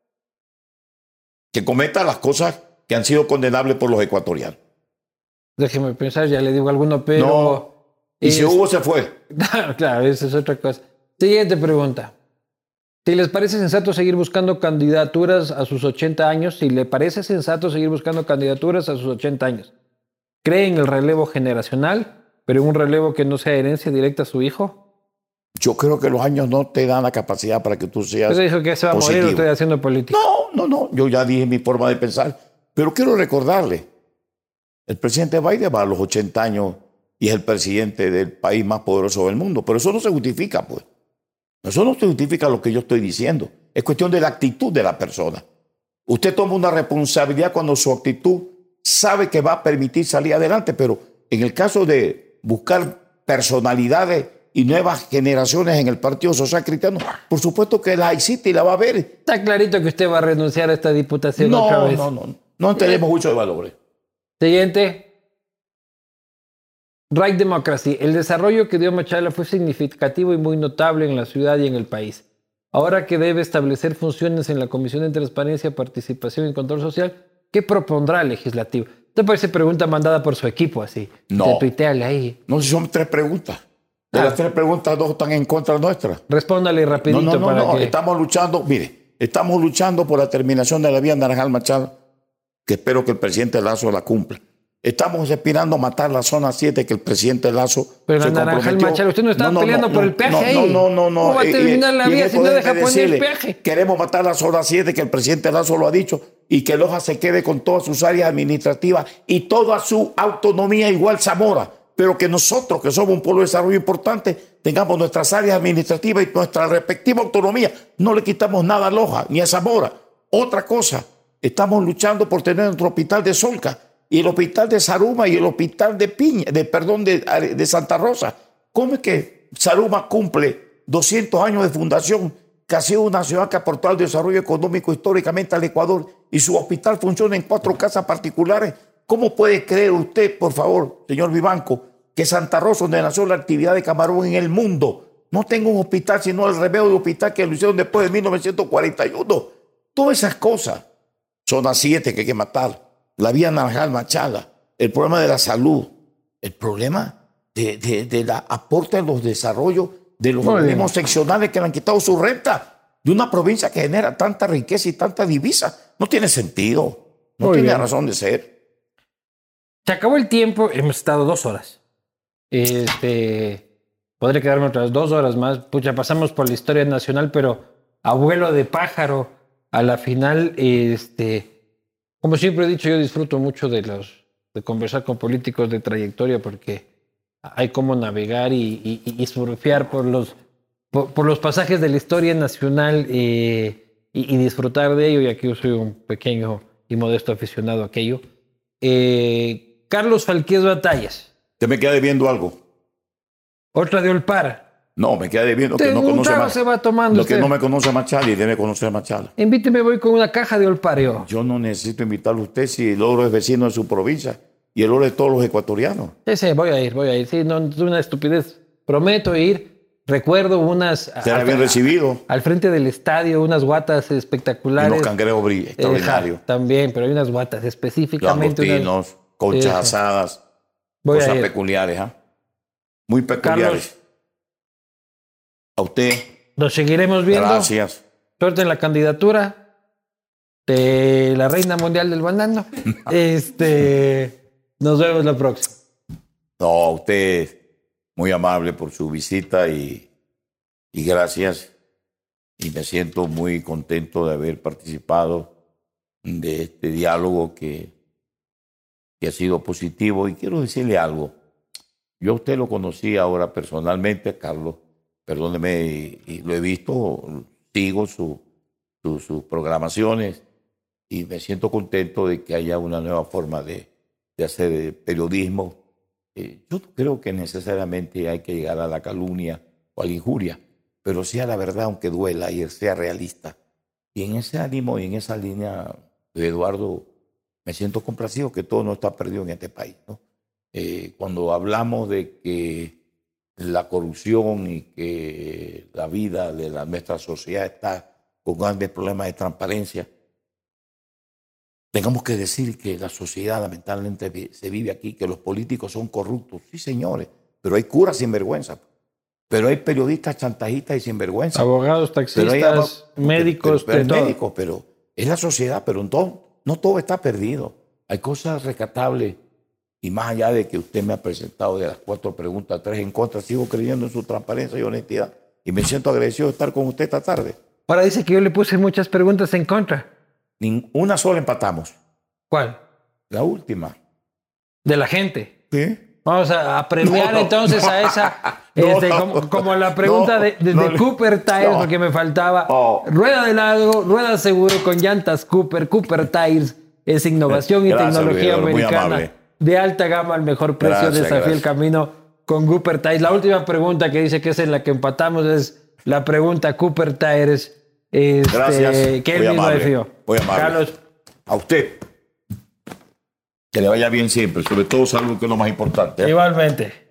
que cometa las cosas que han sido condenables por los ecuatorianos. déjeme pensar, ya le digo alguno, pero... No. Y si hubo, se fue. Claro, esa es otra cosa. Siguiente pregunta. Si les parece sensato seguir buscando candidaturas a sus 80 años, si le parece sensato seguir buscando candidaturas a sus 80 años, ¿cree en el relevo generacional, pero en un relevo que no sea herencia directa a su hijo? Yo creo que los años no te dan la capacidad para que tú seas Usted dijo que se va a morir positivo. usted haciendo política. No. Yo ya dije mi forma de pensar. Pero quiero recordarle, el presidente Biden va a los 80 años y es el presidente del país más poderoso del mundo. Pero eso no se justifica, pues. Eso no se justifica lo que yo estoy diciendo. Es cuestión de la actitud de la persona. Usted toma una responsabilidad cuando su actitud sabe que va a permitir salir adelante, pero en el caso de buscar personalidades y nuevas generaciones en el Partido Social Cristiano, por supuesto que la existe y la va a ver. Está clarito que usted va a renunciar a esta diputación otra vez. No tenemos mucho de valores. Siguiente. Right Democracy. El desarrollo que dio Machala fue significativo y muy notable en la ciudad y en el país. Ahora que debe establecer funciones en la Comisión de Transparencia, Participación y Control Social, ¿qué propondrá el legislativo? ¿Te parece pregunta mandada por su equipo así? No. Tuiteale ahí. No, si son 3 preguntas. De las 3 preguntas, 2 están en contra nuestra. Respóndale rapidito para que... Estamos luchando, mire, estamos luchando por la terminación de la vía Naranjal Machala, que espero que el presidente Lazo la cumpla. Estamos aspirando a matar la zona 7 que el presidente Lazo pero se comprometió. Naranjal Machala, usted no estaba peleando por el peaje ahí. No. ¿Cómo va a terminar la vía si no deja poner el peaje? Queremos matar la zona 7 que el presidente Lazo lo ha dicho y que Loja se quede con todas sus áreas administrativas y toda su autonomía igual Zamora. Pero que nosotros, que somos un pueblo de desarrollo importante, tengamos nuestras áreas administrativas y nuestra respectiva autonomía. No le quitamos nada a Loja ni a Zamora. Otra cosa, estamos luchando por tener nuestro hospital de Solca y el hospital de Zaruma y el hospital de Santa Rosa. ¿Cómo es que Zaruma cumple 200 años de fundación, que ha sido una ciudad que ha aportado el desarrollo económico históricamente al Ecuador y su hospital funciona en 4 casas particulares? ¿Cómo puede creer usted, por favor, señor Vivanco, que Santa Rosa, donde nació la actividad de Camarón en el mundo, no tenga un hospital, sino el reveo de hospital que lo hicieron después de 1941? Todas esas cosas. Zona 7 que hay que matar. La vía Naranjal Machala. El problema de la salud. El problema de la aporte a los desarrollos de los organismos seccionales que le han quitado su renta. De una provincia que genera tanta riqueza y tanta divisa. No tiene sentido. No tiene razón de ser. Se acabó el tiempo, hemos estado 2 horas. Podré quedarme otras 2 horas más. Pucha, pasamos por la historia nacional, pero abuelo de pájaro, a la final, como siempre he dicho, yo disfruto mucho de conversar con políticos de trayectoria porque hay cómo navegar y surfear por los pasajes de la historia nacional y disfrutar de ello, y aquí yo soy un pequeño y modesto aficionado a aquello. Carlos Falqués Batallas. ¿Te me queda debiendo algo? Otra de Olpara. No, me queda debiendo que no conoce a se va tomando lo que no me conoce a Machala y debe conocer a Machala. Invíteme, voy con una caja de Olpara. Yo no necesito invitarlo a usted si el oro es vecino de su provincia y el oro de todos los ecuatorianos. Sí, voy a ir. Sí, no es una estupidez. Prometo ir. Recuerdo unas... Será bien recibido. Al frente del estadio, unas guatas espectaculares. Y unos cangrejos extraordinarios. También, pero hay unas guatas específicamente. Langostinos, conchas asadas, cosas peculiares. Muy peculiares. Carlos, a usted. Nos seguiremos viendo. Gracias. Suerte en la candidatura de la Reina Mundial del Banano. Nos vemos la próxima. No, usted muy amable por su visita y gracias. Y me siento muy contento de haber participado de este diálogo que ha sido positivo. Y quiero decirle algo. Yo a usted lo conocí ahora personalmente, Carlos. Perdóneme, y lo he visto, sigo sus programaciones y me siento contento de que haya una nueva forma de hacer periodismo. Yo no creo que necesariamente hay que llegar a la calumnia o a la injuria, pero sí a la verdad, aunque duela, y sea realista. Y en ese ánimo y en esa línea, Eduardo, me siento complacido que todo no está perdido en este país, ¿no? Cuando hablamos de que la corrupción y que la vida de nuestra sociedad está con grandes problemas de transparencia, tengamos que decir que la sociedad lamentablemente se vive aquí, que los políticos son corruptos. Sí, señores, pero hay curas sinvergüenza, pero hay periodistas chantajistas y sinvergüenza. Abogados, taxistas, médicos, médicos, pero es la sociedad, pero no todo está perdido. Hay cosas rescatables. Y más allá de que usted me ha presentado de las 4 preguntas, 3 en contra, sigo creyendo en su transparencia y honestidad. Y me siento agradecido de estar con usted esta tarde. Ahora dice que yo le puse muchas preguntas en contra. Una sola empatamos. ¿Cuál? La última. ¿De la gente? Sí. Vamos a premiar entonces a esa, como la pregunta de Cooper Tires, porque me faltaba. Rueda de lado, rueda seguro con llantas Cooper Tires. Es innovación y tecnología americana de alta gama al mejor precio. Desafía el camino con Cooper Tires. La última pregunta que dice que es en la que empatamos es la pregunta Cooper Tires. Gracias. Que él mismo definió. Muy amable. Carlos. A usted. Que le vaya bien siempre. Sobre todo salud, que es lo más importante. Igualmente.